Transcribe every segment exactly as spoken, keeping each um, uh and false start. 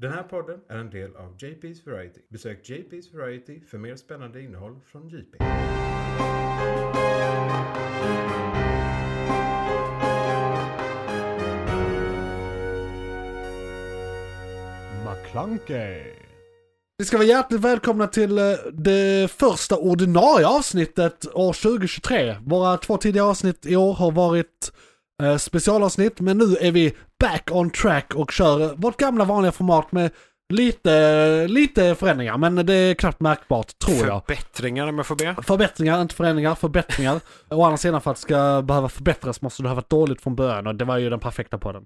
Den här podden är en del av J P's Variety. Besök J P's Variety för mer spännande innehåll från J P. McClunkey. Vi ska vara hjärtligt välkomna till det första ordinarie avsnittet år tjugo tjugotre. Våra två tidigare avsnitt i år har varit eh, specialavsnitt, men nu är vi back on track och kör vårt gamla vanliga format med lite, lite förändringar, men det är knappt märkbart, tror jag. Förbättringar om jag får be. Förbättringar, inte förändringar, förbättringar. Och andra sidan, för att det ska behöva förbättras måste det ha varit dåligt från början, och det var ju den perfekta podden.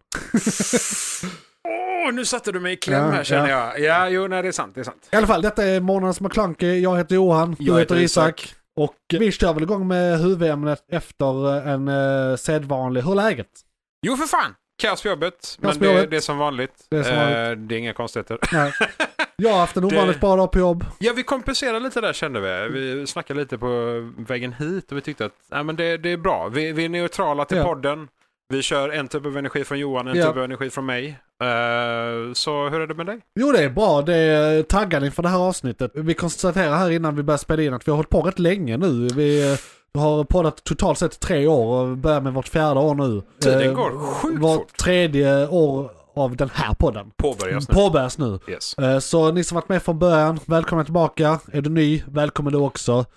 Åh, nu satte du mig i kläm Ja, här, känner ja. jag. Ja, jo, nej, det är sant, det är sant. I alla fall, detta är månadens McClunkey. Jag heter Johan, du Jag heter heter Isak. Isak. Och vi kör väl igång med huvudämnet efter en uh, sedvanlig. Hur är läget? Jo, för fan! Kaos på jobbet, men Kaos på det, jobbet. det är som vanligt. Det är som Eh, vanligt. det är inga konstigheter. Nej. Jag har haft en ovanligt Det- bra dag på jobb. Ja, vi kompenserar lite där, kände vi. Vi snackade lite på vägen hit och vi tyckte att nej, men det, det är bra. Vi, vi är neutrala till Ja. podden. Vi kör en typ av energi från Johan, en Ja. typ av energi från mig. Eh, så hur är det med dig? Jo, det är bra. Det är taggad inför det här avsnittet. Vi konstaterar här innan vi börjar spela in att vi har hållit på rätt länge nu. Vi eh, har poddat totalt sett tre år och börjar med vårt fjärde år nu. Tiden Eh, går sjukt Vårt fort. tredje år av den här podden. Påbörjas nu. Påbörjas nu. Yes. Eh, Så ni som varit med från början, välkomna tillbaka. Är du ny, välkommen du också.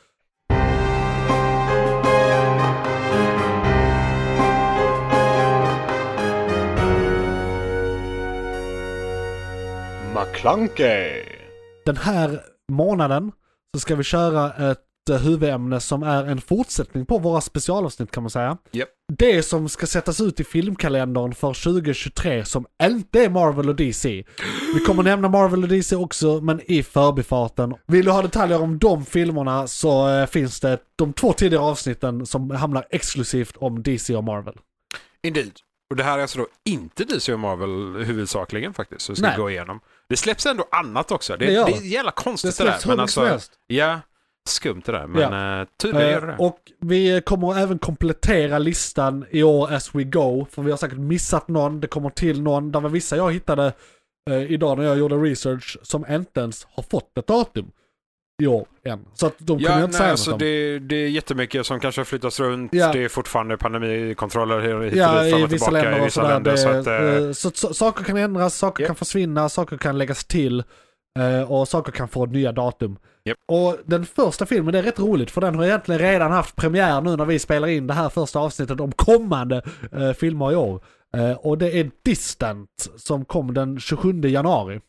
McClunkey. Den här månaden så ska vi köra ett eh, huvudämne som är en fortsättning på våra specialavsnitt, kan man säga. Yep. Det som ska sättas ut i filmkalendern för tjugo tjugotre som inte är Marvel och D C. Vi kommer nämna Marvel och D C också, men i förbifarten. Vill du ha detaljer om de filmerna så eh, finns det de två tidigare avsnitten som hamnar exklusivt om D C och Marvel. Indeed. Och det här är alltså då inte D C och Marvel huvudsakligen faktiskt, så vi ska Nej. gå igenom. Det släpps ändå annat också. Det, Det gör det det. är jävla Det konstigt det, där. släpps hur mycket som alltså, helst. ja, skumt det där. Men ja. tydligen gör det det. Eh, och vi kommer även komplettera listan i år as we go. För vi har säkert missat någon. Det kommer till någon. Där var vissa jag hittade eh, idag när jag gjorde research som inte ens har fått ett datum i år än. Så att de kommer Ja, jag inte nej, säga alltså något om. det, det är jättemycket som kanske flyttas runt. Ja. Det är fortfarande pandemikontroller hit och dit, Ja, fram i och vissa tillbaka länder i och vissa sådär. länder. Det, Så att, eh, eh, så, så, saker kan ändras, saker Yep. kan försvinna, saker kan läggas till. eh, Och saker kan få nya datum. Yep. Och den första filmen, det är rätt roligt för den har egentligen redan haft premiär nu när vi spelar in det här första avsnittet om kommande eh, filmer i år. Eh, och det är Distant som kom den tjugosjunde januari.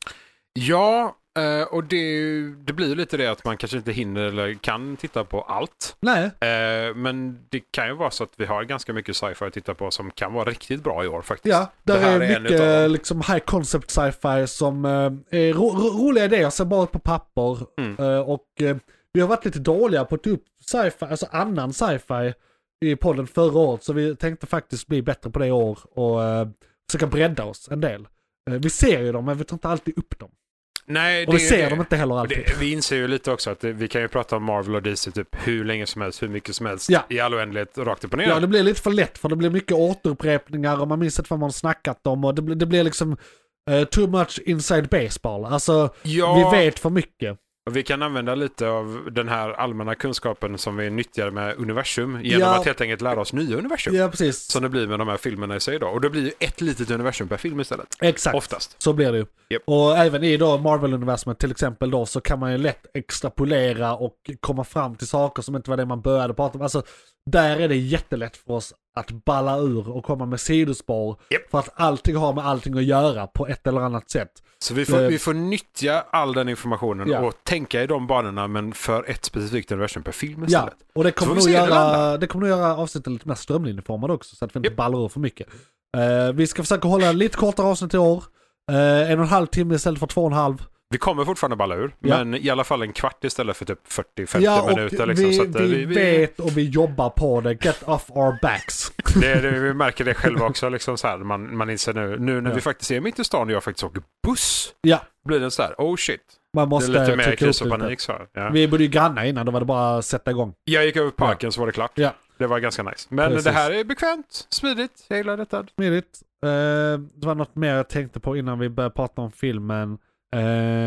ja, eh, och det, det blir ju lite det att man kanske inte hinner eller kan titta på allt. Nej, Eh, men det kan ju vara så att vi har ganska mycket sci-fi att titta på som kan vara riktigt bra i år faktiskt. ja, där Det här är är en utav mycket dem. liksom high concept sci-fi som eh, är ro- ro- roliga idéer, ser bara ut på papper. Mm. Eh, och eh, vi har varit lite dåliga på att ta upp sci-fi, alltså annan sci-fi i podden förra året, så vi tänkte faktiskt bli bättre på det i år och eh, försöka bredda oss en del. Eh, vi ser ju dem, men vi tar inte alltid upp dem. Nej, Och det vi är ju ser det. dem inte heller alltid. Det, vi inser ju lite också att det, vi kan ju prata om Marvel och D C typ hur länge som helst, hur mycket som helst, Ja. i all oändlighet, rakt upp och ner. Ja, det blir lite för lätt för det blir mycket återupprepningar och man minns inte vad man snackat om och det, blir- det blir liksom eh, too much inside baseball. Alltså, Ja, vi vet för mycket. och vi kan använda lite av den här allmänna kunskapen som vi nyttjar med universum genom Ja. att helt enkelt lära oss nya universum. Ja, precis. Som det blir med de här filmerna i sig då. Och det blir ju ett litet universum per film istället. Exakt. Oftast. Så blir det ju. Yep. Och även i då Marvel-universumet till exempel då så kan man ju lätt extrapolera och komma fram till saker som inte var det man började prata om. Alltså, där är det jättelätt för oss att balla ur och komma med sidospår. Yep. För att allting har med allting att göra på ett eller annat sätt. Så vi får, Eh. vi får nyttja all den informationen Ja. och tänka i de banorna, men för ett specifikt universum per film Ja, istället. och det Så kommer, får nog vi se det göra, landa. det kommer nog göra avsnittet lite mer strömlinjeformad också så att vi inte Yep. ballar ur för mycket. Eh, vi ska försöka hålla lite kortare avsnitt i år. Eh, en och en halv timme istället för två och en halv. Vi kommer fortfarande balla ur, Ja. men i alla fall en kvart istället för typ fyrtio femtio Ja, och minuter. Liksom, vi, så att, eh, vi, vet och vi jobbar på det. Get off our backs. Det, det, vi märker det själva också. Liksom så här, man, man inser nu, nu när Ja. vi faktiskt är mitt i stan och jag faktiskt åker buss, Ja, blir det så här, oh shit. man måste det är lite mer trycka kris upp och lite. panik. Så här. Ja. Vi bodde ju grannar innan, då var det bara att sätta igång. Jag gick över parken så var det klart. Ja. Det var ganska nice. Men Precis. det här är bekvämt, smidigt, jag gillar detta. Smidigt. Uh, det var något mer jag tänkte på innan vi började prata om filmen. Uh,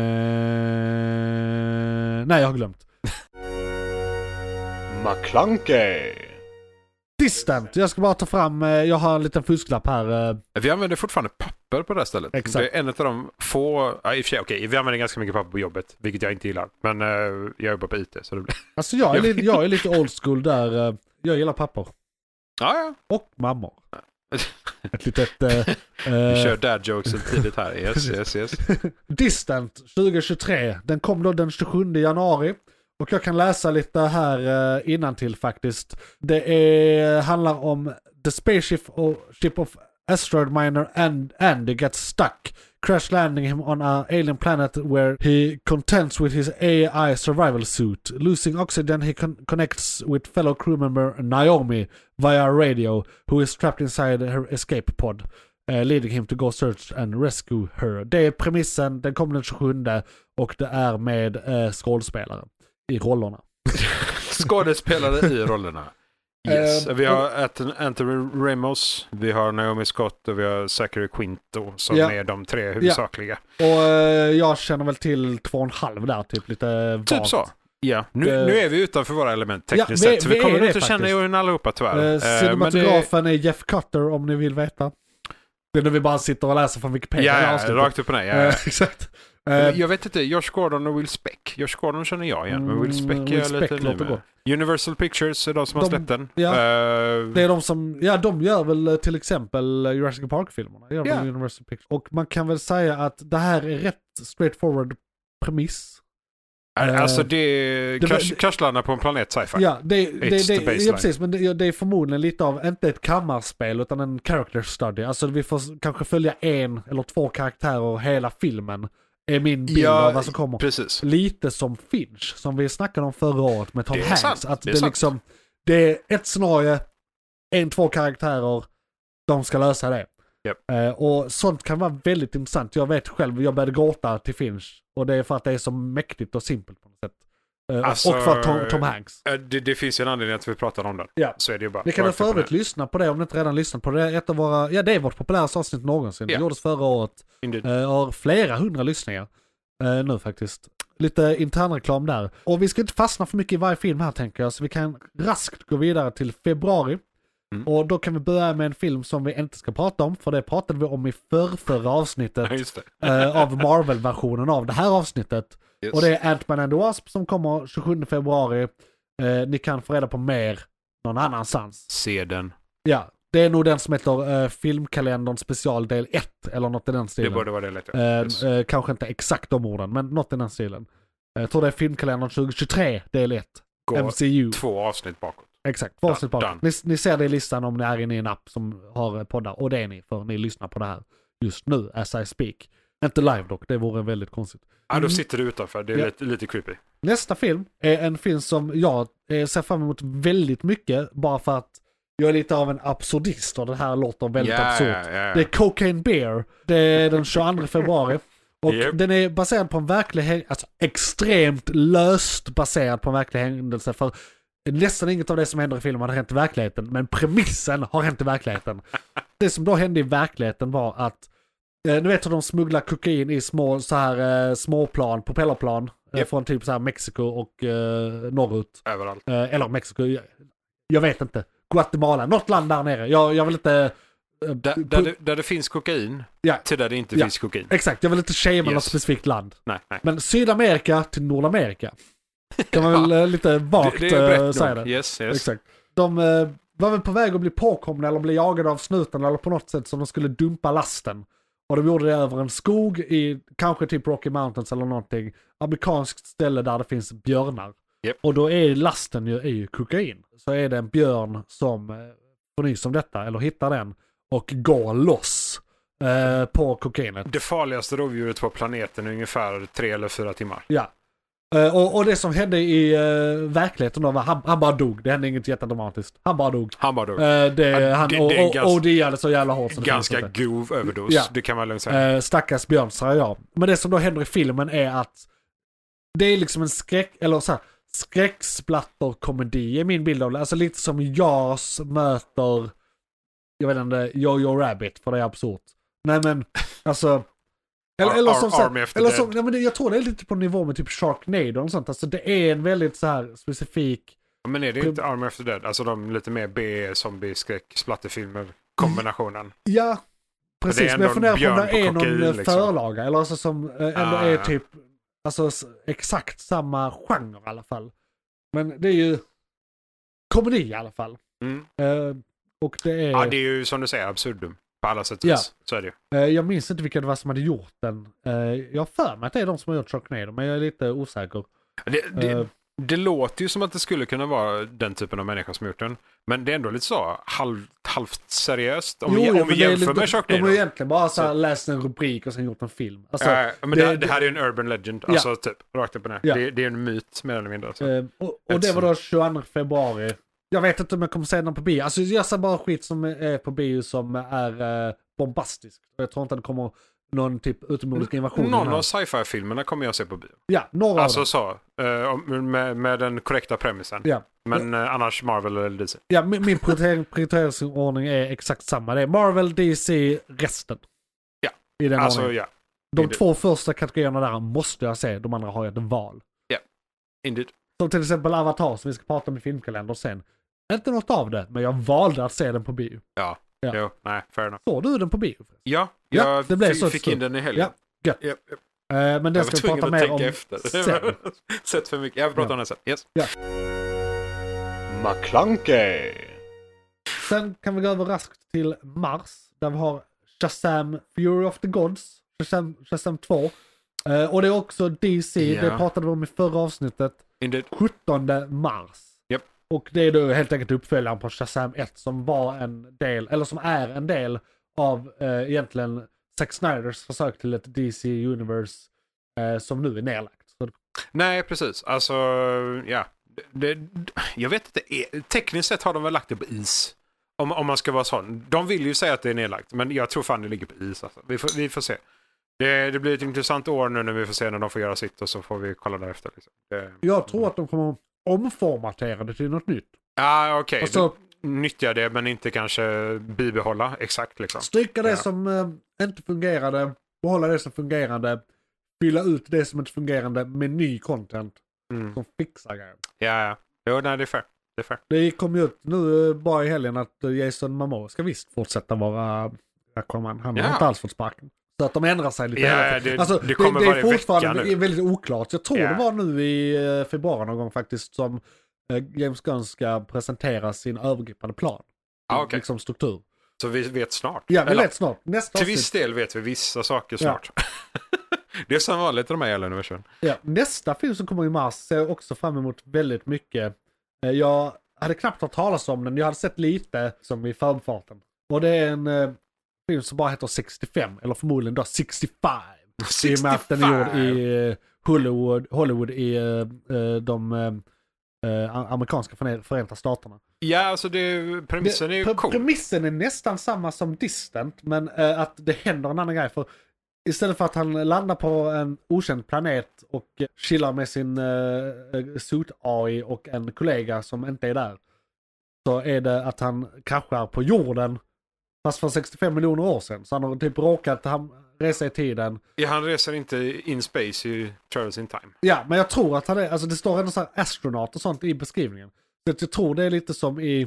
nej, jag har glömt. McClunkey. Distant. Jag ska bara ta fram, jag har en liten fusklapp här. Vi använder fortfarande papper på det här stället. Exakt. Det är en av de få, ja, i och för sig, okej, vi använder ganska mycket papper på jobbet, vilket jag inte gillar. Men uh, jag jobbar på I T, så det blir... Alltså jag är, lite, jag är lite old school där. Uh, jag gillar papper. Ja, ja. Och mammor. Ett litet... Uh, vi kör dad jokes tidigt här. Yes, yes, yes. Distant tjugohundratjugotre. Den kom då den tjugosjunde januari. Och jag kan läsa lite här uh, innantill faktiskt. Det är, handlar om the spaceship of, ship of asteroid miner and Andy gets stuck. Crash landing him on an alien planet where he contends with his A I survival suit. Losing oxygen, he con- connects with fellow crew member Naomi via radio, who is trapped inside her escape pod. Uh, leading him to go search and rescue her. Det är premissen, den kommer den tjugosjunde och det är med uh, skådespelare i rollerna. Skådespelare i rollerna. Yes. Uh, vi har Anthony Ramos, vi har Naomi Scott och vi har Zachary Quinto som ja. är de tre huvudsakliga. Ja. Och uh, jag känner väl till två och en halv där, typ lite vagt. Typ så. Ja, nu, uh, nu är vi utanför våra element tekniskt ja, sett. Så vi, vi kommer inte det, känna igen allihopa tyvärr. Uh, cinematografen det... är Jeff Cutter om ni vill veta. Det är när vi bara sitter och läser från Wikipedia. Ja, ja rakt upp och ner. Ja, ja. Uh, exakt. Uh, jag vet inte, Josh Gordon och Will Speck. Josh Gordon känner jag igen, men Will Speck är Will lite ny med. Universal Pictures är de som de, har släppt den. Ja, uh, det är de som, ja de gör väl till exempel Jurassic Park-filmerna. Gör yeah. väl Universal Pictures. Och man kan väl säga att det här är rätt straightforward premiss. Alltså uh, det, det crash, crashlandar på en planet sci-fi. Ja, det, det, det, the ja precis, men det, det är förmodligen lite av, inte ett kammarspel utan en character study. Alltså vi får kanske följa en eller två karaktärer hela filmen. Är min bild ja, av vad som kommer. Precis. Lite som Finch, som vi snackade om förra året med Tom det Hanks. Sant. Att det, det, är liksom, det är ett scenario, en, två karaktärer, de ska lösa det. Yep. Uh, och sånt kan vara väldigt intressant. Jag vet själv, jag började gråta till Finch. Och det är för att det är så mäktigt och simpelt på något sätt. Uh, alltså, och för Tom, Tom Hanks. Det, det finns ju en anledning att vi pratar om den. Ja. Så är det ju bara. Ni kan för övrigt lyssna på det om ni inte redan lyssnat på det. Ett av våra, ja, det är vårt populäraste avsnitt någonsin. Yeah. Det gjordes förra året. Indeed. Uh, har flera hundra lyssningar uh, nu faktiskt. Lite internreklam där. Och vi ska inte fastna för mycket i varje film här tänker jag. Så vi kan raskt gå vidare till februari. Mm. Och då kan vi börja med en film som vi inte ska prata om. För det pratade vi om i förrförra avsnittet. Ja, just det. uh, av Marvel-versionen av det här avsnittet. Yes. Och det är Ant-Man and the Wasp som kommer tjugosjunde februari. Uh, ni kan få reda på mer någon annanstans. Se den. Ja, det är nog den som heter uh, Filmkalendern special del ett. Eller något i den stilen. Det borde vara det lätt. Uh, yes. uh, kanske inte exakt de orden, men något i den stilen. Jag tror det är Filmkalendern tjugohundratjugotre del ett. Gå M C U. Två avsnitt bakåt. Exakt, två avsnitt bakåt. Ni, ni ser det i listan om ni är inne i en app som har poddar. Och det är ni, för ni lyssnar på det här just nu, as I speak. Inte live dock, det vore väldigt konstigt. Ja, då sitter du utanför. Det är ja. lite, lite creepy. Nästa film är en film som jag ser fram emot väldigt mycket. Bara för att jag är lite av en absurdist och det här låter väldigt yeah, absurt. Yeah, yeah. Det är Cocaine Bear. Det är den tjugoandra februari. Och yep. den är baserad på en verklig händelse. Alltså extremt löst baserad på en verklig händelse. För nästan inget av det som händer i filmen har hänt i verkligheten. Men premissen har hänt i verkligheten. Det som då hände i verkligheten var att Eh, nu vet hur de smugglar kokain i små så här eh, småplan, propellerplan eh, yep. från typ så här Mexiko och eh, norrut. Överallt. Eh, eller Mexiko, jag, jag vet inte. Guatemala, något land där nere. Jag, jag vill inte... Eh, där, där, det, där det finns kokain ja. till där det inte ja. finns kokain. Exakt, jag vill inte shama yes. något specifikt land. Nej, nej. Men Sydamerika till Nordamerika. Kan man väl eh, lite vagt det, det är eh, säga det. Yes, yes. Exakt. De eh, var väl på väg att bli påkomna eller bli jagade av snuten eller på något sätt som de skulle dumpa lasten. Och de gjorde det över en skog i kanske typ Rocky Mountains eller någonting. Amerikanskt ställe där det finns björnar. Yep. Och då är lasten ju, är ju kokain. Så är det en björn som får nys om detta eller hittar den och går loss eh, på kokainet. Det farligaste rovdjuret på planeten är ungefär tre eller fyra timmar. Ja. Uh, och, och det som hände i uh, verkligheten då var han, han bara dog. Det hände inget jättedramatiskt. Han bara dog. Han bara dog. Uh, det, ja, han det, och, det är och, ganska, och det gällde så jävla hårt. Så ganska grov överdos. Ja. Det kan man lugnt säga. Uh, stackars björn, säger jag. Men det som då händer i filmen är att det är liksom en skräck, eller så här, skräcksplatterkomedi i min bild av det. Alltså lite som Jaws möter, jag vet inte, Jojo Rabbit, för det är absurt. Nej men, alltså... Eller, Ar- eller som Ar- så, Army of the eller Dead. som, ja, men det, jag tror det är lite på nivå med typ Sharknado och sånt. Alltså det är en väldigt så här specifik... Men är det inte Army of the Dead? Alltså de lite mer B-zombie-skräck, splatterfilmer kombinationen. Ja, Det precis. är Men ändå jag funderar på om björn det på är någon kokain, eh, liksom. förlaga. Eller alltså som eh, ändå Ah, är ja. typ, alltså s- exakt samma genre i alla fall. Men det är ju komedi i alla fall. Mm. Eh, och det är... Ja, det är ju som du säger absurdum. På alla sätt och Ja. vis. Så är det ju. eh, jag minns inte vilka det var som hade gjort den. Eh, jag har för mig att det är de som har gjort Sharknado, men jag är lite osäker. Det, det, Eh, det låter ju som att det skulle kunna vara den typen av människa som gjort den. Men det är ändå lite så halv, halvt seriöst. Om jo, vi, jo, om men vi det är jämför lite- med Sharknado. De har ju egentligen bara så här Så- läst en rubrik och sen gjort en film. Alltså, Ja, men det, det- det här är ju en urban legend. Ja. Alltså typ, rakt upp och ner. Ja. Det, det är en myt mer eller mindre. Alltså. Eh, och, och det var då tjugoandra februari. Jag vet inte om jag kommer se den på bio. Alltså jag ser bara skit som är på bio som är eh, bombastisk. Och jag tror inte att det kommer någon typ utomjordisk invasion. i den Någon här. av sci-fi-filmerna kommer jag se på bio. Ja, några Alltså av så, eh, om- med, med den korrekta premissen. dem. Ja. Men eh, annars Marvel eller D C. Ja, min, min prioritering- prioriteringsordning är exakt samma. Det är Marvel, D C, resten. Ja. I den Alltså ordningen. ja, De indeed. två första kategorierna där måste jag se. De andra har jag ett val. indeed. Som till exempel Avatar som vi ska prata om i filmkalender sen. Inte något av det, men jag valde att se den på bio. Ja, Ja. Jo, nej, fair enough. Såg du den på bio? förresten? Ja, Ja, jag det blev fi- så fick till in den i helgen. Ja, gött. Ja, ja. Eh, men det Jag ska var vi tvungen prata att mer tänka om efter. sen. Sett för mycket. Jag vill prata Ja. om det sen. Yes. McClunkey. Sen kan vi gå över raskt till mars. Där vi har Shazam Fury of the Gods. Shazam, Shazam två. Eh, och det är också D C. Ja. Det pratade vi om i förra avsnittet. Indeed. sjuttonde mars. Japp. Och det är då helt enkelt uppföljaren på Shazam ett som var en del, eller som är en del av eh, egentligen Zack Snyders försök till ett D C Universe eh, som nu är nedlagt. Så, Nej, precis. Alltså, ja. Det, det, jag vet inte. eh, Tekniskt sett har de väl lagt det på is. Om, om man ska vara sån. De vill ju säga att det är nedlagt. Men jag tror fan det ligger på is. Alltså. Vi, får, vi får se. Det, det blir ett intressant år nu när vi får se när de får göra sitt. Och så får vi kolla därefter. Liksom. Det, jag tror att de kommer omformatera det till något nytt. ja, okej. Och så Nyttja det men inte kanske bibehålla. Exakt liksom. stryka det Ja. som eh, inte fungerade, behålla det som fungerande, fylla ut det som inte fungerande med ny content Mm. som fixar grejer. Ja, ja. Jo, nej, det är fair. Det är fair. Det kom ju ut nu eh, bara i helgen att eh, Jason Momoa ska visst fortsätta vara Aquaman. Han har Ja. inte alls fått sparken. Så att de ändrar sig lite Ja, hela tiden. det- Alltså, det det, kommer det är varje fortfarande vecka nu. det är väldigt oklart. Jag tror Ja. det var nu i eh, februari någon gång faktiskt som eh, James Gunn ska presentera sin övergripande plan. Ja, okej. Liksom struktur. Så vi vet snart. Ja, vi Eller, vet snart. Nästa till avsnitt. viss del vet vi vissa saker Ja. snart. Det är som vanligt i de här jävla universum. Ja, nästa film som kommer i mars ser jag också fram emot väldigt mycket. Eh, Jag hade knappt hört talas om den. Jag hade sett lite som i förbifarten. Och det är en eh, film som bara heter sextiofem. Eller förmodligen då sextiofem. I och med att den är gjord i eh, Hollywood, Hollywood i eh, eh, de eh, eh, amerikanska förne- förenta staterna. Ja, alltså det, premissen är ju Pre- cool. Premissen är nästan samma som Distant. Men eh, att det händer en annan grej. För istället för att han landar på en okänd planet och eh, chillar med sin uh, suit-A I och en kollega som inte är där. Så är det att han kraschar på jorden. Fast för sextiofem miljoner år sedan. Så han har typ råkat ham- resa i tiden. Ja, han reser inte in space i Travels in Time. Ja, men jag tror att han är, alltså det står ändå så här astronaut och sånt i beskrivningen. Så att jag tror det är lite som i,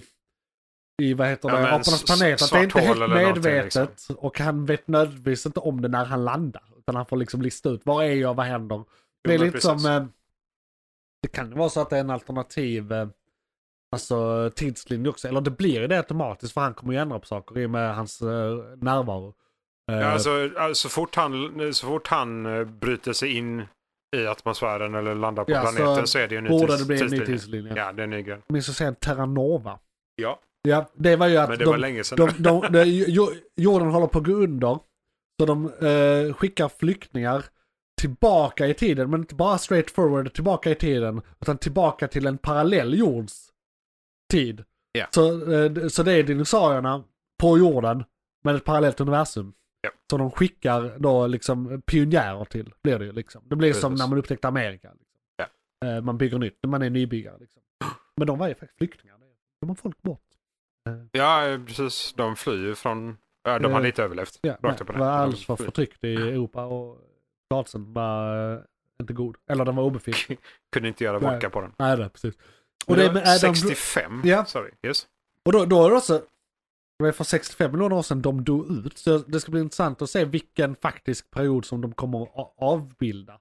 i vad heter det, Ja, men Apornas s- planet. Att det är inte svart hål helt eller någonting, medvetet. liksom. Och han vet nödvändigtvis inte om det när han landar. Utan han får liksom lista ut, var är jag, vad händer? Det är men lite precis. som, eh, det kan vara så att det är en alternativ, eh, alltså tidslinje också. Eller det blir ju det automatiskt för han kommer ju ändra på saker i och med hans eh, närvaro. Eh, Ja, alltså, alltså, så fort han, så fort han eh, bryter sig in i atmosfären eller landar på Ja, planeten så så, är det ju en ny borde tids- det bli en ny tidslinje. tidslinje. Ja, det är en ny grej. Jag minns att säga en Terranova. Ja, Ja, det var ju att men det de, var länge sedan. de, de, de, jo- jorden håller på att gå under. Så de eh, skickar flyktingar tillbaka i tiden. Men inte bara straight forward tillbaka i tiden. Utan tillbaka till en parallell jords tid. Ja. Så, eh, så det är dinosaurierna på jorden. Men ett parallellt universum. Ja. Så de skickar då liksom pionjärer till. Blir det ju liksom. Det blir som Precis. när man upptäckte Amerika. Liksom. Ja. Eh, man bygger nytt. Man är nybyggare liksom. Men de var ju faktiskt flyktingar. De har folk bort. Ja, precis. De flyr från... Ja, de Eh, hade inte överlevt. Ja, nej, Rakt upp och det ner. var De alldeles för flyr. förtryckt i Europa och statusen var eh, inte god. Eller den var obefintlig. Kunde inte göra Nej. vodka på den. Nej, det, precis. Och Och det det är med Adam... sextiofem? Ja. Sorry, yes. Och då, då är det också... Det var för sextiofem miljoner år sedan de dog ut. Så det ska bli intressant att se vilken faktisk period som de kommer att avbilda.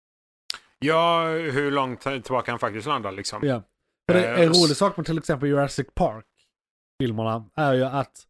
Ja, hur långt tillbaka han faktiskt landar liksom. Ja. För det, Eh, en rolig sak med till exempel Jurassic Park-filmerna är ju att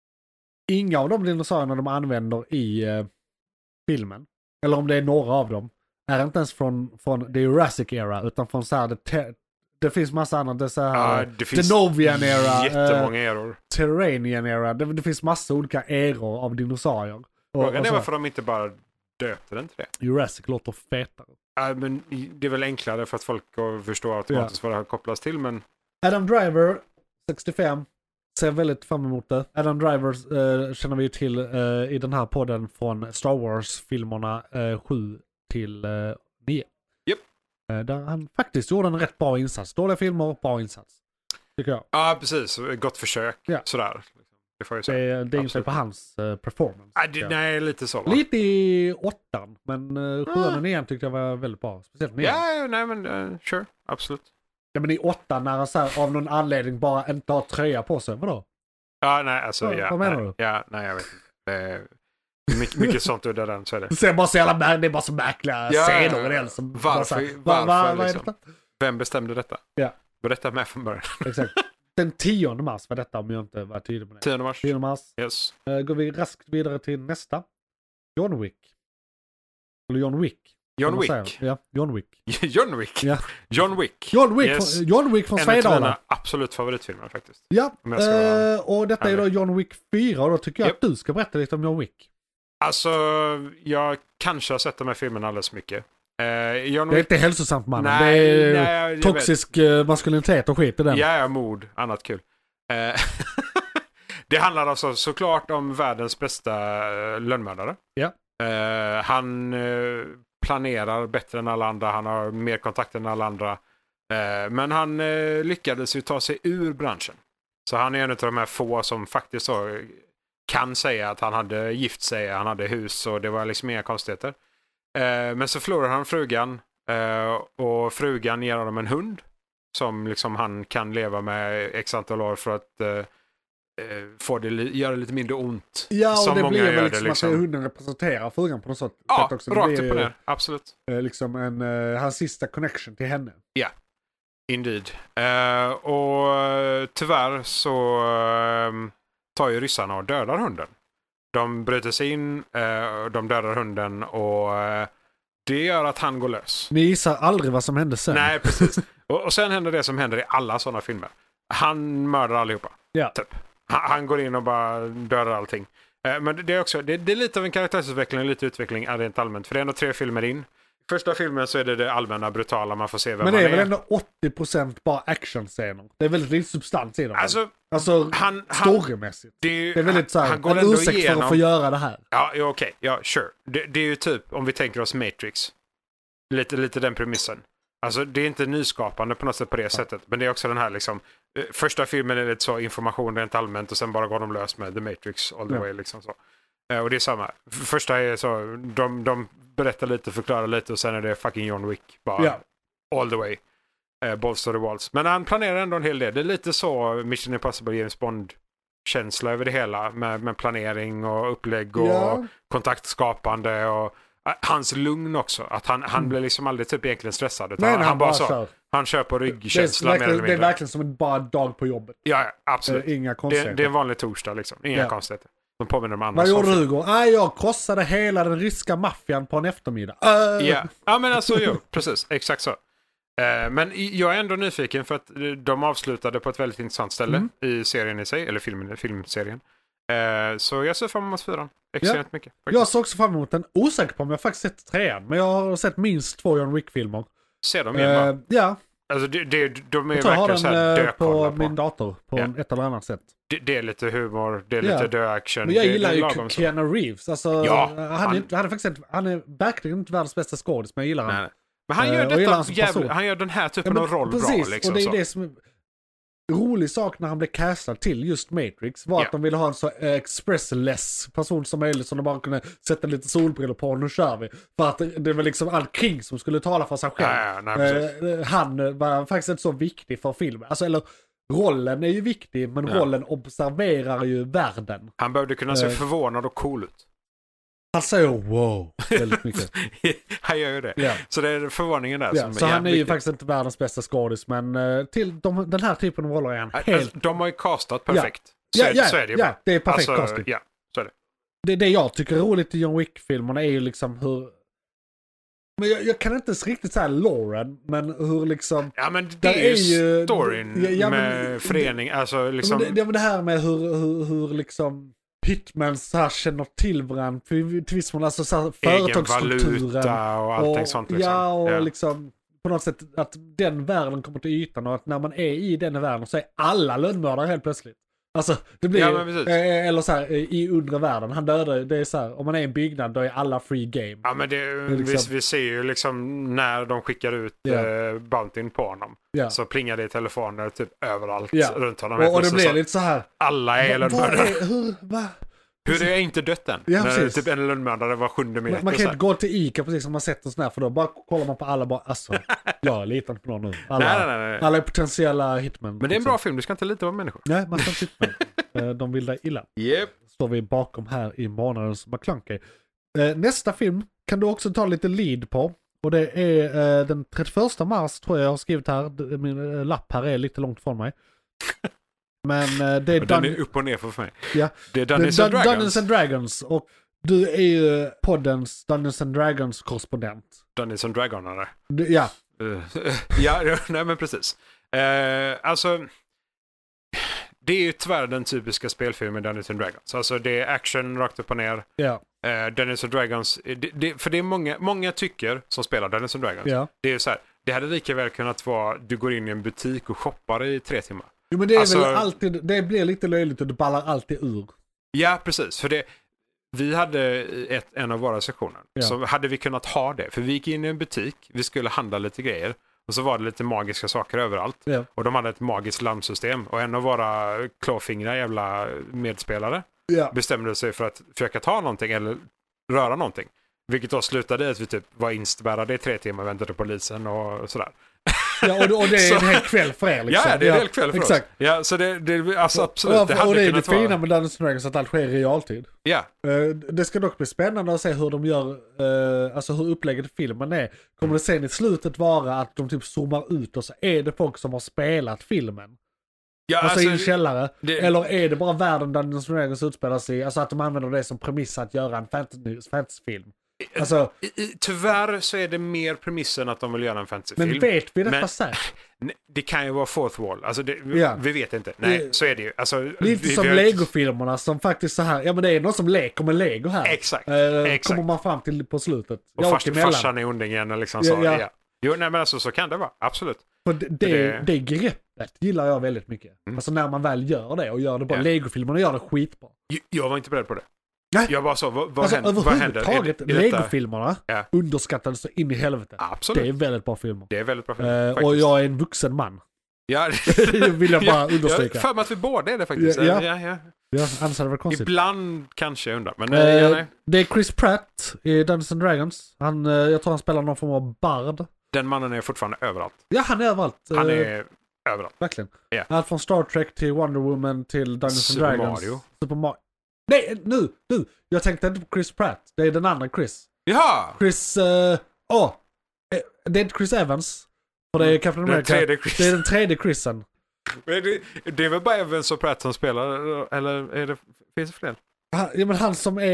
inga av de dinosaurierna de använder i eh, filmen, eller om det är några av dem, är inte ens från, från the Jurassic era, utan från så här, det, te- det finns massa annat, det är så här, Ja, det finns Denovian era, jättemånga eh, eror. Terranian era, det, det finns massa olika eror av dinosaurier. Och, Frågan och är så, varför de inte bara döpte den till det. Jurassic låter fetare. Ja, men det är väl enklare för att folk ska förstå automatiskt vad det här kopplas till, men Adam Driver, sextiofem, ser väldigt fram emot det. Adam Driver eh, känner vi ju till eh, i den här podden från Star Wars-filmerna eh, sju till nio. Japp. Eh, där han faktiskt gjorde en rätt bra insats. Dåliga filmer, bra insats. Tycker jag. ja, precis. Gott försök. Ja. Sådär. Det får jag Det, säga. är- det är inte Absolut. på hans eh, performance. Nej, tycker det, jag. nej, lite så. Va? Lite i åttan, men uh, sjuan Ah. och nian tyckte jag var väldigt bra. Speciellt nian. Ja, ja, nej men uh, sure. Absolut. Ja, men i åttan när han så här, av någon anledning bara inte har tröja på sig. Vadå? Ja, nej, alltså, Vad- ja. vad menar nej, du? Ja, nej, jag vet inte. Det är mycket, mycket sånt under den, så är det. Det ser bara så jävla mär- det är bara så märkliga Ja, scener i den som... varför- bara så här, va, varför va, vad är liksom? detta? Vem bestämde detta? Ja. Var detta med från början? Exakt. Den tionde mars var detta, om jag inte var tydlig med det. tionde mars? tionde mars. Yes. Uh, går vi raskt vidare till nästa. John Wick. Eller John Wick. John kan man säga. Wick. Ja, John Wick. John Wick. Ja. John Wick. John Wick, Yes. från, John Wick från En av Svedala. mina absolut favoritfilmer faktiskt. Ja, Om jag ska vara eh, och detta är då John Wick fyra och då tycker jag Yep. att du ska berätta lite om John Wick. Alltså, jag kanske har sett de här filmerna alldeles för mycket. Eh, John Det är Wick... inte hälsosamt mannen. Nej, det är nej, jag vet. toxisk eh, maskulinitet och skit i den. Ja, ja, mord. Annat kul. Eh, det handlar alltså såklart om världens bästa uh, lönnmördare. Ja. Eh, han eh, planerar bättre än alla andra. Han har mer kontakter än alla andra. Eh, men han eh, lyckades ju ta sig ur branschen. Så han är en av de här få som faktiskt så, kan säga att han hade gift sig. Han hade hus och det var liksom inga konstigheter. Eh, men så förlorar han frugan. Eh, och frugan ger honom en hund. Som liksom han kan leva med x antal år för att eh, eh, få det li- göra lite mindre ont. Ja, och Som det många blir väl gör liksom, det, liksom. att hunden representerar frugan på något sätt. Ja, också. Det rakt blir upp och ju, ner. Absolut. eh, liksom en, eh, hans sista connection till henne. Indeed. Eh, och eh, tyvärr så eh, tar ju ryssarna och dödar hunden. De bryter sig in, eh, de dödar hunden och eh, det gör att han går lös. Ni gissar aldrig vad som hände sen. Nej, precis. och, och sen händer det som händer i alla sådana filmer. Han mördar allihopa. Ja. Typ. Han, han går in och bara dödar allting. Eh, men det, det är också det, det är lite av en karaktärsutveckling, lite utveckling är rent allmänt. För det är ändå tre filmer in. Första filmen så är det det allmänna brutala, man får se vem Men det man är väl är. ändå åttio procent bara actionscener. Det är väldigt lite substans i dem. Alltså, alltså han, han, storymässigt. det är, ju- Det är väldigt så han, här, han går en ändå ursäkt för igenom... att få göra det här. Ja, ja okej. Ja, sure. Det, det är ju typ, om vi tänker oss Matrix. Lite, lite den premissen. Alltså, det är inte nyskapande på något sätt på det ja. sättet. Men det är också den här liksom... eh, Första filmen är lite så information rent allmänt och sen bara går de lös med The Matrix all the Ja. way liksom så. Eh, Och det är samma. F- Första är så, de, de berättar lite, förklarar lite och sen är det fucking John Wick. Bara Ja. all the way. Eh, balls to the walls. Men han planerar ändå en hel del. Det är lite så Mission Impossible James Bond-känsla över det hela. Med, med planering och upplägg och Ja. kontaktskapande och äh, hans lugn också. Att han, han Mm. blir liksom aldrig typ egentligen stressad. Utan Nej, han, nej, han bara så. kör. Han kör på Det är, ryggkänsla mer eller verkligen, det är mindre. verkligen som en bara dag på jobbet. Ja, ja, absolut. Eh, Inga Det, konstigheter. det är en vanlig torsdag liksom. Inga Ja. konstigheter. De påminner om andra Vad gjorde saker. du igår? Nej, jag krossade hela den ryska maffian på en eftermiddag. Uh. Ja. ja, men alltså jo, precis. Exakt så. Eh, men i- jag är ändå nyfiken för att eh, de avslutade på ett väldigt intressant ställe Mm. i serien i sig, eller filmen, filmserien. Eh, så jag ser fram emot fyran. Extremt mycket. faktiskt. Jag såg också fram emot den. Osäker på om jag faktiskt sett trean. Men jag har sett minst två John Wick-filmer. Ser de igen, va? Uh, ja, Alltså det, det, de är jag tror jag har verkligen så den här eh, dökolla på på. min dator. På Ja. ett eller annat sätt. Det, det är lite humor, det är Ja. lite dö-action. Men jag det, gillar det är ju lagom så. Keanu Reeves. Alltså, Ja, han, han- är, han, är faktiskt, ett- han är verkligen inte världens bästa skådis, men jag gillar Nej, honom. nej. Men han Eh, gör, och gillar detta han som jävla, person. han gör den här typen Ja, av roll precis, bra. Liksom, och det är så. det som... rolig sak när han blev castad till just Matrix var Ja. att de ville ha en så expressless person som möjligt som de bara kunde sätta lite solbrillor på och nu kör vi. För att det var liksom allt kring som skulle tala för sig själv. Ja, ja, nej, precis. Eh, han var faktiskt inte så viktig för filmen. Alltså, eller rollen är ju viktig, men Ja. rollen observerar ju världen. Han behövde kunna se Eh. förvånad och cool ut. Han säger wow väldigt mycket. Han gör ju det. Ja. Så det är förvåningen där Ja, som så han är jävligt ju viktig. faktiskt inte världens bästa skådis, men eh, till de, den här typen av roller är han Alltså, helt... de har ju castat perfekt. Så, Ja, är, ja, så är det ju ja, bara. det är perfekt Alltså, casting. Ja, så är det. Det, det jag tycker är roligt i John Wick-filmerna är ju liksom hur... Men jag, jag kan inte riktigt säga Lauren, men hur liksom... Ja, men det Där är ju är ju- storyn ja, ja, men- med förening. Alltså liksom... Men det, det, men det här med hur, hur, hur liksom hitmans så här känner till varandra, för till viss mån, alltså så här egen företagsstrukturen. valuta och allting sånt. Liksom. Ja, och liksom på något sätt att den världen kommer till ytan och att när man är i den världen så är alla lönnmördare helt plötsligt. Alltså, det blir Ja, ju, men precis. eh, eller så här, i undre världen, han dödar, det är så här, om man är i en byggnad då är alla free game. Ja, men det, är liksom- vi, vi ser ju liksom när de skickar ut Ja. eh, Bountyn på honom. Ja. Så plingar det i telefoner typ överallt Ja. runt honom. Och, och det Plötsligt blir så lite så här, alla är vad, vad lönnmördare. är, hur, va? Hur är jag inte dött än? Ja, när precis. typ en lönnmördare var sjunde meter. Man, man kan så inte gå till Ica precis som man sett en sån här, för då bara kollar man på alla bara, alltså, jag litar inte på någon nu. Alla, Nej, nej, nej, nej. alla är potentiella hitmen. Men det är en bra film, du ska inte lita på människor. Nej, man ska inte sitta med. Eh, De vill dig illa. Yep. Står vi bakom här i månadens McClunky. Eh, Nästa film kan du också ta lite lead på. Och det är eh, den trettioförsta mars tror jag jag har skrivit här. D- Min eh, lapp här är lite långt från mig. Men eh, det är, Och den Dun- är upp och ner för mig. ja, Det är det är Dungeons Dun- and Dragons. Dungeons and Dragons. Och du är ju poddens Dungeons and Dragons korrespondent. Dungeons and Dragonare. Du, ja, Uh, ja, ja, nej men precis. Uh, alltså, det är ju tyvärr den typiska spelfilmen Dungeons and Dragons. Alltså det är action rakt upp och ner. ja, Uh, Dungeons and Dragons, det, det, för det är många, många tycker som spelar Dungeons and Dragons. ja. Det är så här, det hade lika väl kunnat vara, du går in i en butik och shoppar i tre timmar. Jo, men det är Alltså- väl alltid, det blir lite löjligt och det ballar alltid ur. Ja, precis. För det, vi hade ett, en av våra sektioner. Ja. Så hade vi kunnat ha det. För vi gick in i en butik, vi skulle handla lite grejer. Och så var det lite magiska saker överallt. Ja. Och de hade ett magiskt larmsystem. Och en av våra klåfingriga jävla medspelare Ja. bestämde sig för att försöka ta någonting eller röra någonting. Vilket då slutade i att vi typ var inspärrade i tre timmar och väntade på polisen och sådär. Ja, och, och det är Så- en hel kväll för er liksom. Ja, det är en hel kväll för exakt. oss. Ja, så det, det alltså absolut, Och, det och, hade och det är det kunnat fina vara... med Dungeons and Dragons att allt sker i realtid. Ja, Eh, Det ska dock bli spännande att se hur de gör, eh, alltså hur upplägget i filmen är. Kommer det sen i slutet vara att de typ zoomar ut och så är det folk som har spelat filmen? ja Alltså, i en alltså, källare? det- Eller är det bara världen Dungeons and Dragons utspelar sig i? Alltså att de använder det som premiss att göra en fantasy- fantasyfilm. Alltså, I, i, tyvärr så är det mer premissen att de vill göra en fantasyfilm. men vet vi detta Men- säkert? Nej, det kan ju vara fourth wall. Alltså det, vi, Ja. vi vet inte. Nej, Det- så är det ju. Alltså, Lite vi, som vi har- Lego-filmerna som faktiskt så här, ja men det är någon som leker med Lego här. Exakt, Eh, exakt. Kommer man fram till på slutet. Och Jag fars, åker emellan. farsan är ondingen och liksom Ja, så. ja. Ja. Jo, nej men alltså så kan det vara. Absolut. För det, det, det- det greppet gillar jag väldigt mycket. Mm. Alltså när man väl gör det och gör det bra. Ja. Lego-filmerna gör det skitbra. Jag, jag var inte beredd på det. Nej. Jag bara så, vad, vad, Alltså händer, vad händer? överhuvudtaget, Är det- är detta- Lego-filmerna Ja. underskattades så in i helvete. Absolut. Det är väldigt bra filmer. Det är väldigt bra film. Eh, faktiskt. och jag är en vuxen man. Ja, Det vill jag bara understryka. Jag har för mig att vi båda är det faktiskt. Ja, Ja, ja. ja. Ja, annars hade det varit konstigt. Ibland kanske jag undrar. Men Eh, eh, ja, nej. det är Chris Pratt i Dungeons and Dragons. Han, eh, jag tror han spelar någon form av bard. Den mannen är fortfarande överallt. Ja, han är överallt. Han Eh, är överallt. Verkligen. Ja. Allt från Star Trek till Wonder Woman till Dungeons Super and Dragons. Mario. Super Mario. Nej, nu, nu. Jag tänkte inte på Chris Pratt. Det är den andra Chris. Ja! Chris, åh. Uh, oh, det är inte Chris Evans. För det är Captain Den America. tredje Chris. Det är den tredje Chrisen. Men det, det är väl bara Evans och Pratt som spelar? Eller är det, finns det fler? Han, ja, men han som är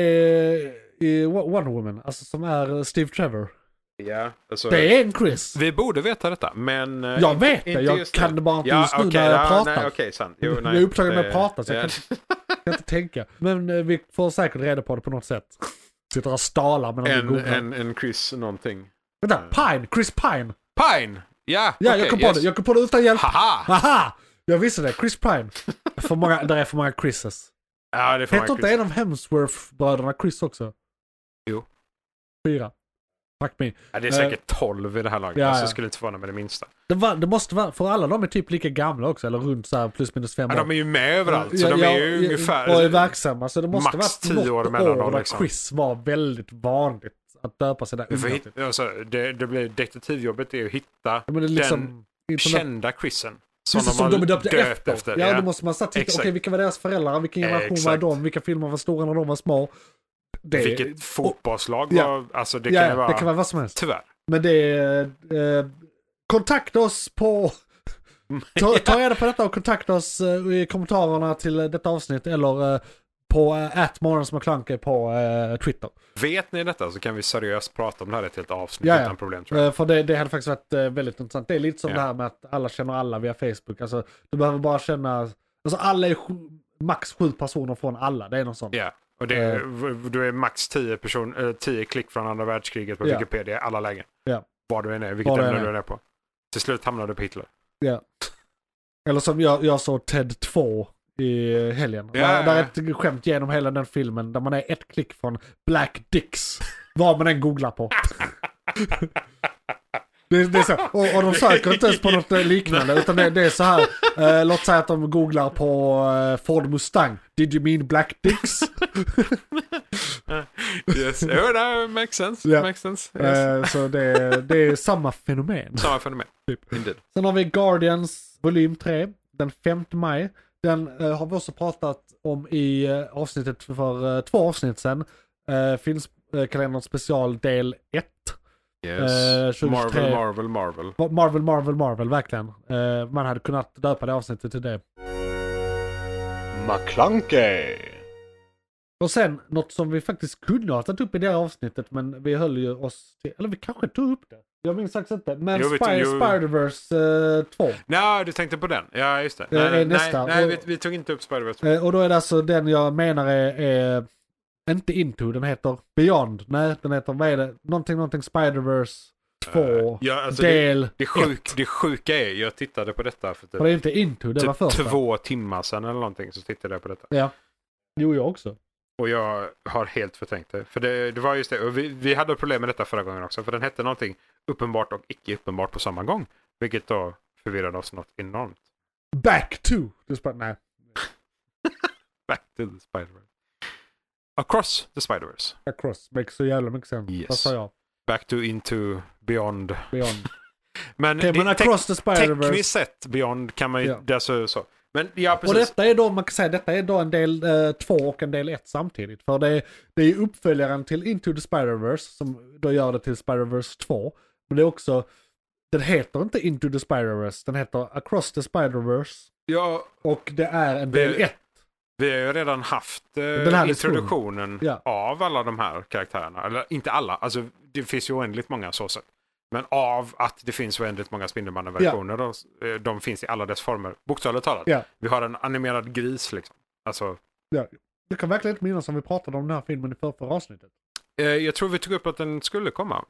i Wonder Woman. Alltså som är Steve Trevor. Ja. Alltså, Det är en Chris. vi borde veta detta, men... eh, Jag inte- vet det, inte jag just kan nu. det bara inte Ja, just nu okej, när jag ja, pratar. Nej, okej, sant. Jo, Jag nej, är upptagen med det- att prata så jag ja. kan, kan inte tänka. Men eh, vi får säkert reda på det på något sätt. Sitter och stalar medan vi En, googlar. en, en Chris någonting. Vänta, Pine! Chris Pine! Pine! Ja, Ja, okej, jag kom på yes. det. Jag kom på det utan hjälp. Haha! Haha! Jag visste det. Chris Pine. För många, där är för många Chrises. Ja, det får Heter man inte Chris. en av Hemsworth-bröderna Chris också? Jo. Fyra. Fuck me. Ja, det är säkert tolv i det här laget. Ja, alltså, ja. jag skulle inte förvåna med det minsta. Det, var, det måste vara, för alla de är typ lika gamla också, eller runt så här plus minus fem år. Ja, de är ju med överallt, så Ja, de är ja, ju ja, ungefär... Och är verksamma, så det måste max vara tio år något mellan år dem, där liksom. quiz var väldigt vanligt att döpa sig där. Vi får unga, hitta, typ. alltså, det, det blir detektivjobbet är att hitta Ja, men det är liksom, den inte sån där- kända quizen. Som, som, som de är döpta döpt efter. Ja, då måste man så här titta, okej, Exakt. vilka var deras föräldrar, vilken generation var Exakt. de, vilka filmer var stora när de var små. Det, Vilket fotbollslag Ja. var, alltså det ja, kan ju vara, det kan vara vad som helst. tyvärr. Men det är... Eh, kontakta oss på... Ta, ta reda på detta och kontakta oss eh, i kommentarerna till eh, detta avsnitt eller eh, på eh, at morgonsmcklunky på eh, Twitter. Vet ni detta så kan vi seriöst prata om det här i ett helt avsnitt Ja, ja. utan problem tror jag. Eh, för det, det hade faktiskt varit eh, väldigt intressant. Det är lite som Ja. det här med att alla känner alla via Facebook. Alltså, du behöver bara känna... Alltså alla är sju, max sju personer från alla. Det är något sånt. Ja, och det är, du är max tio, person, äh, tio klick från andra världskriget på Ja. Wikipedia i alla lägen. Ja. Var du än är, vilket Var du ämne än är. du än är på. Till slut hamnar du på Hitler. Ja. Eller som jag, jag såg Ted två i helgen. Ja, där, ja, där ja. är ett skämt genom hela den filmen där man är ett klick från Black Dicks. Vad man än googlar på. Det, det är så, och, och de söker inte ens på något eh, liknande utan det, det är så här. Eh, låt säga att de googlar på eh, Ford Mustang. Did you mean Black Dicks? Yes, oh, that makes sense. Ja. Makes sense. Yes. Eh, så det, det är samma fenomen. Samma fenomen. Typ. Indeed. Sen har vi Guardians volym tre, den femte maj. Den eh, har vi också pratat om i eh, avsnittet för eh, två avsnitt sedan. Eh, Filmkalendern special del ett. Yes. Eh, tjugohundratjugotre. Marvel, Marvel, Marvel. Marvel, Marvel, Marvel, verkligen. Eh, man hade kunnat döpa det avsnittet till det. McClunkey. Och sen, något som vi faktiskt kunde ha tagit upp i det här avsnittet, men vi höll ju oss till, eller vi kanske tog upp det. Jag minns faktiskt inte. Men Jo, vi tog- Spy- jo. Spider-Verse eh, två. Nej, du tänkte på den. Ja, just det. Det är Nej, nästa. nej, nej Och- vi, vi tog inte upp Spider-Verse. Eh, och då är det alltså den jag menar är, är inte Into, den heter Beyond. Nej, den heter, vad är det? Någonting, någonting Spider-Verse två. Eh, ja, alltså det, del det, sjuk, ett. det sjuka är, jag tittade på detta för För det typ, är inte Into, det var typ första. två timmar sedan eller någonting så tittade jag på detta. Ja. Jo, jag också. Och jag har helt förtänkt det. För det, det var just det. Och vi, vi hade problem med detta förra gången också. För den hette någonting uppenbart och icke uppenbart på samma gång. Vilket då förvirrade oss något enormt. Back to. The Sp- nej. Back to the Spider-Verse. Across the Spider-Verse. Across. Makes så jävla mycket sen. Yes. Vad sa jag? Back to into beyond. Beyond. Men, Okej, men det- Across the Spider-Verse. tekniskt sett beyond kan man ju... Ja. Det är så, så. Men ja, Och precis. detta är då, man kan säga, detta är då en del eh, två och en del ett samtidigt. För det är, det är uppföljaren till Into the Spider-Verse som då gör det till Spider-Verse två. Men det är också, den heter inte Into the Spider-Verse, den heter Across the Spider-Verse. Ja, Och det är en del Vi- ett. vi har ju redan haft eh, Den här introduktionen Ja. av alla de här karaktärerna. Eller inte alla, alltså det finns ju oändligt många så sätt. Men av att det finns oändligt många Spindelmannen-versioner, de, eh, de finns i alla dess former, bokstavligt talat. Ja. Vi har en animerad gris liksom. Alltså, Ja. Jag kan verkligen inte minnas om vi pratade om den här filmen i förra avsnittet. eh, jag tror vi tog upp att den skulle komma.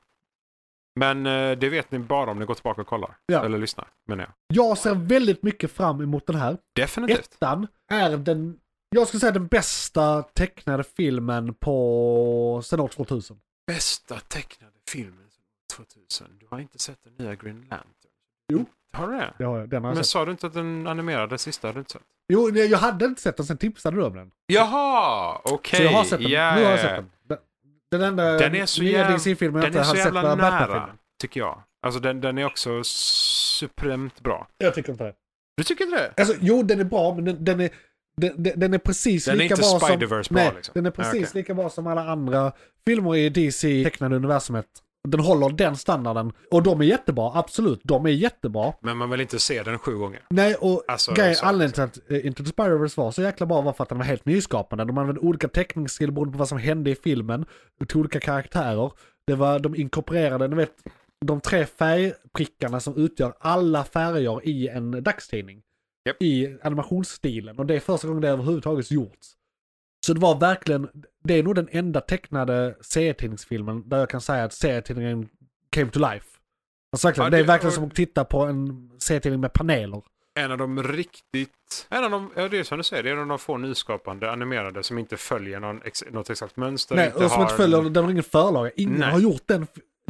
Men eh, det vet ni bara om ni går tillbaka och kollar. Ja. Eller lyssnar, menar jag. Jag ser väldigt mycket fram emot den här. Definitivt. Ettan är den, jag skulle säga den bästa tecknade filmen på sen år tvåtusen. Bästa tecknade filmen tvåtusen. Du har inte sett den nya Green Lantern? Jo. Har du det? Det har jag, den har jag Men sett. sa du inte att den animerade sista hade du inte sett? Jo, nej, jag hade inte sett den, sen tipsade du om den. Jaha, okej. Så jag har sett den. Ja, Nu har jag ja, sett ja. den. Den, den enda Den är så nya jävla- D C-filmen jag Den inte är så har sett jävla var nära, Batman-filmen. tycker jag. Alltså den, den är också supremt bra. Jag tycker inte det. Du tycker inte det? Alltså, jo, den är bra, men den, den är... Den, den den är precis Den är lika inte bra som... Spider-Verse bra, Nej, liksom. den är precis Ja, okej. lika bra som alla andra filmer i D C tecknade universumet. Den håller den standarden. Och de är jättebra, absolut. De är jättebra. Men man vill inte se den sju gånger. Nej, och Alltså, grejen, så- anledningen till att uh, Into the Spider-Verse var så jäkla bra var för att den var helt nyskapande. De använde olika teckningsstil beroende på vad som hände i filmen. Till olika karaktärer. Det var, de inkorporerade, ni vet, de tre färgprickarna som utgör alla färger i en dagstidning. Japp. I animationsstilen. Och det är första gången det överhuvudtaget gjorts. Så det var verkligen, det är nog den enda tecknade serietidningsfilmen där jag kan säga att serietidningen came to life. Alltså verkligen, Ja, det är det- verkligen och- som att titta på en serietidning med paneler. En av de riktigt... En av de, ja, det är som du säger, det är en av de få nyskapande animerade som inte följer någon ex, något exakt mönster. Nej, inte och som har inte följer, den har ingen förlaga. Ingen Nej. har gjort den f-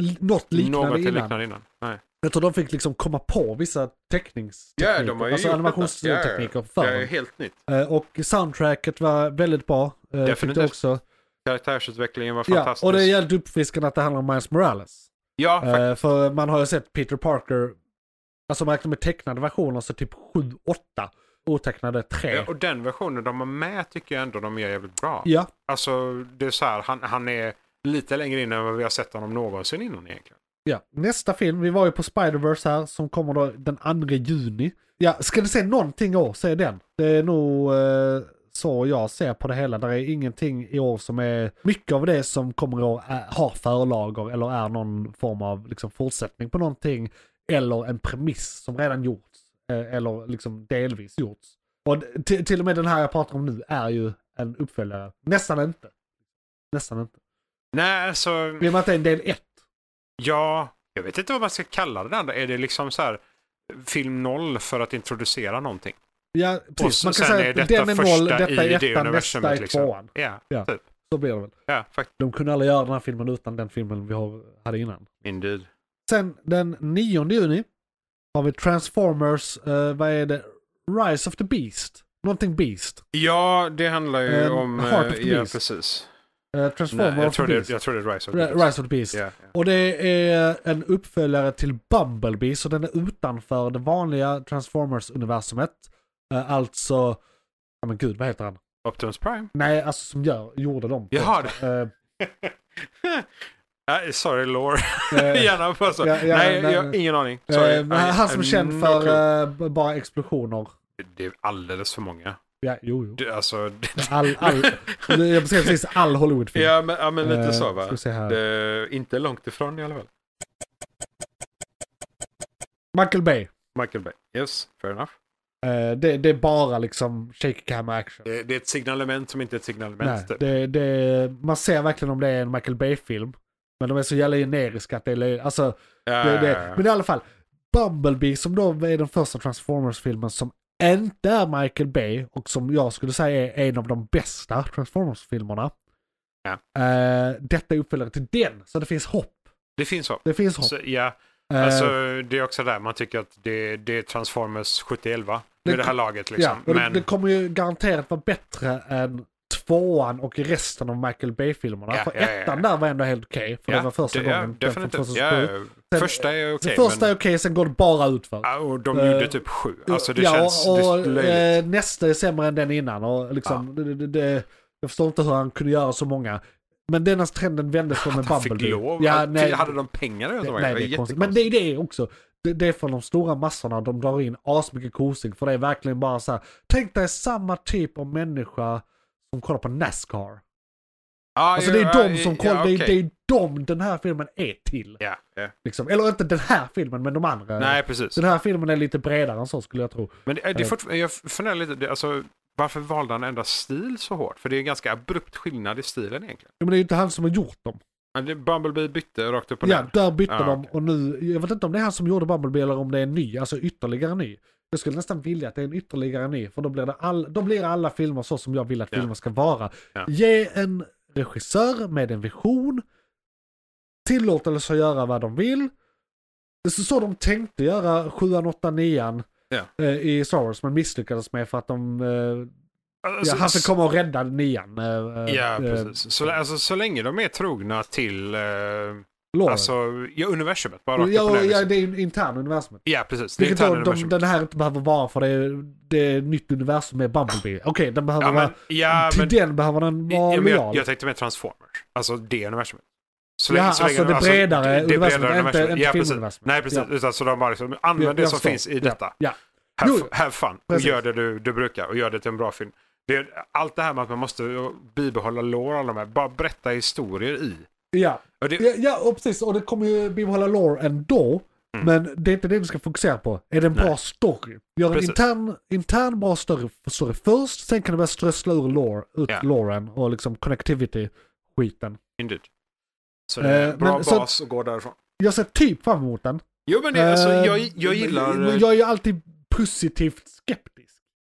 li- något liknande Något innan. liknande innan. Nej. Jag tror de fick liksom komma på vissa teckningstekniker. Ja, de har ju alltså gjort animationstekniker detta. för Ja, ja. Det är dem. helt nytt. Eh, Och soundtracket var väldigt bra. eh, tyckte Definitivt. också. Karaktärsutvecklingen var Ja, fantastisk. och det är jävligt uppfriskande att det handlar om Miles Morales. Ja, faktiskt. Eh, för man har ju sett Peter Parker, alltså man räknar med tecknade versioner, så typ sju åtta otecknade tre. Ja, och den versionen de har med tycker jag ändå de är jävligt bra. Ja, Alltså, det är så här, han, han är lite längre in än vad vi har sett honom någonsin innan egentligen. ja. Nästa film, vi var ju på Spider-Verse här, som kommer då den andra juni. Ja, ska ni se någonting i år, se den. Det är nog eh, så jag ser på det hela. Det är ingenting i år som är, mycket av det som kommer i år är, har förlager eller är någon form av liksom, fortsättning på någonting. Eller en premiss som redan gjorts. Eh, eller liksom delvis gjorts. Och t- till och med den här jag pratar om nu är ju en uppföljare. Nästan inte. Nästan inte. Nej, alltså... I och med att det är en del ett. Ja, jag vet inte vad man ska kalla det andra. Är det liksom så här film noll för att introducera någonting? Ja, Och precis. så, Man kan sen säga är att detta den är första noll, detta i är det ettan, nästa universumet är liksom. tvåan. Ja, Ja. typ. Så blir det väl. Ja, faktiskt. De kunde aldrig göra den här filmen utan den filmen vi har, hade innan. Indeed. Sen den nionde juni har vi Transformers, eh, vad är det? Rise of the Beast. Någonting Beast. Ja, det handlar ju Um, om... Heart of eh, the ja, Beast. precis. Eh, Transformers Nej, jag, of tror the det, Beast. jag tror det är Rise of the Ri- Beast. Rise of the Beast. Ja, ja. Och det är en uppföljare till Bumblebee, så den är utanför det vanliga Transformers-universumet. Eh, alltså, ja men gud, vad heter han? Optimus Prime? Nej, alltså som gör, gjorde dem. Jaha, Eh, Nej, sorry, lore. eh, Gärna på så. ja, ja, nej, nej, jag har nej. ingen aning. Sorry. eh, han som är I- känd no för clue. eh, b- bara explosioner. Det är alldeles för många. Ja, jo, jo. Det, alltså... Det, All, all, jag beskrev precis all Hollywood-film. ja, men, ja, men lite Eh, så va? ska vi se här. Det är inte långt ifrån i alla fall. Michael Bay. Michael Bay. Yes, fair enough. Eh, det, det är bara liksom shaky camera action. Det, det är ett signalement som inte är ett signalement. Nej, Typ. det, det, man ser verkligen om det är en Michael Bay-film. Men de är så jävla generiska att det är löj- alltså, Ja, det, ja, det, ja. men i alla fall, Bumblebee som då är den första Transformers-filmen som inte är Michael Bay och som jag skulle säga är en av de bästa Transformers-filmerna. Ja. Eh, detta är uppföljare till den, så det finns hopp. Det finns så. Det finns hopp. så ja, Eh, alltså det är också där man tycker att det, det är Transformers sjuttioelva Det med det här kom- laget liksom. Ja, och Men det, det kommer ju garanterat vara bättre än tvåan och resten av Michael Bay-filmerna. Ja, för ja, ja, ettan ja. där var ändå helt okej. För ja, det var första det, gången. ja, den från definitivt. tvåtusensju. Ja, Sen- första är okej. Den första men, är okej, sen går det bara utför. ja, och de Eh, gjorde typ sju. Alltså det ja, känns och, det är och löjligt. eh, nästa är sämre än den innan. Och liksom, det, det, det, jag förstår inte hur han kunde göra så många. Men denna trenden vändes från med Han fick Bumblebee. lov. Ja, Att- nej, hade de pengar eller det, något? nej, var det är konstigt. jättekonstigt. Men det är det också. Det, det är för de stora massorna, de drar in asmycket kosing. För det är verkligen bara så här, tänk dig samma typ av människa som kollar på NASCAR. Ah, Alltså det är ja, de som ja, kollar, det, är, okej. det är de den här filmen är till. Ja, ja. Liksom. Eller inte den här filmen, men de andra. Nej, precis. Den här filmen är lite bredare än så skulle jag tro. Men det, det är Eh. fortfarande, jag funderar lite, det, alltså, varför valde han att ändra stil så hårt? För det är en ganska abrupt skillnad i stilen egentligen. Men det är ju inte han som har gjort dem. Men det- Bumblebee bytte rakt upp och Ja, ner. där bytte Ah, de okej. och nu, jag vet inte om det är han som gjorde Bumblebee eller om det är en ny, alltså ytterligare ny. Jag skulle nästan vilja att det är en ytterligare ny, för då blir, det all, då blir alla filmer så som jag vill att Ja. filmer ska vara. Ja. Ge en regissör med en vision, tillåtelse att göra vad de vill. Det är så de tänkte göra sjuan, åttan, nian Ja. eh, i Star Wars, men misslyckades med för att de... Eh, Alltså, ja, han fick komma och rädda nian. Eh, eh, Ja, eh, precis. Så, alltså, så länge de är trogna till eh, Lauren. alltså, ja, universumet. Bara rakt ja, upp och ner. ja, liksom. det är ju intern universumet. Ja, precis. Det är Vilket interna då, de, universumet. den här inte behöver vara för det är, det är ett nytt universum med Bumblebee. Okej, okay, den behöver Ja, vara... men, ja, till men, den behöver den vara ja, men lojal. jag, jag tänkte med Transformers. Alltså det universumet. Så Ja, så alltså det bredare det, det universumet, bredare inte- inte ja, precis. filmuniversumet. Nej, precis. Ja. Utan så de bara liksom, använd Jag- det jag som förstår. finns i Ja, detta. ja. Have, Jo, have fun. Och precis. gör det du, du brukar. Och gör det till en bra film. Det är, allt det här med att man måste bibehålla lore, alla de här. Bara berätta historier i. Ja. Och det, Ja, ja, och precis. Och det kommer ju bibehålla lore ändå. Mm. Men det är inte det du ska fokusera på. Är det en Nej. bra story? Gör en Precis. intern, intern bra story, story först. Sen kan du börja strössla ur lore, ut Ja. loren och liksom connectivity-skiten. Indeed. Så det är Eh, en bra men så- bas att gå därifrån. Jag ser typ fram emot den. Jo, men det, alltså, Eh, jag, jag gillar... men Jag är ju alltid positivt skeptisk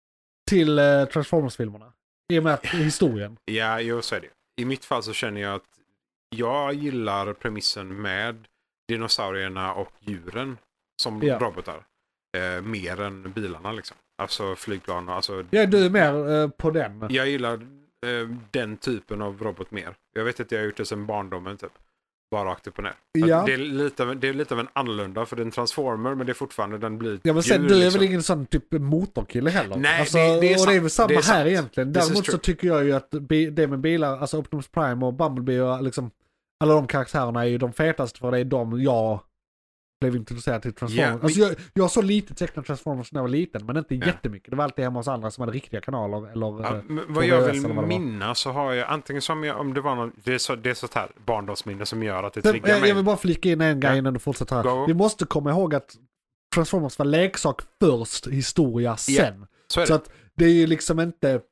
till eh, Transformers-filmerna. I och med att historien. Ja, jo, så är det. I mitt fall så känner jag att jag gillar premissen med dinosaurierna och djuren som Ja. robotar. Eh, mer än bilarna liksom. Alltså flygplan och alltså... Ja, du är mer eh, på den. Jag gillar eh, den typen av robot mer. Jag vet att jag har gjort det sedan barndomen typ. Bara rakt upp och ner. Ja. Det, är lite, av- det är lite av en annorlunda för det är en transformer men det är fortfarande den blir Ja, men sen, djur, du är liksom. väl ingen sån typ motorkille heller? Nej, alltså, det- det är och sant. det är väl samma Det är här sant. egentligen. This is Däremot så true. tycker jag ju att bi- det med bilar, alltså Optimus Prime och Bumblebee och liksom alla de karaktärerna är ju de fetaste för det är de jag blev introducerad till Transformers. Ja, men- Alltså jag, jag har så lite tecknat Transformers när jag var liten, men inte Ja. jättemycket. Det var alltid hemma hos andra som hade riktiga kanaler eller... Ja, eh, men på vad jag V H S vill eller vad det var. minnas så har jag antingen som jag, om det var någon, det är så, det är sånt här barndomsminne som gör att det Sen, triggar jag, mig. jag vill bara flika in en grej Ja. innan du fortsätter här. Go. Vi måste komma ihåg att Transformers var leksak först, historia sen. Så är det. Så att det är ju liksom inte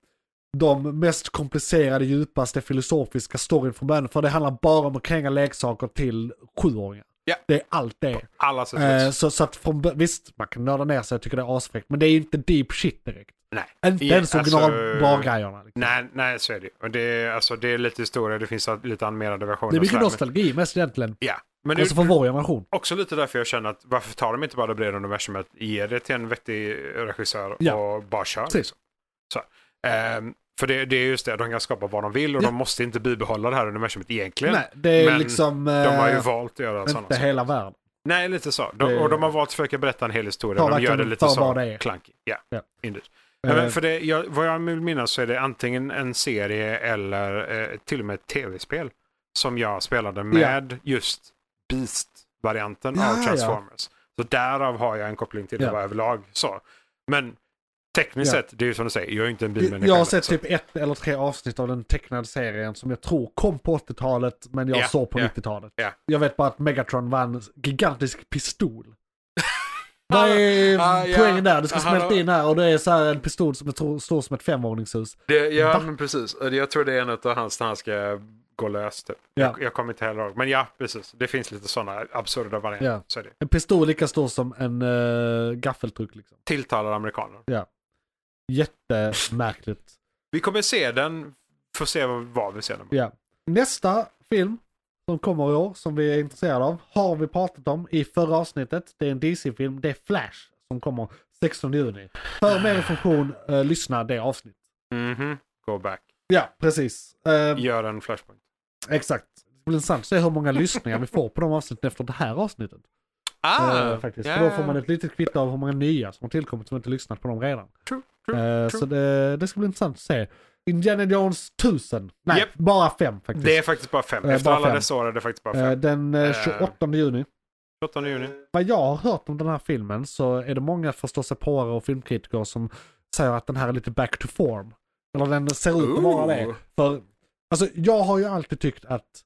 de mest komplicerade, djupaste filosofiska storyn från början. För det handlar bara om att kränga leksaker till sjuåringar. Ja. Det är allt det. Alla sätt Eh, eh, så, så att från, bör- visst, man kan nörda ner sig och tycka det är asfräckt. Men det är ju inte deep shit direkt. Nej. Inte Ja, ens alltså, original bra grejerna. Liksom. Nej, nej, så är det. Och det är, alltså, det är lite historia, det finns lite animerade versioner. Det är och mycket sådär, nostalgi mest egentligen. Men, ja, men det Alltså är för vår generation. också lite därför jag känner att varför tar de inte bara det breda universumet, ge det till en vettig regissör Ja. och bara kör. Precis. Liksom. Så. Ehm, för det, det är just det, de kan skapa vad de vill och Ja. de måste inte bibehålla det här universumet egentligen. Nej, det är Men liksom... De har ju eh, valt att göra sådana inte saker. hela världen. Nej, lite så. De, Det- och de har valt att försöka berätta en hel historia. Ta De gör det verkligen lite för så vad det är. klankigt. Ja, Ja. indeed. Nej, men Eh, för det, jag, vad jag vill minnas så är det antingen en serie eller eh, till och med ett tv-spel som jag spelade med just Beast-varianten Ja, av ja. Transformers. Så därav har jag en koppling till det Ja. var överlag så. Men tekniskt Ja. sett, det är ju som du säger, jag är inte en bilmänniska. Jag har heller, sett så- typ ett eller tre avsnitt av den tecknade serien som jag tror kom på åttiotalet men jag Ja, såg på ja, nittiotalet. ja. Jag vet bara att Megatron var en gigantisk pistol. Vad är Ah, ja. poängen där? Det ska Ah, smälta han har- in här och det är så här en pistol som jag tror står som ett femvåningshus. Det, ja, Va? men precis. Jag tror det är en av hans när han ska gå lös. Typ. Ja. Jag, jag kommer inte heller ihåg. Men ja, precis. Det finns lite sådana absurda varianter. Ja. Så är det. En pistol lika stor som en uh, gaffeltruck liksom. Tilltalar amerikaner. Jättemärkligt. Vi kommer se den. Får se vad, vad vi ser den. Ja. Nästa film som kommer i år som vi är intresserade av har vi pratat om i förra avsnittet. Det är en D C-film. Det är Flash som kommer sextonde juni. För mer information, uh, lyssna det avsnitt. Mhm. Go back. Ja, precis. Uh, Gör en flashpoint. Exakt. Det blir intressant att se hur många lyssningar vi får på de avsnitten efter det här avsnittet. Ah! Eh, faktiskt. ja. För då får man ett litet kvitto av hur många nya som har tillkommit som inte lyssnat på dem redan. True, true, Eh, true. så det, det ska bli intressant att se. Indiana Jones tusen. Nej, Japp. bara fem faktiskt. Det är faktiskt bara fem. Eh, Efter bara alla fem. dessa år är det faktiskt bara Eh, fem. den eh, Eh. tjugoåttonde juni. sjuttonde juni. Vad jag har hört om den här filmen så är det många förståsigpåare och filmkritiker som säger att den här är lite back to form. Eller den ser ut att vara det. Ooh. För alltså, jag har ju alltid tyckt att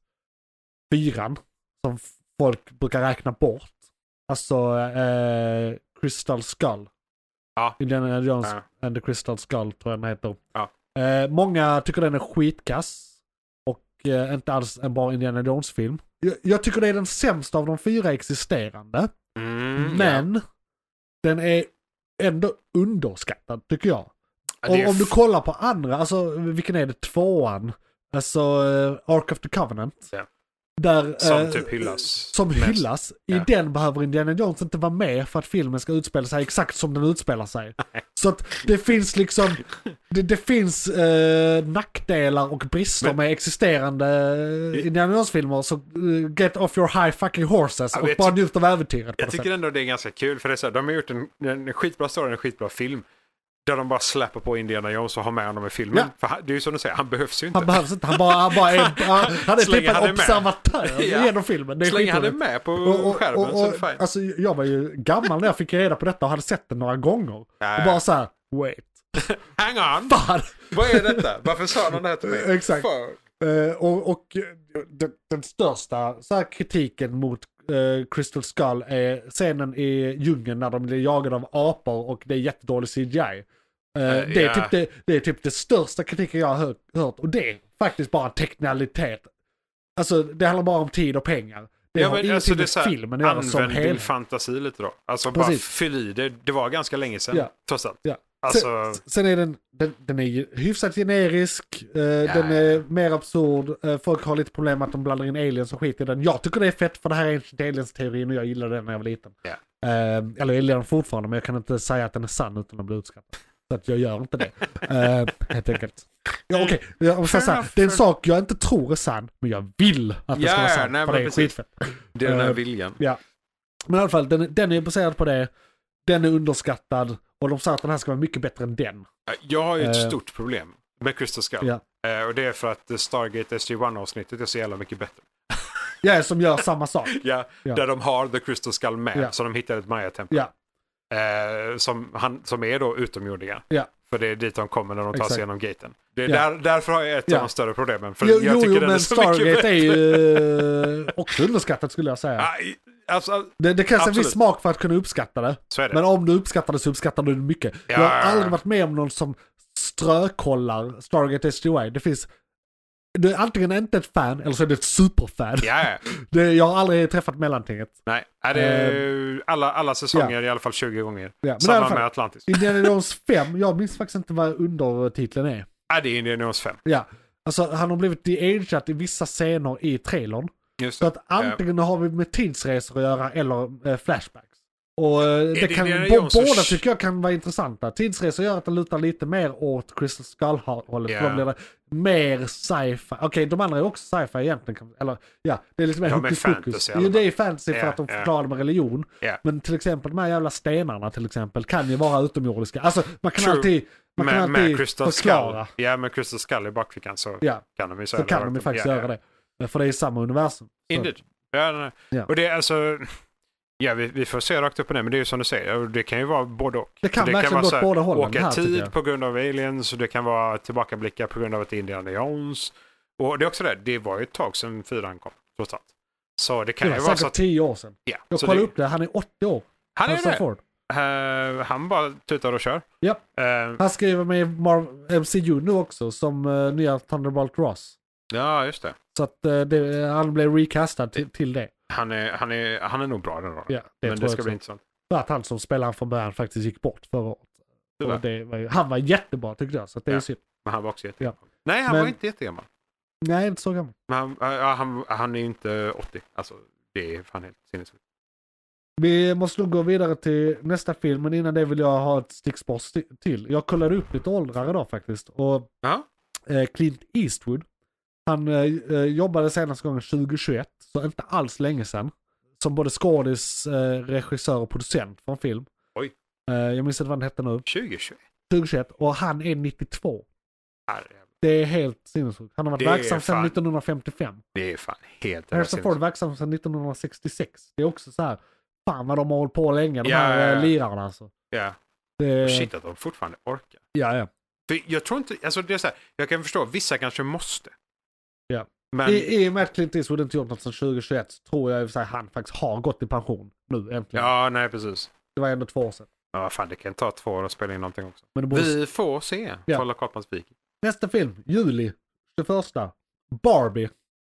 fyran, som f- folk brukar räkna bort, alltså eh, Crystal Skull. Ja. Indiana Jones Ja. and the Crystal Skull tror jag den heter. Ja. Eh, många tycker den är skitkass och eh, inte alls en bra Indiana Jones-film. Jag, jag tycker det är den sämsta av de fyra existerande, Mm, men den är ändå underskattad tycker jag. ja. Det är Om, om du f- kollar på andra, alltså vilken är det? Tvåan. Alltså uh, Ark of the Covenant. Ja. Där, Som eh, typ hyllas. Som mest. hyllas. I Ja. den behöver Indiana Jones inte vara med för att filmen ska utspela sig exakt som den utspelar sig. Så att det finns liksom, det, det finns eh, nackdelar och brister Men- med existerande eh, Indiana Jones-filmer. Så eh, get off your high fucking horses Ja, och jag bara ty- njut av äventyret. på Jag något tycker sätt. ändå det är ganska kul för det är så här, de har gjort en, en skitbra story, en skitbra film. Där de bara släpper på Indiana Jones och har med honom i filmen. Ja. För han, det är ju som du säger, han behövs ju inte. Han behövs inte, han bara, han bara är, han, han är Så länge typ en han är med. observatör Ja. genom filmen. Det är Så länge han är skitroligt. med på Och, och, skärmen och, så är det och, fine. alltså, jag var ju gammal när jag fick reda på detta och hade sett den några gånger. Ja, Och ja. bara så här, wait. Hang on! Fan! Vad är detta? Varför sa de det här till mig? Exakt. Fuck. Eh, och och eh, den, den största så här, kritiken mot eh, Crystal Skull är scenen i djungeln när de blir jagade av apor och det är jättedålig C G I. Eh, Eh, det, är ja. typ det, det är typ det största kritiken jag har hört, hört och det är faktiskt bara teknikalitet. Alltså det handlar bara om tid och pengar. Det Ja, har men ingenting alltså, det är med så här, filmen att göra som använd din helhet. fantasi lite då. Alltså bara Precis. fyll i det. Det var ganska länge sedan, Ja. trots allt. Ja. Alltså... Sen, sen är den, den, den är ju hyfsat generisk, eh, Ja, den är ja. mer absurd, eh, folk har lite problem med att de blandar in aliens och skit i den. Jag tycker det är fett för det här är inte aliens-teorin och jag gillade den när jag var liten. Ja. Eh, eller jag gillar den fortfarande men jag kan inte säga att den är sann utan att bli utskattad. Så att jag gör inte det. eh, helt enkelt. Ja, okej. Okay. Jag måste säga, det är en sak jag inte tror är sann, men jag vill att det Ja, ska vara ja, sant. nej, För men det är precis. skitfett. Det är den här Eh, viljan. Ja. Men i alla fall, den, den är baserad på det. Den är underskattad. Och de sa att den här ska vara mycket bättre än den. Jag har ju ett Eh. stort problem med Crystal Skull. Ja. Eh, och det är för att Stargate S G ett-avsnittet är så jävla mycket bättre. Ja, som gör samma sak. Ja, Ja. där de har The Crystal Skull med. Ja. Så de hittar ett Maya-tempel. Ja, Eh, som, han, som är då utomjordingar. ja. För det är dit de kommer när de tar Exakt. sig genom gaten. Det är Ja. där, därför har jag ett Ja. av de större problemen. För Jo, jag jo, tycker jo den är men så mycket Stargate bättre. är ju eh, också underskattat skulle jag säga. Aj, alltså, Det, det krävs en absolut. viss smak för att kunna uppskatta det. så är det. Men om du uppskattar det så uppskattar du det mycket. Ja. Jag har aldrig varit med om någon som strökollar Stargate S G Y. Det finns... Du är antingen inte ett fan eller så är du ett superfan. Ja, ja. Det, jag har aldrig träffat mellantinget. Nej, är det alla, alla säsonger i alla fall tjugo gånger. Ja, men i alla Samma fall, med Atlantis. Indiana Jones fem, jag minns faktiskt inte vad undertiteln är. Ja, det är Indiana Jones fem. Ja, alltså han har blivit de-ageat i vissa scener i trailern. Just Så det. att antingen har vi med tidsresor att göra eller eh, flashbacks. Och eh, det det kan, Indiana bo, Jones och- båda tycker jag kan vara intressanta. Tidsresor gör att det lutar lite mer åt Crystal Skull-hållet. Ja. För då blir det mer sci-fi. Okej, de andra är också sci-fi egentligen. kan- Eller ja, det är lite mer De är hokus fantasy pokus. i alla Jo, det är fall. fantasy för Ja, att de ja. förklarar med religion. Ja. Men till exempel de här jävla stenarna till exempel kan ju vara utomjordiska. Alltså man kan True. alltid, man kan Med, med alltid Crystal förklara. Skull. Ja, med Crystal Skull i bakfickan så Ja, kan de ju så säga kan det de ju rakt faktiskt upp. Ja, göra ja. det. För det är samma universum. Så. Indeed. Ja, nej. Ja. Och det är alltså... Ja, vi, vi får se rakt upp och ner, men det är ju som du säger. Och det kan ju vara både och. Det kan För verkligen vara gå åt så här, båda hållen åka här, tycker tid jag. på grund av aliens och det kan vara tillbakablickar på grund av ett Indiana Jones. Och det är också det, det var ju ett tag sedan fyran kom, trots allt. Så det kan Det ju var vara säkert så att... tio år sedan. Ja, Jag så kollade det, upp det, han är åttio år. han är Harrison det. Ford. Uh, han bara tutar och kör. Japp. Uh, Han skriver med Marv- M C U nu också som uh, nya Thunderbolt Ross. ja, just det. Så att uh, det, han blev recastad till, till det. Han är, han är, han är nog bra den rollen. Ja, det Men tror det jag ska också. bli intressant. För att han som spelade från början faktiskt gick bort förra året. Tyvärr. Och det var, ju- han var jättebra tyckte jag, så att det är Ja. synd. Men han var också jättegammal. Ja. Nej, han Men- var inte jättegammal. Nej, inte så gammal. Men han, ja, han, han är ju inte åttio. Alltså, det är fan helt sinnessjukt. Vi måste nog gå vidare till nästa film, men innan det vill jag ha ett stickspår sti- till. Jag kollade upp lite åldrar idag faktiskt. Och Ja. eh, Clint Eastwood, han eh, eh, jobbade senaste gången tjugohundratjugoett, så inte alls länge sedan. Som både skådis, eh, regissör och producent för en film. Oj. Eh, jag minns inte vad den hette nu. tjugohundratjugoett. tjugohundratjugoett, och han är nittiotvå. Herrejävlar. Det är helt sinnessjukt. Han har varit Det är verksam sedan fan- nittonhundrafemtiofem. Det är fan helt jävla Harrison Ford sinnessjukt. verksam sedan nittonhundrasextiosex. Det är också så här, fan vad de har hållit på länge, de Ja, här ja, eh, ja. lirarna alltså. Ja. Det, Och shit att de fortfarande orkar. Ja, ja. För jag tror inte, alltså det är så här, jag kan förstå, vissa kanske måste. Ja. Men, I, I och med att Clint Eastwood inte gjort något sedan tjugohundratjugoett så tror jag att han faktiskt har gått i pension nu äntligen. ja, nej precis. Det var ändå två år sedan. Ja, fan det kan ta två år att spela in någonting också. Men det borde... Vi får se. Ja. Kolla Karpans vik. Nästa film, juli tjugoförsta. Barbie.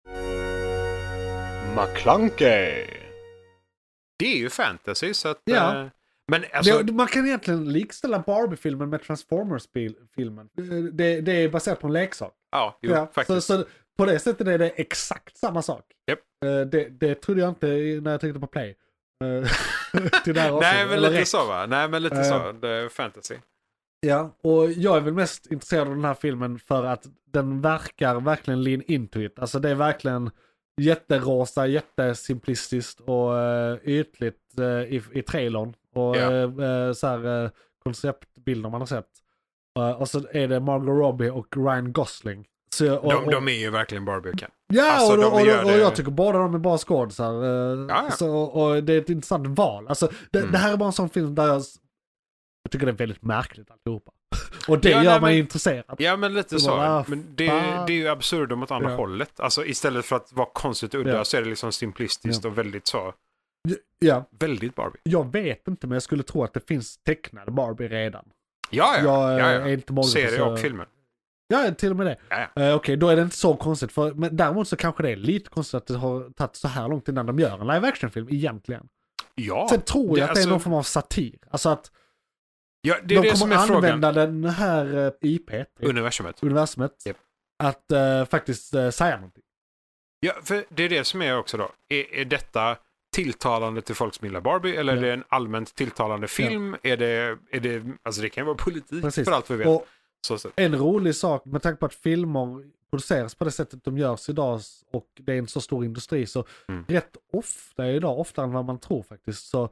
McClunkey. Det är ju fantasy så att... Ja. eh, men alltså... det, man kan egentligen likställa Barbie-filmen med Transformers-filmen. Det, det, det är baserat på en leksak. ja, jo, Ja, så, faktiskt. så på det sättet är det exakt samma sak. Japp. Eh, Det, det trodde jag inte när jag tryckte på play. Eh, till det här Nej, avsnittet. men Eller lite rätt. så va? Nej, men lite Eh. så. Det är fantasy. Ja, och jag är väl mest intresserad av den här filmen för att den verkar verkligen lean into it. Alltså det är verkligen jätterosa, jättesimplistiskt och uh, ytligt uh, i, i trailern. Och Ja. uh, uh, så här uh, konceptbilder man har sett. Uh, och så är det Margot Robbie och Ryan Gosling. Så, och, De, och, de är ju verkligen Barbie och Ken. ja, alltså, och, de och, gör och, och det- jag tycker båda de är bra skådisar. Uh, Ja, ja. så, och det är ett intressant val. Alltså, det, Mm. det här är bara en sån film där jag, jag tycker det är väldigt märkligt alltihopa. Och det Ja, gör nej, mig men- intresserad. Ja, men lite Det så. bara, Men det, fan. det är ju absurdum åt andra Ja. hållet. Alltså istället för att vara konstigt udda Ja. så är det liksom simplistiskt och väldigt så. Ja, Väldigt Barbie. jag vet inte men jag skulle tro att det finns tecknade Barbie redan. Ja, ja. Jag ja, eh, ja. är inte målgrupp Serie så- och filmer. Ja, till och med det. Ja, ja. Uh, Okej, då är det inte så konstigt. För, men däremot så kanske det är lite konstigt att det har tagit så här långt innan de gör en live action-film egentligen. Ja. Sen tror jag det- att det är alltså- någon form av satir. Alltså att Ja, det är de det som kommer är frågan. använda den här eh, I P, Universumet. universumet, Yep. att uh, faktiskt uh, säga någonting. Ja, för det är det som är också då. Är, är detta tilltalande till folk som gillar Barbie eller Ja. är det en allmänt tilltalande film? Ja. Är det, är det, alltså det kan ju vara politik Precis. för allt vi vet. Och Så, så. en rolig sak med tanke på att filmer produceras på det sättet de görs idag och det är en så stor industri så Mm. rätt ofta idag, oftare än vad man tror faktiskt, så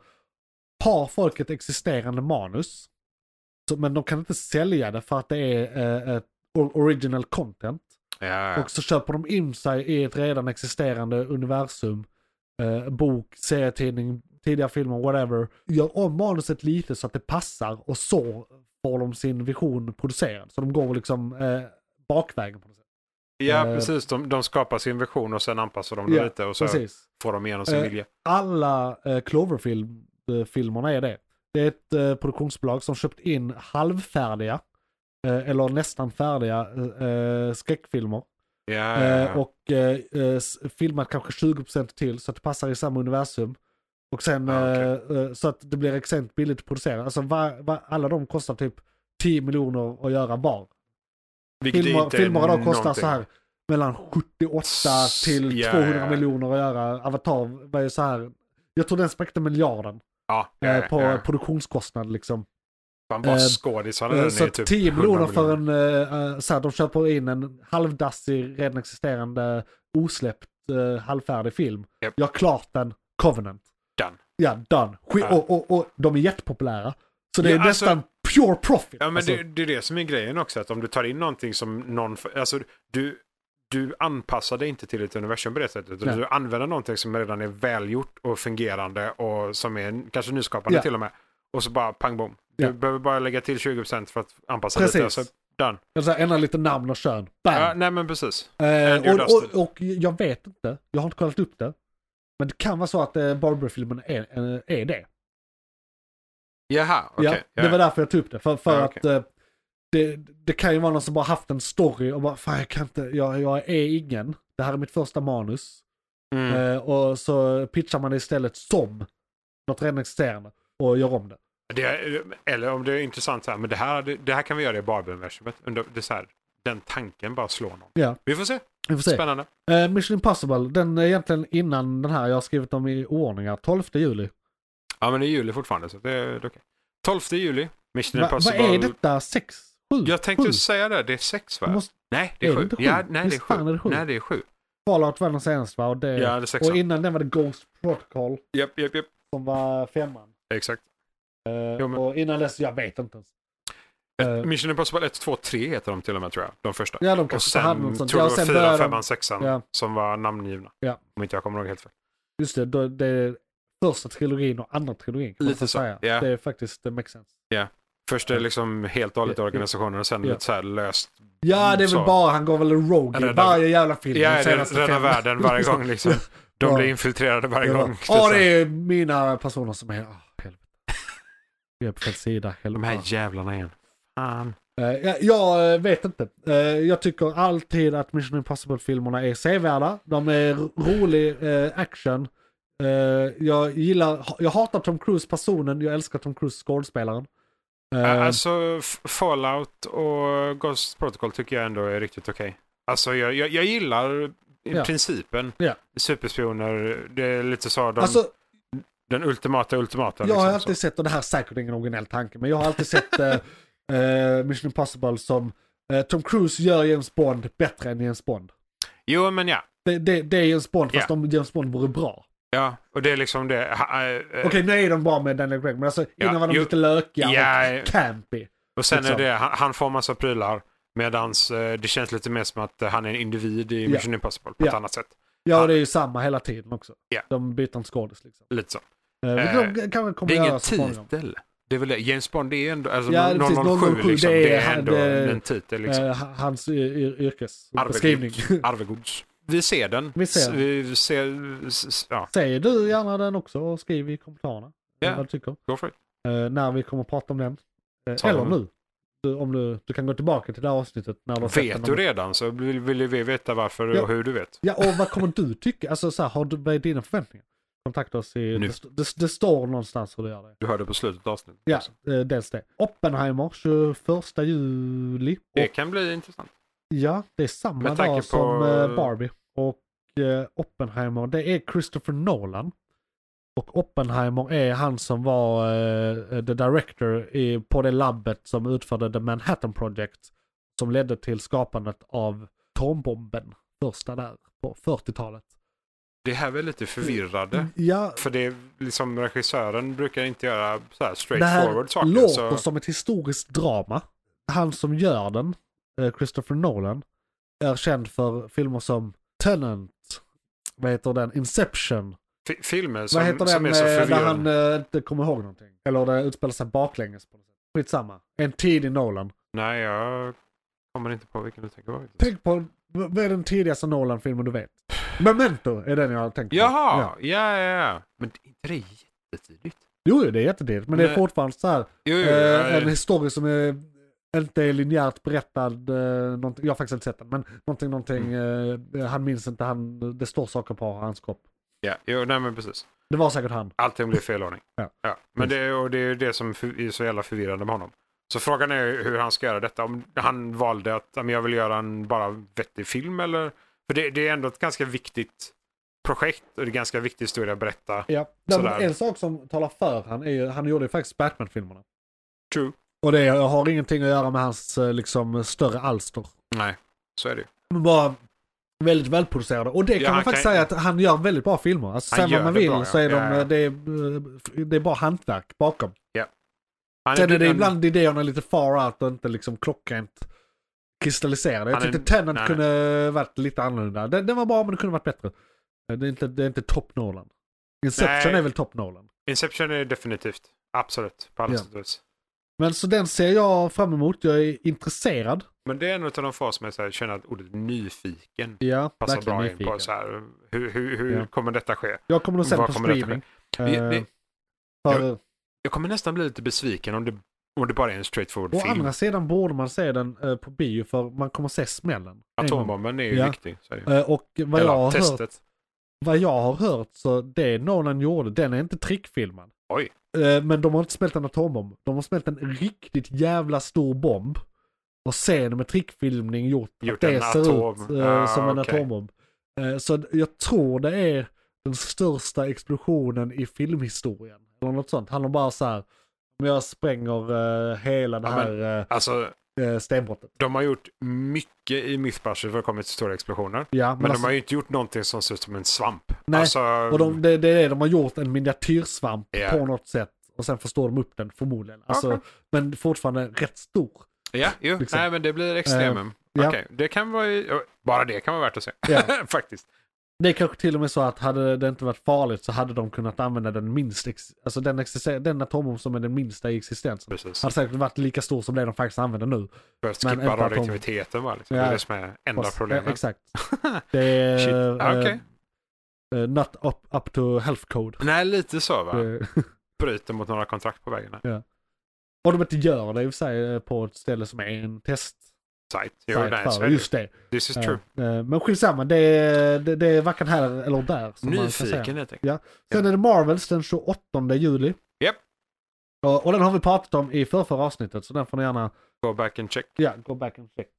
har folk ett existerande manus. Så, men de kan inte sälja det för att det är eh, ett original content. Ja, ja. Och så köper de in sig i ett redan existerande universum. Eh, bok, serietidning, tidiga filmer, whatever. Gör om manuset lite så att det passar och så får de sin vision producerad. Så de går liksom eh, bakvägen på något sätt. ja eh, precis. De, de skapar sin version och sen anpassar de det Ja, lite och så Precis. får de igenom sin Eh, vilja. Alla eh, Cloverfield-filmerna är det. Det är ett eh, produktionsbolag som köpt in halvfärdiga eh, eller nästan färdiga eh, skräckfilmer. Ja, ja, ja. Eh, och eh, eh, s- filmat kanske tjugo procent till så att det passar i samma universum. Och sen Ah, okej. eh, eh, så att det blir extremt billigt att producera. Alltså va, va, alla de kostar typ tio miljoner att göra var. Vilket Filmer, inte är filmer idag kostar någonting. så här mellan sjuttioåtta till Ja, tvåhundra ja, ja. miljoner att göra. Avatar var ju så här. Jag tror den spräckte miljarden Ja, ja, eh, ja, på ja. produktionskostnad liksom. Fan, bara eh, skådisarna Eh, den Så är typ tio miljoner hundra för en, eh, eh, så här, de köper in en halvdassig, redan existerande, osläppt, uh, halvfärdig film. Japp. Jag har klart den, Covenant. Done. Ja, done. Sk- Ja. Och, och, och de är jättepopulära. Så det Ja, är alltså- nästan pure profit. Ja, men alltså. det, det är det som är grejen också. Att om du tar in någonting som någon... Alltså, du, du anpassar det inte till ett universum på det sättet. Utan Nej. du använder någonting som redan är välgjort och fungerande och som är kanske nyskapande Ja. till och med. Och så bara pang bom. Du Ja. behöver bara lägga till tjugo procent för att anpassa Precis. lite. Så done. Alltså, ändra lite namn och kön. Bam! Ja, nej men precis. Eh, and you're och, dusted. och, och jag vet inte, jag har inte kollat upp det. Men det kan vara så att eh, Barbie-filmen är, eh, är det. Jaha, okej. Ja, det var därför jag tog upp det. För, för Ja, att okej. eh, det, det kan ju vara någon som bara haft en story och bara, fan jag kan inte, jag, jag är ingen. Det här är mitt första manus. Mm. Eh, och så pitchar man det istället som något redan existerande och gör om det. Det är, eller om det är intressant så här, men det här, det, det här kan vi göra i Barbie-universumet. Under- Det är så här, den tanken bara slår någon. Ja. Vi får se. Vi får se. Spännande. Eh, Mission Impossible, den är egentligen innan den här, jag har skrivit om i oordningar, tolfte juli. Ja, men det är juli fortfarande så det är, det är okej. tolfte juli, Mission Va, vad Impossible. är detta? Sex? Sju? Jag tänkte Sju? säga det, det är sex va? Det måste, Nej, det är, är det sju. inte sju? Ja, nej, det är Visst sju. fan är det sju? Nej, det är sju. Fallout var den senaste va? Och, det, Ja, det är sexan. och innan den var det Ghost Protocol Japp, japp, japp. som var femman. Exakt. Eh, Jo, men- Och innan dess, jag vet inte ens. Eh, Mission Impossible ett, två, tre heter de till och med tror jag. De första. Ja, de Och kanske sen hade något sånt. tror Ja, jag och det var sen fyran, började de- femman, sexan Ja. som var namngivna. Ja. Om inte jag kommer ihåg helt fel. Just det, då, det är första trilogin och andra trilogin. Kan man Lite få så, säga. ja. Det är faktiskt, det makes sense. Först är det liksom helt och hållet Ja, ja. organisationen och sen Ja. lite så här löst. Ja, det är Så. väl bara, han går väl rogue i Rädda- varje jävla film. Ja, de det senaste räddar fem- världen varje gång liksom. De Ja. blir infiltrerade varje Ja, gång. ja, det är mina personer som är, åh, helvete. Vi är på fel sida, De helvete. här jävlarna igen. Fan. Eh, jag, jag vet inte. Eh, jag tycker alltid att Mission Impossible-filmerna är sevärda. De är ro- rolig eh, action. Eh, jag gillar, jag hatar Tom Cruise-personen, jag älskar Tom Cruise-skådespelaren. Eh, Alltså F- Fallout och Ghost Protocol tycker jag ändå är riktigt okej. Alltså jag, jag, jag gillar i Ja. principen. Ja. Superspioner, det är lite så de, alltså, den ultimata ultimata. jag liksom, har alltid så. sett, och det här är säkert ingen originell tanke, men jag har alltid sett eh, eh, Mission Impossible som eh, Tom Cruise gör James Bond bättre än James Bond. Jo men ja. Det, det, det är James Bond, fast Ja. om James Bond vore bra. Ja, och det är liksom det. Ha, äh, Okej, nu är de bra med Daniel Craig, men alltså Ja, innan var de jo. lite lökiga Ja, och campy. och sen liksom. är det, han, han får massa prylar. Medans eh, det känns lite mer som att eh, han är en individ i Ja. Mission Impossible på ett Ja. annat sätt. Ja, och Han- det är ju samma hela tiden också. Ja. De byter en skådis liksom. Lite så. Eh, vilket Eh, de kanske kommer Det är göra ingen så småningom. titel. Det är väl det. James Bond det är ändå, alltså Ja, precis, noll noll sju noll noll sju, liksom. det Det är är ändå det- en titel liksom. Eh, hans y- yrkesbeskrivning. Arvegods. Arvegods. Vi ser den. Vi ser den. Vi ser, s- s- ja, Säger du gärna den också och skriv i kommentarerna. Ja. Vad du tycker. go for it. Eh, när vi kommer att prata om den. Eh, Ta eller den. nu. Du, om du, du kan gå tillbaka till det här avsnittet. När du har sett Vet den. du redan så vill, vill vi veta varför Ja. och hur du vet. Ja, och vad kommer du tycka? Alltså så här, har du, vad är dina förväntningar? kontakta oss i... Nu. Det, st- det, det står någonstans hur du gör det. Du hörde på slutet av avsnittet. Ja, också. eh, dels det. Oppenheimer, tjugoförsta juli. Det Och, kan bli intressant. ja, det är samma Med tanke dag på- som eh, Barbie. Och eh, Oppenheimer, det är Christopher Nolan. Och Oppenheimer är han som var eh, the director i, på det labbet som utförde The Manhattan Project. Som ledde till skapandet av atombomben. Första där på fyrtiotalet. Det här är lite förvirrande. Ja, För det är liksom regissören brukar inte göra så här det straight här forward saker. låter Så... som ett historiskt drama. Han som gör den, eh, Christopher Nolan, är känd för filmer som Tenet, vad heter den, Inception. Fi- filmer Vad som, heter som den är så eh, där förvirrande. han eh, inte kommer ihåg någonting? Eller det utspelar sig baklänges på något sätt. Skitsamma. En tidig Nolan. Nej, jag kommer inte på vilken du tänker på. Tänk på, vad är den tidigaste Nolan-filmen du vet? Memento är den jag tänker på. Jaha, Ja. ja, ja, ja. Men inte det är jättetidigt. Jo, det är jättetidigt. Men det är Nej. fortfarande så här. Jo, jo, Eh, ja, en historia som är, inte är linjärt berättad. Eh, någonting- jag har faktiskt inte sett den. Men någonting, någonting. Eh, han minns inte. Han, det står saker på hans kropp. ja, jo, nej men precis. Det var säkert han. Allting blir fel ordning. Ja. Ja. Men det, och det är ju det som för- är så jävla förvirrande med honom. Så frågan är hur han ska göra detta. Om han valde att ja, men jag vill göra en bara vettig film eller... För det, det är ändå ett ganska viktigt projekt och det är ganska viktig historia att berätta. Ja. Sådär. En sak som talar för han är ju, han gjorde ju faktiskt Batman-filmerna. True. Och det har ingenting att göra med hans eh, liksom större alster. Nej, så är det ju. Men bara väldigt välproducerade. Och det kan Ja, man han faktiskt kan- säga att han gör väldigt bra filmer. Alltså, Han sen gör vad man det vill bra, ja. så är de, Ja, ja. Det, är, eh, det är bara hantverk bakom. Han Sen är det en- ibland idéerna lite far out och inte liksom klockrent kristalliserade. Jag Han är- tyckte Tenet nej, kunde varit lite annorlunda. Den, den var bra men det kunde varit bättre. Det är inte, det är inte top Nolan. Inception Nej. är väl top Nolan. Inception är definitivt. Absolut. På alla Ja. sätt och vis. Men så den ser jag fram emot. Jag är intresserad. Men det är en av de få som jag så här, känner att ordet nyfiken Ja, passar verkligen bra in nyfiken. på. Så här, hur hur, hur Ja. kommer detta ske? Jag kommer nog se den Var på kommer detta streaming. Vi- Eh, vi- för, Jag kommer nästan bli lite besviken om det, om det bara är en straightforward å film. andra sidan borde man se den eh, på bio för man kommer se smällen. en gång. Atombomben är ju Ja. viktig. Så är det. ju. Eh, och vad Eller jag, har testet. hört, vad jag har hört så det Nolan gjorde, den är inte trickfilmad. Oj. Eh, men de har inte smält en atombomb. De har smält en riktigt jävla stor bomb. Och sen med trickfilmning gjort, Gjort att det en ser atom. ut eh, Ah, som en okej. atombomb. Eh, så jag tror det är den största explosionen i filmhistorien. Eller något sånt. Han har bara så här, om jag spränger eh, hela det Ja, här men- eh, Alltså, eh, stenbrottet. de har gjort mycket i Mythbusters för att komma till stora explosioner. Ja, Men de alltså- har ju inte gjort någonting som ser ut som en svamp. Nej, Alltså, Och de, det, det är det, de har gjort en miniatyrsvamp Ja. på något sätt. Och sen förstår de upp den förmodligen. Alltså, Okej. Men fortfarande rätt stor. ja, jo. liksom. Nej, men det blir extremum. ja. Okej, det kan vara ju- bara det kan vara värt att se. Ja. Faktiskt. Det är kanske till och med så att hade det inte varit farligt så hade de kunnat använda den minst, ex- alltså den, exister- den atombomb som är den minsta i existensen. Precis. Hade säkert varit lika stor som det de faktiskt använder nu. För att men skippa inte atom. radioaktiviteten bara. Liksom. Ja. Det är det som är enda Fast- problemet. eh, exakt. Det är Shit. Ah, okej. eh, eh, not up, up to health code. Nej, lite så va? Det- Bryter mot några kontrakt på vägen. här. Och de inte gör det i och för sig eh, på ett ställe som är en test. Site. Jo, site nej, så för är just det. det. This is Eh, true. eh, Men skitsamma, det är, det, det är varken här eller där. Som man kan säga. Nyfiken helt enkelt. Ja. Sen är det Marvels den tjugoåttonde juli. Japp. Och, och den har vi pratat om i förrförra avsnittet, så den får ni gärna Go back and check. ja, go back and check.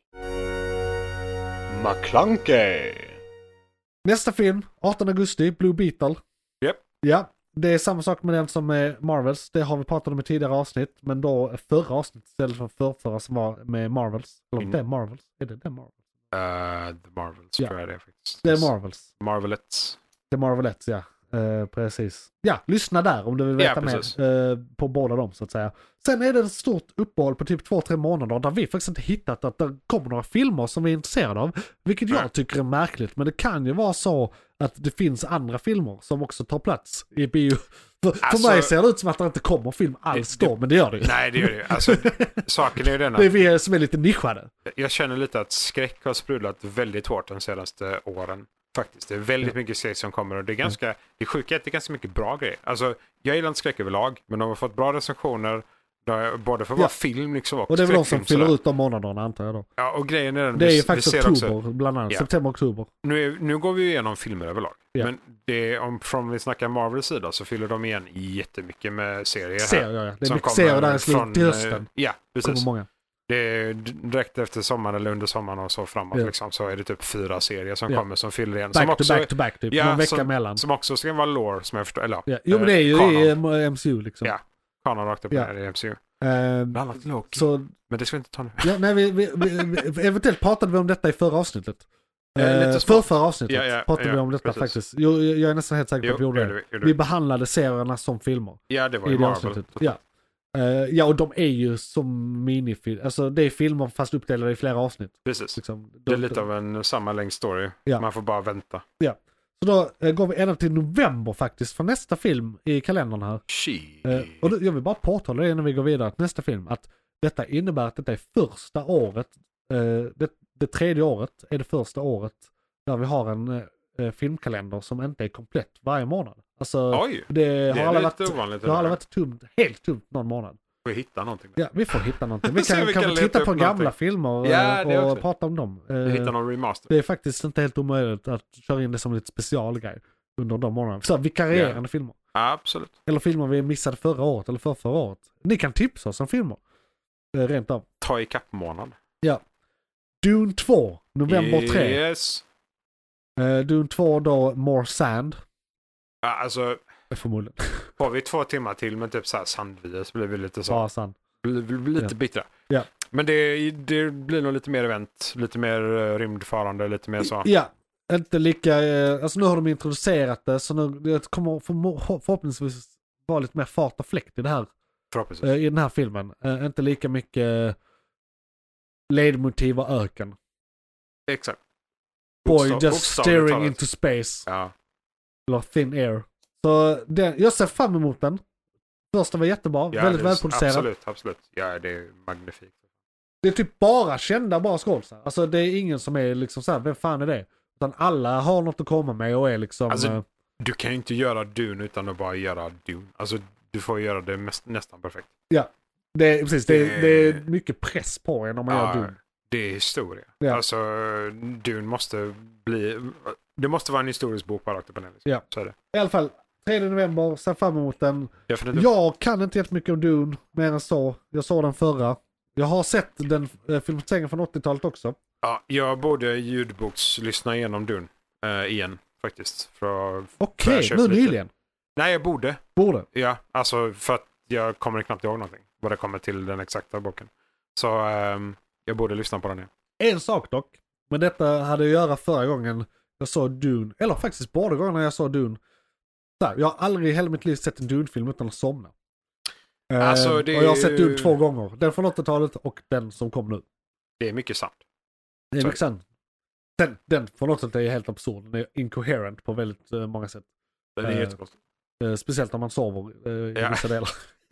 McClunkey. Nästa film, artonde augusti, Blue Beetle. Japp. Ja, det är samma sak med den som med Marvels. Det har vi pratat om i tidigare avsnitt, men då förra avsnittet istället för förrförra som var med Marvels. Eller Mm. det är Marvels. Är det det Marvels? Uh, the Marvels Ja. tror jag det är faktiskt. Det är Marvels. Marvelettes. Det är Marvelettes, ja. Eh, precis. Ja, lyssna där om du vill veta Ja, precis. mer eh, på båda dem så att säga. Sen är det ett stort uppehåll på typ två, tre månader där vi faktiskt inte hittat att det kommer några filmer som vi är intresserade av. Vilket jag Nej. tycker är märkligt, men det kan ju vara så att det finns andra filmer som också tar plats i bio. För, Alltså- för mig ser det ut som att det inte kommer film alls Det- då, men det gör det ju. Nej, det gör det ju. Alltså, saken är ju den Det är att vi som är lite nischade. jag känner lite att skräck har sprudlat väldigt hårt de senaste åren. Faktiskt. Det är väldigt Ja. mycket skräck som kommer och det är ganska, det är sjuka är att det är ganska mycket bra grejer. Alltså, jag gillar inte skräck överlag, men de har fått bra recensioner. Både för att vara Ja. film liksom och Och det är väl de som skräckfilm, fyller sådär. ut de månaderna antar jag då. Ja, och grejen är den. Det är vi- ju vi faktiskt ser oktober också- bland annat. Ja. September, oktober. Nu, är, nu går vi igenom filmer överlag. Ja. Men det, om från vi snackar Marvels sida så fyller de igen jättemycket med serier här. Serier, ja. Det är som mycket kommer serier där i från, slutet till hösten. eh, Ja, Kommer precis. många. Det är d- direkt efter sommaren eller under sommaren och så framåt Ja. liksom, så är det typ fyra serier som Ja. kommer som fyller igen. Som Back to också, back to back typ. Ja, Någon vecka som- emellan. som också ska vara lore som jag förstår. Eller, Ja. Jo men det är ju kanon. i eh, M C U liksom. Ja. Kanon rakt upp Ja. ner i M C U. Eh, Bland annat Loki. så, Men det ska vi inte ta nu. ja, nej, vi, vi, vi, vi, eventuellt pratade vi om detta i förra avsnittet. Eh, lite Eh, smått. för förra avsnittet Ja, ja, pratade ja, vi om detta precis. faktiskt. Jo, jag är nästan helt säker på att vi Jo, gjorde det det. gjorde vi, gjorde Vi vi. behandlade serierna som filmer. Ja, det var I ju det Marvel. avsnittet. Ja. Eh, ja, och de är ju som minifilm. Alltså det är filmer fast uppdelade i flera avsnitt. Precis. Liksom. Det är De- lite av en samma längd story. Ja. Man får bara vänta. Så då eh, går vi ända till november faktiskt för nästa film i kalendern här. She. Eh, och då, jag vill bara påtala det när vi går vidare till nästa film. Att detta innebär att detta är första året, eh, det, det tredje året är det första året där vi har en eh, filmkalender som inte är komplett varje månad. Alltså Oj, det, det har är aldrig lite varit, ovanligt. det har aldrig varit tomt, helt tomt någon månad. Får vi hitta någonting. Ja, vi får hitta någonting. Vi Se kan om vi kan kanske leta titta på upp gamla någonting. filmer eh, Ja, det och också. prata om dem. Eh, Vi hittar någon remaster. det är faktiskt inte helt omöjligt att köra in det som lite specialgrej under de månaderna. Så vikarierande Ja. filmer. Absolut. Eller filmer vi missade förra året eller för förra året. Ni kan tipsa oss om filmer. Eh, rent av. Ta i kapp månad. Dune två, november tre. Yes. Eh, Dune två då, More Sand. Ja, alltså, Eh, Förmodligen. får vi två timmar till med typ så här sandvideo så blir vi lite så. Bara sand. Blir, blir, blir lite Ja. bittra. Ja. Men det, det blir nog lite mer event. Lite mer uh, rymdfarande. Lite mer så. Ja, inte lika... Eh, alltså nu har de introducerat det så nu det kommer förmo- förhoppningsvis vara lite mer fart och fläkt i det här. Förhoppningsvis. Eh, I den här filmen. Eh, inte lika mycket eh, ledmotiv och öken. Exakt. Boy Bokstav- just bokstavligt staring talat. into space. Ja. Eller thin air. Så den, jag ser fram emot den. Första var jättebra. Ja, väldigt det är- välproducerad. Absolut, absolut. Ja, det är magnifikt. Det är typ bara kända, bara skådisar. Alltså det är ingen som är liksom såhär, vem fan är det? Utan alla har något att komma med och är liksom... Alltså, eh, Du kan ju inte göra Dune utan att bara göra Dune. Alltså, du får göra det mest, nästan perfekt. det, är, precis, det, är, det- det är mycket press på en om man gör Ja, Dune. det är historia. Ja. Alltså, Dune måste bli... Det måste vara en historisk bok bara rakt upp och ner. Liksom. Ja. Så är det. I alla fall, tredje november, ser fram emot den. Definitivt. Jag kan inte jättemycket om Dune, mer än så. Jag såg den förra. Jag har sett den äh, filmatiseringen från åttiotalet också. Ja, jag borde ljudbokslyssna igenom Dune eh, igen faktiskt. För att Okej, fräscha nu upp lite. nyligen. Nej, jag borde. Borde. Ja, alltså för att jag kommer knappt ihåg någonting. Vad det kommer till den exakta boken. Så ehm, jag borde lyssna på den igen. En sak dock. Men detta hade att göra förra gången jag såg Dune. Eller faktiskt båda gångerna jag såg Dune. Så här, jag har aldrig i hela mitt liv sett en Dune-film utan att somna. Eh, Alltså, det och jag har är sett ju- Dune två gånger. Den från åttiotalet och den som kom nu. Det är mycket sant. Det är Så- mycket sant. Den, den från åttiotalet är helt absurd. Den är incoherent på väldigt eh, många sätt. Det är Eh, jättekonstigt. Eh, speciellt när man sover eh, i Ja. vissa delar.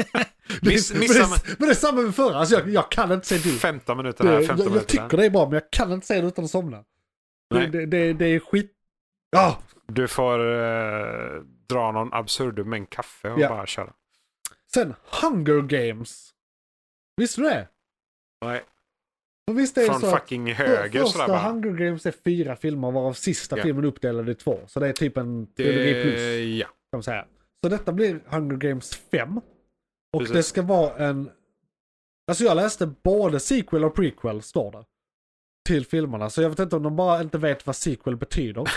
Miss- men, missar det, man- men det är samma med förra. Alltså jag, jag kan inte se Dune. femton minuter Det, här, jag, femton jag minuter tycker där. det är bra men jag kan inte se det utan att somna. Det, Nej. det, det, det är skit... Ja! Du får eh, dra någon absurdum med en kaffe och Ja. bara köra. Sen Hunger Games. Visste du det? Nej. Och visst är det Från så att fucking höger för, sådär första bara. Hunger Games är fyra filmer varav sista Ja. filmen är uppdelad i två. Så det är typ en trilogi plus Det, ja. kan man säga. Så detta blir Hunger Games fem. Och Precis. det ska vara en... Alltså jag läste både sequel och prequel står det. Till filmerna. Så jag vet inte om de bara inte vet vad sequel betyder. uh,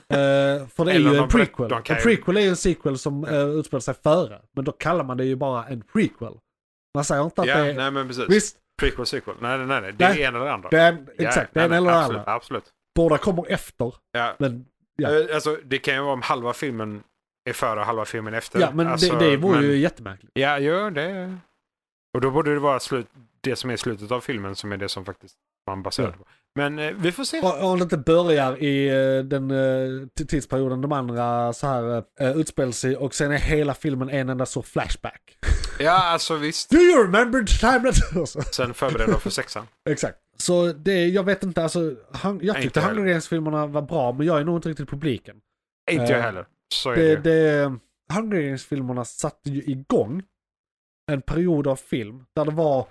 för det är Eller ju de en berätt- prequel. de kan En ju- prequel är ju en sequel som uh, utspelar sig före. Men då kallar man det ju bara en prequel. Man säger inte att Ja, det är... nej men precis. Visst, Prequel, sequel. Nej, nej, nej. nej. Det är Nej. en eller andra. det är, Ja, exakt. Det nej, är en nej, eller absolut, annan. Absolut. Båda kommer efter. Ja. Men, ja. Eh, Alltså, det kan ju vara om halva filmen är före och halva filmen efter. ja, men alltså, det, det vore men, ju jättemärkligt. Ja, gör det. Och då borde det vara slut, det som är slutet av filmen som är det som faktiskt man baserar Ja. på. Men eh, vi får se. Och, om det inte börjar i eh, den uh, tidsperioden de andra så här uh, utspelar sig och sen är hela filmen en enda så flashback. Ja, alltså visst. Do you remember the time that... Så, Sen förbereder de för sexan. exakt. Så det, jag vet inte, alltså, hung, jag Nej, tyckte inte Hunger Games-filmerna var bra, men jag är nog inte riktigt publiken. Inte Eh, jag heller. Så är Det, det. det, Hunger Games-filmerna satte ju igång en period av film där det var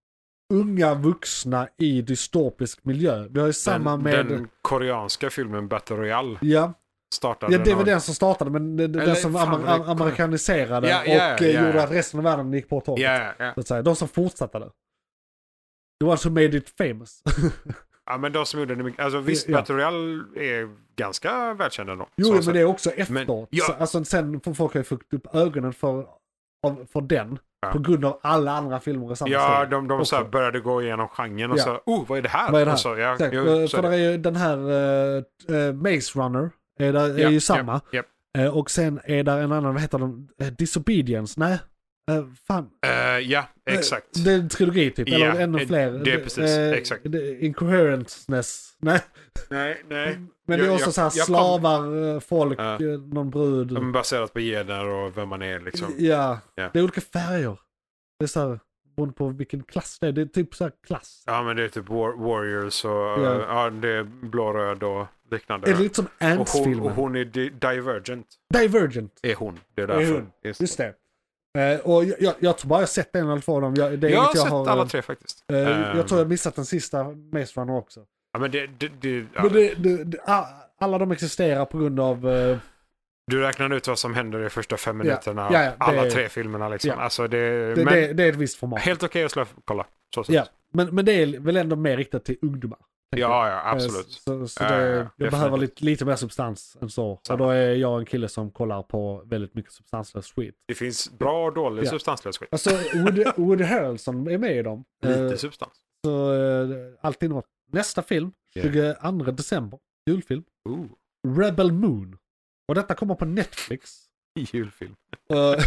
unga vuxna i dystopisk miljö. Vi har ju samma den, med... Den koreanska filmen Battle Royale Ja. startade. Ja, det var någon... den som startade, men det, det, Eller, den som fan, amer, det- amerikaniserade Ja, ja, och eh, ja, gjorde ja. att resten av världen gick på tåget. Ja, ja. Så att säga. De som fortsatte det. The ones who made it famous. Ja, men de som gjorde det mycket... Alltså visst, Ja. Battle Royale är ganska välkända då. Jo, Så men sett. det är också efteråt. Men, ja. Så, alltså, sen får folk har ju fått upp ögonen för, av, för den. Ja. På grund av alla andra filmer i samma Ja, serie. de, de så här Också. började gå igenom genren och Ja. så, oh, vad är det här? Vad är det här? Och så, ja, Exakt. jo, Eh, så för är det det. är ju den här uh, Maze Runner. Är, där, är Ja, ju samma. ja, ja. Eh, och sen är där en annan, vad heter den? Uh, Disobedience? Nej. Uh, fan. Eh, ja, exakt. Eh, Det är en trilogi typ, Ja, eller ännu eh, fler. det är precis, Eh, exakt. det- Incoherentness. Nej. nej, nej. Men det är Jag- också jag- så här jag kom- slavar, eh, folk, Ja. eh, någon brud. De är baserat på gener och vem man är liksom. Ja, Ja. det är olika färger. Det är så här, beroende på vilken klass det är. Det är typ så här klass. Ja, men det är typ war Warriors och Ja. ja, det är blå, röd och liknande. Är det lite som och, hon, Ants-filmen? och hon är di Divergent. Divergent. Är hon. Det är Är därför. hon. Just. Just det. Eh, och jag, jag, jag tror bara jag har sett en eller två av dem. Jag, det är Jag har inget sett har, alla eh, tre faktiskt. eh, Ehm, jag tror jag har missat den sista Maze Runner också. Ja, men det, det, det, ja. Men det, det, det, a- alla de existerar på grund av... eh, Du räknar ut vad som händer i första fem minuterna. Ja, ja, det- alla tre filmerna liksom. Ja. Alltså det, det, men det, det är ett visst format. helt okej att slå, kolla. Så sett. Ja, men, men det är väl ändå mer riktat till ungdomar. tänker jag. Ja, ja, Eh, absolut. Så, så Ja, det, ja, ja, jag definitivt. behöver lite, lite mer substans än så. Samma. Och då är jag en kille som kollar på väldigt mycket substanslös skit. Det finns bra och dålig Ja. substanslös skit. Alltså Woody, Woody Harrelson är med i dem. Lite Eh, substans. Så eh, alltid något. Nästa film, Ja. tjugoandra december, julfilm. Ooh, Rebel Moon. Och detta kommer på Netflix. julfilm. Uh,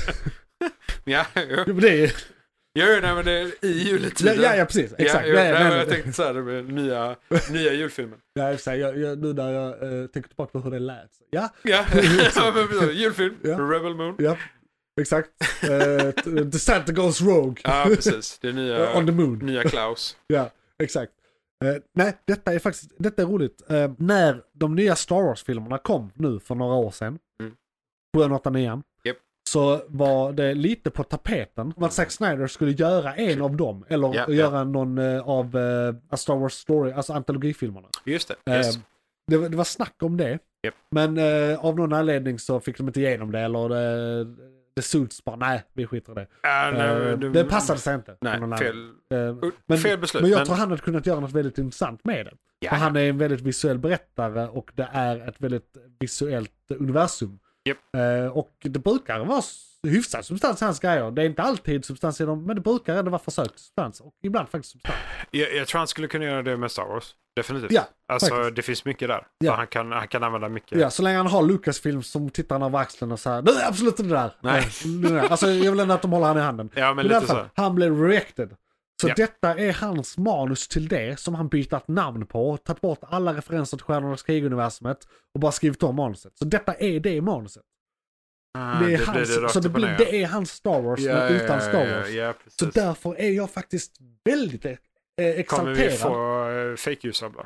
Ja, jo. det är, Jo, nej, men det är i ja, juletiden. ja, ja, precis. Exakt. Ja, jo, Ja, nej, nej, men nej. jag tänkte så här, det med nya, nya julfilmen. Ja, exakt. Jag, jag, nu när jag uh, tänker tillbaka på hur det lät. Så, ja, Ja, ja men precis. Julfilm. Ja. Rebel Moon. ja, exakt. Uh, the Santa Goes Rogue. Ja, precis. Det är nya, On the moon. nya Klaus. Ja, exakt. Eh, nej, detta är faktiskt detta är roligt. Eh, när de nya Star Wars-filmerna kom nu för några år sedan, Mm. sju, åtta, nio, Japp. så var det lite på tapeten om att Zack Snyder skulle göra en av dem, eller Ja, ja. göra någon eh, av eh, A Star Wars Story, alltså antologifilmerna. Just det. Yes. Eh, det, var- det var snack om det, Japp. men eh, av någon anledning så fick de inte igenom det, eller det, det suits bara, nej, vi skiter i det. Ja, nej, Eh, det- det passade sig inte. av Nej, någon fel, anledning. Eh, uh, men- fel beslut. men jag tror han hade kunnat göra något väldigt intressant med det. ja, För han är en väldigt visuell berättare och det är ett väldigt visuellt universum. Japp. Eh, och det brukar vara s- hyfsad substans i hans grejer. Det är inte alltid substans i dem, men det brukar ändå vara försök till substans. Och ibland faktiskt substans. jag, jag tror han skulle kunna göra det med Star Wars. Definitivt. Ja, alltså, faktiskt. det finns mycket där. Ja. Så han, kan, han kan använda mycket. Ja, så länge han har Lucasfilm som tittar över axeln och så här, nej absolut inte det där. Nej. Nej, Alltså jag vill ändå att de håller han i handen. Ja, men Men i alla lite fall, så. han blev reacted. Så Ja. detta är hans manus till det som han bytt ett namn på, tagit bort alla referenser till Stjärnornas krig-universumet och bara skrivit om manuset. Så detta är det manuset. Ah, Det är, hans, rakt så det, upp och blir, ner. det är hans Star Wars, Ja, men ja, utan ja, Star ja, Wars. Ja, precis. Så därför är jag faktiskt väldigt eh, Kommer vi exalterad. få uh, fake-ljusablar?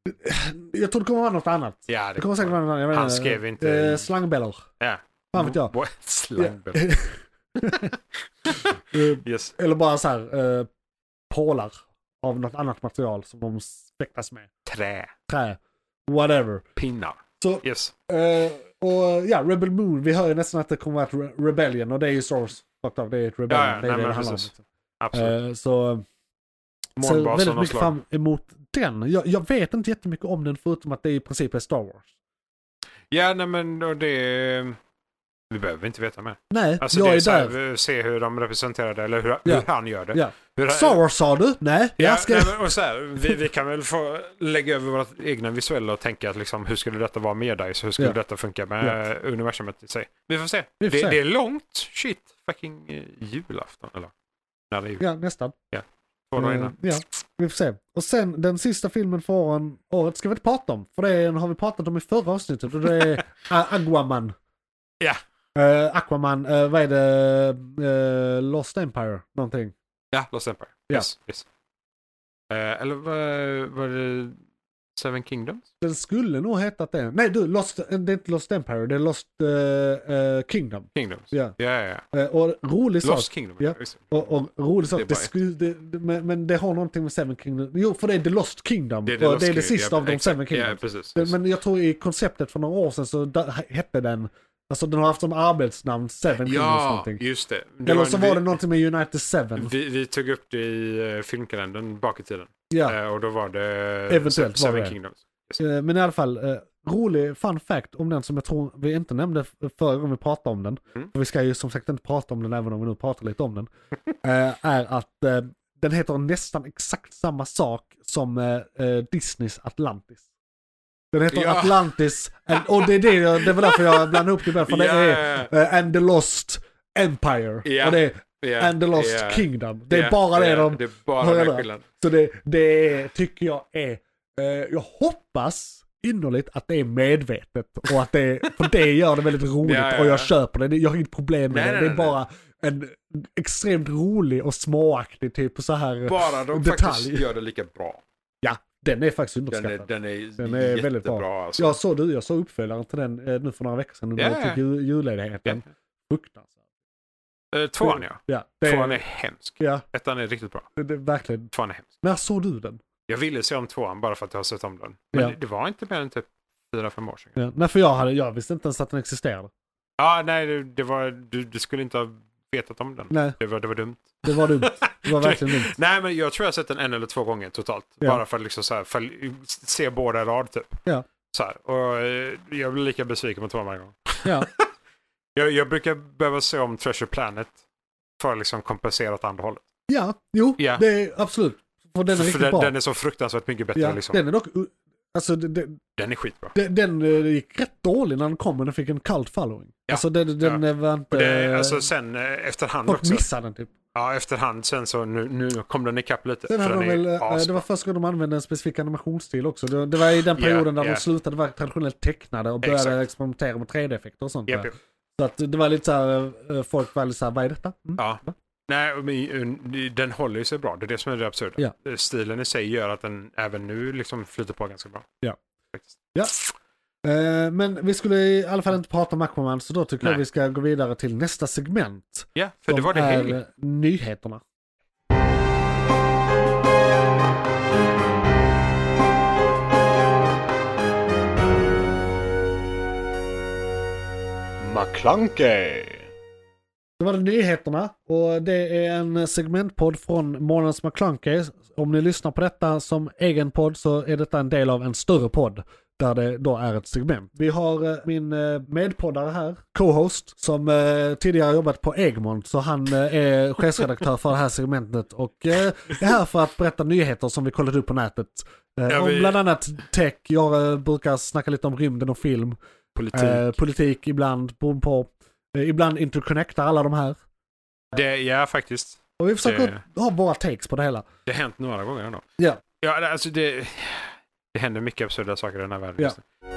Jag tror det kommer vara något annat. Ja, Det kommer säkert vara något annat. Jag vet Han inte, skrev inte- Eh, slangbällor. Ja. Fan vet jag. What? Slangbell. Eh, Yes. Eller bara så här, eh, pålar av något annat material som de späcktas med. Trä. Trä. Whatever. Pinnar. Så, Yes. eh, och ja, Rebel Moon, vi hör ju nästan att det kommer att vara ett Re- Rebellion och det är ju Star Wars. Fucked up, det är ett Rebellion. Ja, ja, det är nej, det men det handlar om. precis. Liksom. Absolut. Eh, så ser Månbas av väldigt något mycket slag. fram emot den. Jag, jag vet inte jättemycket om den förutom att det i princip är Star Wars. Ja, nej men och det... Vi behöver inte veta mer. Nej, Alltså jag det är är så där. här, se hur de representerar det, eller hur, Ja. hur han gör det. Ja. Hur, Star Wars sa du? Nej, Ja, jag ska... nej, men, och så här, vi, vi kan väl få lägga över våra egna visuella och tänka att liksom, hur skulle detta vara med dig? Så hur skulle Ja. detta funka med Ja. universumet i sig? Vi får se. Vi får det, se. det är långt. Shit. Fucking uh, julafton. Eller? När det är jul. Ja, nästan. Två dagar Eh, innan. Ja, vi får se. Och sen den sista filmen för åren, året ska vi inte prata om. För det har vi pratat om i förra avsnittet och det är A- Aquaman. Ja. Eh, Aquaman, uh, vad är det? Eh, Lost Empire, någonting. Ja, Lost Empire. Ja. Yes. yes. Eh, eller vad vad är det Seven Kingdoms? Den skulle nog hetat det. Nej du, Lost, det är inte Lost Empire, det är Lost uh, uh, Kingdom. Kingdoms? Ja. Ja, ja, ja. Uh, och rolig Lost sak. Kingdom. Ja. Och, och rolig sak, Det är det bara skulle, det, det, men, men det har någonting med Seven Kingdoms. Jo, för det är The Lost Kingdom. Det är det, det, och Lost det är det Kingdom. sista Ja, av de exakt. Seven Kingdoms. Ja, precis. Det, men jag tror i konceptet för några år sedan så da, hette den, alltså den har haft som arbetsnamn Seven Kingdoms Ja, någonting. just det. det Eller var, så var det någonting med United Seven. Vi, vi tog upp det i uh, filmkalendern bak i tiden. Ja. Uh, och då var det Eventuellt Seven var det. Kingdoms. Eh, Men i alla fall, eh, rolig fun fact om den som jag tror vi inte nämnde f- förra gången vi pratade om den. Mm. För vi ska ju som sagt inte prata om den även om vi nu pratar lite om den. eh, är att eh, den heter nästan exakt samma sak som eh, eh, Disneys Atlantis. Den heter Ja. Atlantis, and, och det är, det, jag- det var därför jag blandade upp det ibland, för det Ja, är ja, eh, And the Lost Empire. Ja. Och det är ja. And the Lost Ja. Kingdom. Det är Ja, bara det ja, de Det är bara har den ändrat. skillnaden. Så det, det tycker jag är, eh, jag hoppas innerligt att det är medvetet och att det, för det gör det väldigt roligt Ja, ja, ja. och jag köper det. Det- Jag har inget problem med Nej, det. nej, Det är nej, bara en extremt rolig och småaktig typ så här Bara de detalj. faktiskt gör det lika bra. Ja, den är faktiskt Den underskattad. är, den är, Den är jättebra. väldigt bra. Alltså. Jag såg du, jag såg uppföljaren till den eh, nu för några veckor sedan under Ja, yeah. ja. jul, julledigheten. Fruktansvärt. Eh, tvåan ja. Ja, det, Tvåan är hemsk. ja, Ettan är riktigt bra. det, det är verkligen. Tvåan är hemsk. När såg du den? Jag ville se om tvåan bara för att jag har sett om den. Men Ja. det, det var inte mer än typ fyra, fem år sedan. Ja. Nej, för jag, hade, jag visste inte ens att den existerade. Ja, nej, det, det var, du, du skulle inte ha vetat om den. Nej, Det var, det var dumt. det var dumt. Det var verkligen dumt. Nej, men jag tror jag har sett den en eller två gånger totalt. Ja. Bara för att liksom så här, för, se båda i rad typ. Ja. Så här. Och eh, jag blir lika besviken med tvåan varje gång. Ja. Jag, jag brukar behöva se om Treasure Planet för att liksom kompensera åt andra hållet. Ja, jo, Ja. det är absolut. För den är För riktigt den, bra. den är så fruktansvärt mycket bättre. ja, liksom. den är dock, alltså det, det, Den är skitbra. det, den eh, gick rätt dålig när den kom, men den fick en cult following. Ja. Alltså den, den Ja. var inte... Och det, alltså sen eh, efterhand folk också. missade den typ. Ja, efterhand sen så nu, nu kom den ikapp lite. Sen för hade den de är väl, eh, det asbra. var första gången de använde en specifik animationsstil också. Det, det var i den Ja, perioden där ja. de slutade vara traditionellt tecknade och började Exakt. experimentera med tre D-effekter och sånt. Japp, där. japp. Så att det var lite så här, eh, folk var lite så här, vad är detta? Mm. Ja. Nej, men eh, den håller ju sig bra. Det är det som är det absurda. Ja. Stilen i sig gör att den även nu liksom flyter på ganska bra. Ja. Faktiskt. Ja. Eh, men vi skulle i alla fall inte prata om Aquaman, så då tycker Nej. jag vi ska gå vidare till nästa segment. Ja, för Som det var det är helg. eh, nyheterna. McClunkey. Det var det nyheterna och det är en segmentpodd från Månadens McClunkey. Om ni lyssnar på detta som egen podd så är detta en del av en större podd där det då är ett segment. Vi har eh, min eh, medpoddare här, co-host, som eh, tidigare jobbat på Egmont, så han eh, är chefsredaktör för det här segmentet och eh, är här för att berätta nyheter som vi kollat upp på nätet. Eh, Ja, om vi- bland annat tech, jag eh, brukar snacka lite om rymden och film, Politik. eh, politik ibland, beroende på, eh, ibland interconnectar alla de här. Det, ja, faktiskt. Och vi försöker Det- ha våra takes på det hela. Det har hänt några gånger ändå. Ja. Ja, det- alltså det... Det händer mycket absurda saker i den här världen. Ja. just nu.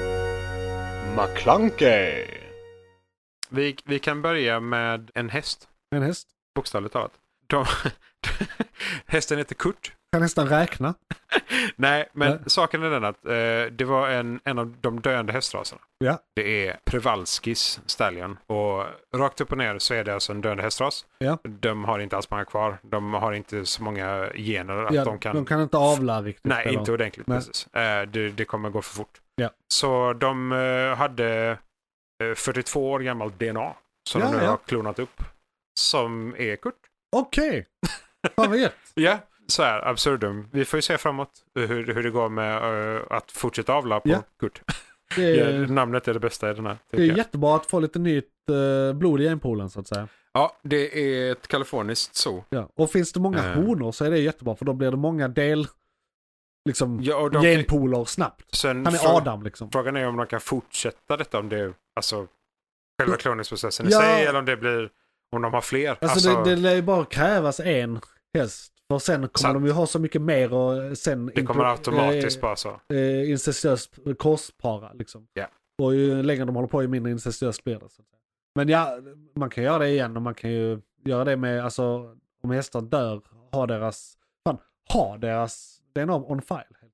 McClunkey. Vi, vi kan börja med en häst, En häst. bokstavligt talat. De, hästen heter Kurt. Kan nästan räkna. Nej, men Nej. saken är den att eh, det var en, en av de döende hästraserna. Ja. Det är Przewalskis stallion. Och rakt upp och ner så är det alltså en döende hästras. Ja. De har inte alls många kvar. De har inte så många gener att Ja, de kan... de kan inte avla riktigt. Nej, eller? inte ordentligt. Nej. Precis. Eh, det, det kommer gå för fort. Ja. Så de eh, hade eh, fyrtiotvå år gammalt D N A som Ja, de nu ja. har klonat upp. Som är Kurt. Okej. Fan vad gött. Ja, så här, absurdum. Vi får ju se framåt hur, hur det går med uh, att fortsätta avla på Ja. Kurt. Det Ja, är, namnet är det bästa i den här. det tycker är jag. jättebra att få lite nytt uh, blod i genpoolen så att säga. Ja, det är ett kaliforniskt zoo. Ja. Och finns det många Eh. honor så är det jättebra, för då blir det många del liksom Ja, och de, genpooler snabbt. sen, Han är frå- Adam liksom. Frågan är om de kan fortsätta detta, om det är alltså själva kloningsprocessen i Ja. sig, eller om det blir, om de har fler. Alltså, Alltså, det, det lär ju bara krävas en häst. För sen kommer Sant. de ju ha så mycket mer och sen... det kommer impro- automatiskt eh, bara så. eh, incestuöst korspara liksom. Ja. Och ju längre de håller på ju mindre incestuöst blir det. Så att säga. Men ja, man kan göra det igen och man kan ju göra det med, alltså om hästar dör, ha deras, fan, ha deras D N A on file. Helt enkelt.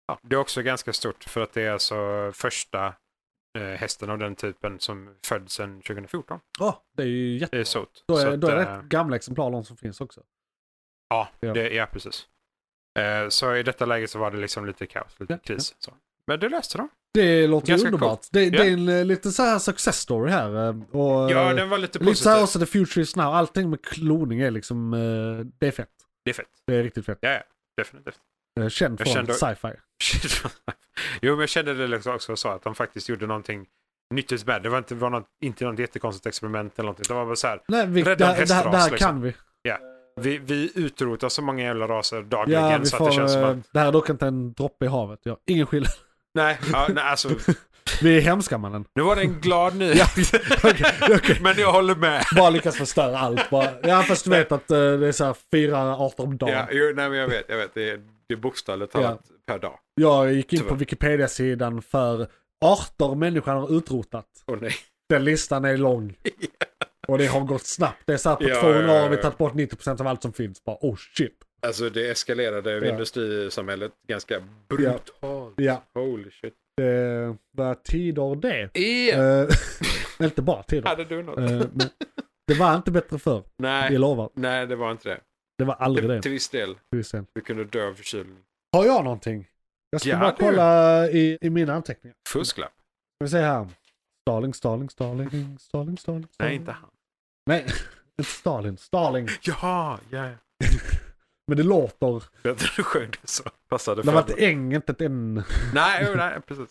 Ja, det är också ganska stort för att det är alltså första eh, hästen av den typen som föddes sedan tjugo fjorton. Ja, oh, det är ju jättebra. Det är så. Då är, så att, då är det äh, rätt gamla exemplar de som finns också. Ja, ja. Det, ja precis. Eh, så i detta läget så var det liksom lite kaos, lite ja, kris. Ja. Så. Men det löste de. Det låter ju underbart. Det, ja. det är en lite så här success story här. Och, ja, den var lite positiv. Lite så här också The Future is Now. Allting med kloning är liksom, det är fett. Det är fett. Det är riktigt fett. Ja, ja. Definitivt. Känd från kände... sci-fi. Jo, men jag kände det liksom också så att de faktiskt gjorde någonting nyttigt med. Det var inte, var något, inte något jättekonstigt experiment eller någonting. Det var bara så här, nej, vi, rädda en hästras. Det här liksom. kan vi. Ja. Vi, vi utrotar så många jävla raser dagligen ja, vi så får, att det känns som att... Det här är dock inte en droppe i havet. Ja, ingen skillnad. Nej, ja, nej alltså... vi är hemska, mannen. Nu var det en glad nyhet. okay, okay. Men jag håller med. Bara lyckas förstöra allt. Bara, ja, fast du vet att uh, det är så här fyra arter om dagen. Ja, jo, nej, men jag vet. Jag vet det, är, det är bokstavligt talat ja. per dag. Jag gick in på Wikipedia-sidan för arter människan har utrotat. Åh oh, nej. Den listan är lång. ja. Och det har gått snabbt. Det är så här på ja, tvåhundra år ja, ja, ja. har vi tagit bort nittio procent av allt som finns. Bara, oh shit. Alltså det eskalerade ja. industrisamhället ganska brutalt. Ja. Holy shit. Det var tider det. Yeah. Uh, inte bara tider. Hade du något? Uh, men det var inte bättre förr. Nej. Jag lovar. Nej, det var inte det. Det var aldrig det. det. Till viss del. Till viss del. Vi kunde dö av förkylning. Har jag någonting? Jag ska ja, bara du. kolla i, i mina anteckningar. Fusklapp. Vi ser här. Starling, Starling, Starling, Starling, Starling, Starling. Nej, inte han. Nej, inte Stalin. Starling. Jaha, ja. Men det låter... Jag tror du sjöng det så. Passade det var ett äng, inte ett en. Nej, jo, nej, precis.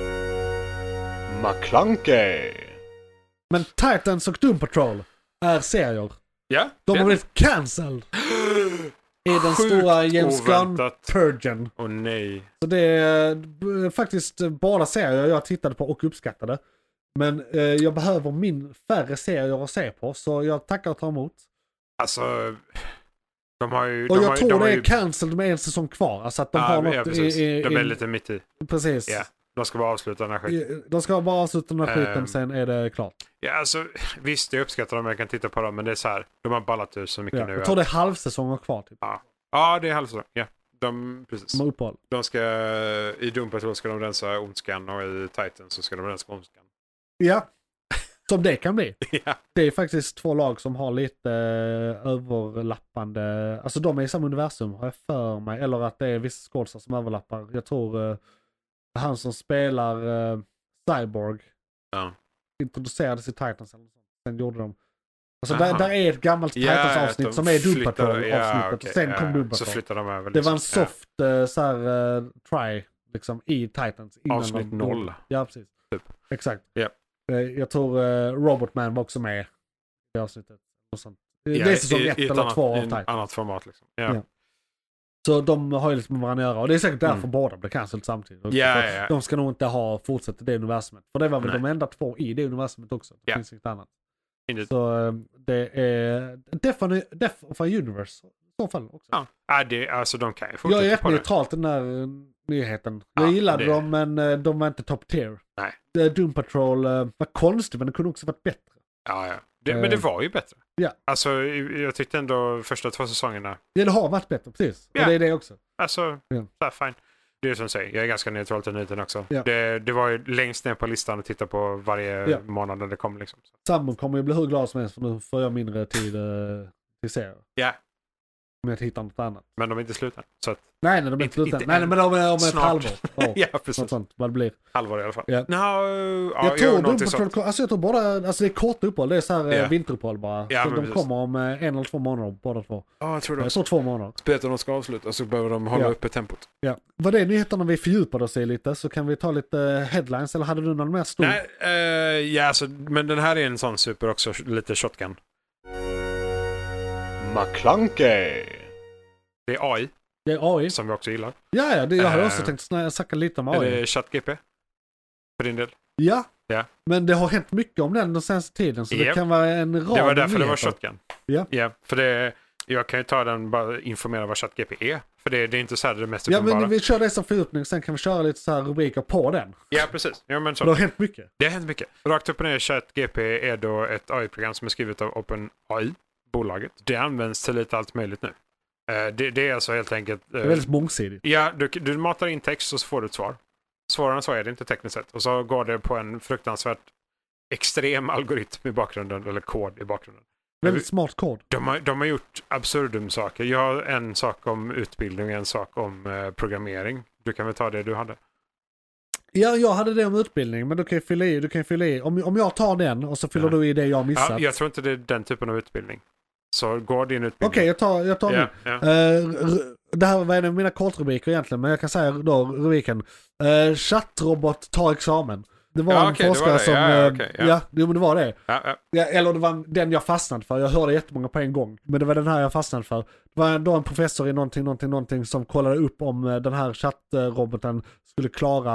McClunkey. Men Titans och Doom Patrol är serier. Ja. De har ja. blivit cancelled. I den Sjukt stora James oväntat. Gunn-purgen. Åh oh, nej. Så det är faktiskt bara serier jag tittade på och uppskattade. Men eh, jag behöver min färre serier att se på, så jag tackar och tar emot. Alltså, de har ju... Och de jag har, tror de det har är ju... cancelled med en säsong kvar. Alltså att de ja, har något ja, precis. i, i, de är in... lite mitt i. Precis. Ja, de ska bara avsluta den här skiten. De ska bara avsluta den här skiten, um, sen är det klart. Ja, alltså, visst, jag uppskattar dem, jag kan titta på dem, men det är så här, de har ballat ut så mycket Ja, nu. jag tror det är halvsäsonger kvar. Typ. Ja. ja, det är halvsäsong. Ja, de, precis. De har uppehåll. De ska, i Doom Patrol ska de rensa ondskan och i Titan så ska de rensa ondskan. Ja, som det kan bli. ja. Det är faktiskt två lag som har lite eh, överlappande, alltså de är i samma universum har jag för mig, eller att det är vissa skådespelare som överlappar. Jag tror eh, han som spelar eh, Cyborg ja. introducerades i Titans eller sånt. Sen gjorde de, alltså där, där är ett gammalt Titans-avsnitt ja, som är Doom Patrol-avsnittet ja, okay, och sen ja, kom Doom Patrol. Så flyttar de över. Det Liksom. var en soft ja. så här, uh, try liksom i Titans. Avsnitt de, noll. Ja, precis. Typ. Exakt. Yep. Jag tror uh, Robotman var också med i det avsnittet. Och sånt. Ja, det är säsong i, ett i ett eller annat, två av i Titans. annat format liksom. Ja. Ja. Så de har ju liksom med varandra att göra. Och det är säkert därför Mm. båda blir cancelled samtidigt. Ja, ja, ja. De ska nog inte ha fortsatt i det universumet. För det var väl Nej. de enda två i det universumet också. Det ja. finns inget annat. Inget. Så um, det är Death of, Death of a Universe. I så fall också. Ja, ja det, alltså de kan ju fortsätta Jag är rätt på det. neutralt den där uh, nyheten. Jag Ja, gillade det- dem men uh, de var inte top tier. Nej. Uh, Doom Patrol uh, var konstigt men det kunde också varit bättre. Ja, ja. Det, Eh, men det var ju bättre. ja. Alltså, jag tyckte ändå första två säsongerna, Ja, det har varit bättre, precis. Ja. Och det är det också. alltså, Ja. så här, fine. Det är som säger, jag är ganska neutral till nyheten också. Ja. Det, det var ju längst ner på listan att titta på varje Ja. månad när det kom liksom. Så. Sambon kommer ju bli hur glad som helst för nu får jag mindre tid uh, till serier. Ja, Om jag inte hittar något annat. men de är inte slut än. Så att, Nej, nej, de är Inte- inte slut än. inte Nej, än. men de är om ett Snart. halvår. Oh, ja, något precis. sånt, vad det blir. Halvår i alla fall. Ja. No, ja, jag jo, tror Doom någonting Patrol, sånt. alltså jag tror båda, alltså det är korta uppehåll, det är så här Ja. yeah. vinteruppehåll bara. Ja, så men de precis. kommer om eh, en eller två månader, båda två. Ja, jag tror det. Jag tror två månader. Spelet de ska avsluta så behöver de hålla Ja. uppe tempot. Ja. Var det nyheterna vi fördjupade oss i lite så kan vi ta lite headlines, eller hade du någon mer stor? Nej, eh, ja, alltså, men den här är en sån super också, lite shotgun. McClunkey. Det är A I, Det är A I. som vi också gillar. Ja, ja, det, jag har Eh, också tänkt snä- snacka lite om A Är I. det ChatGP? För din del? Ja. Ja. Men det har hänt mycket om den den senaste tiden så det Japp. kan vara en rad Det var därför det var nyheter. shotgun. Ja. Ja, för det, jag kan ju ta den bara informera vad ChatGP är. För det, det är inte så här det mest Ja, uppenbara. men vi kör det som fördjupning, sen kan vi köra lite så här rubriker på den. Ja, precis. Ja, men Så det har så. hänt mycket. Det har hänt mycket. Rakt upp och ner, ChatGP är då ett A I-program som är skrivet av OpenAI, bolaget. Det används till lite allt möjligt nu. Eh, det, det är alltså helt enkelt... Det är väldigt mångsidigt. Ja, du, du matar in text och så får du ett svar. Svårare än så är det inte tekniskt sett. Och så går det på en fruktansvärt extrem algoritm i bakgrunden, eller kod i bakgrunden. Väldigt smart kod. De har, de har gjort absurdum saker. Jag har en sak om utbildning och en sak om eh, programmering. Du kan väl ta det du hade? Ja, jag hade det om utbildning, men du kan ju fylla i. Du kan ju fylla i. Om, om jag tar den och så fyller Ja. du i det jag har missat. Ja, jag tror inte det är den typen av utbildning. Så går din utbildning. Okej, jag tar, jag tar Ja, min. ja. Eh, r- det här var en av mina kortrubriker egentligen, men jag kan säga då rubriken. Uh, Chattrobot tar examen. Det var Ja, en okej, det forskare var det. som... Ja, ja, eh, okej, ja. ja, jo, men det var det. Ja, ja. Ja, eller det var den jag fastnade för. Jag hörde jättemånga på en gång. Men det var den här jag fastnade för. Det var då en professor i någonting, någonting, någonting som kollade upp om eh, den här chattroboten skulle klara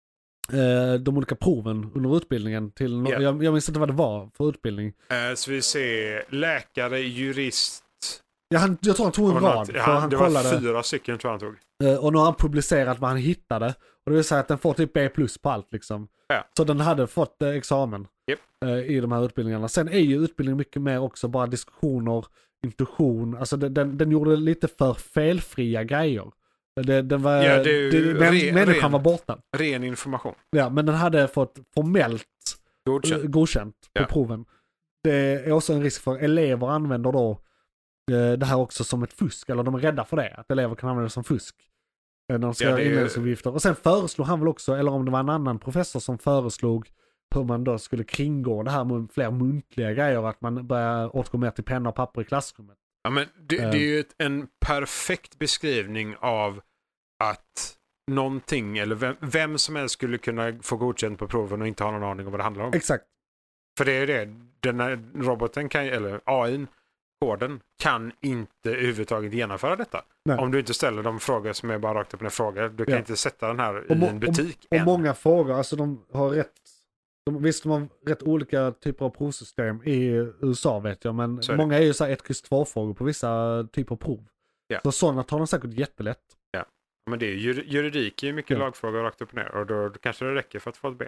eh, de olika proven under utbildningen. Till no- Ja. jag, jag minns inte vad det var för utbildning. Eh, så vi ser läkare, jurist. Ja, han, jag tror han tog en och rad. något- För han, han det kollade, var fyra stycken tror jag han tog. eh, och nu har han publicerat vad han hittade. Och det vill säga att den får typ B plus på allt liksom. Ja. Så den hade fått eh, examen Japp. eh, i de här utbildningarna. Sen är ju utbildning mycket mer också bara diskussioner, intuition. Alltså den, den, den gjorde lite för felfria grejer. Det, den var, Ja, det är ju det, men, re- människan ren- var borta. Ren information. Ja, men den hade fått formellt Godkänt. eh, godkänt på Ja. proven. Det är också en risk för elever använder då eh, det här också som ett fusk. Eller de är rädda för det. Att elever kan använda det som fusk. eh, När de ska Ja, göra det är ju- inlärningsuppgifter. Och sen föreslog han väl också, eller om det var en annan professor som föreslog hur man då skulle kringgå det här med fler muntliga grejer. Att man börjar återgå mer till penna och papper i klassrummet. Ja, men det, Eh. det är ju ett, en perfekt beskrivning av att någonting, eller vem, vem som helst skulle kunna få godkänt på proven och inte ha någon aning om vad det handlar om. Exakt. För det är det, den här roboten kan, eller A I, koden, kan inte överhuvudtaget genomföra detta. Nej. Om du inte ställer de frågor som är bara rakt upp och ner frågor. Du kan Ja. inte sätta den här Och i må- en butik Och än. många frågor, alltså de har rätt, de, visst de har rätt olika typer av provsystem i U S A vet jag, men Så är det. många är ju så här ett kryss två frågor på vissa typer av prov. Ja. Så sådana tar de säkert jättelätt. Men det är jur, juridik är ju mycket Ja. lagfrågor rakt upp och ner och då, då kanske det räcker för att få ett B.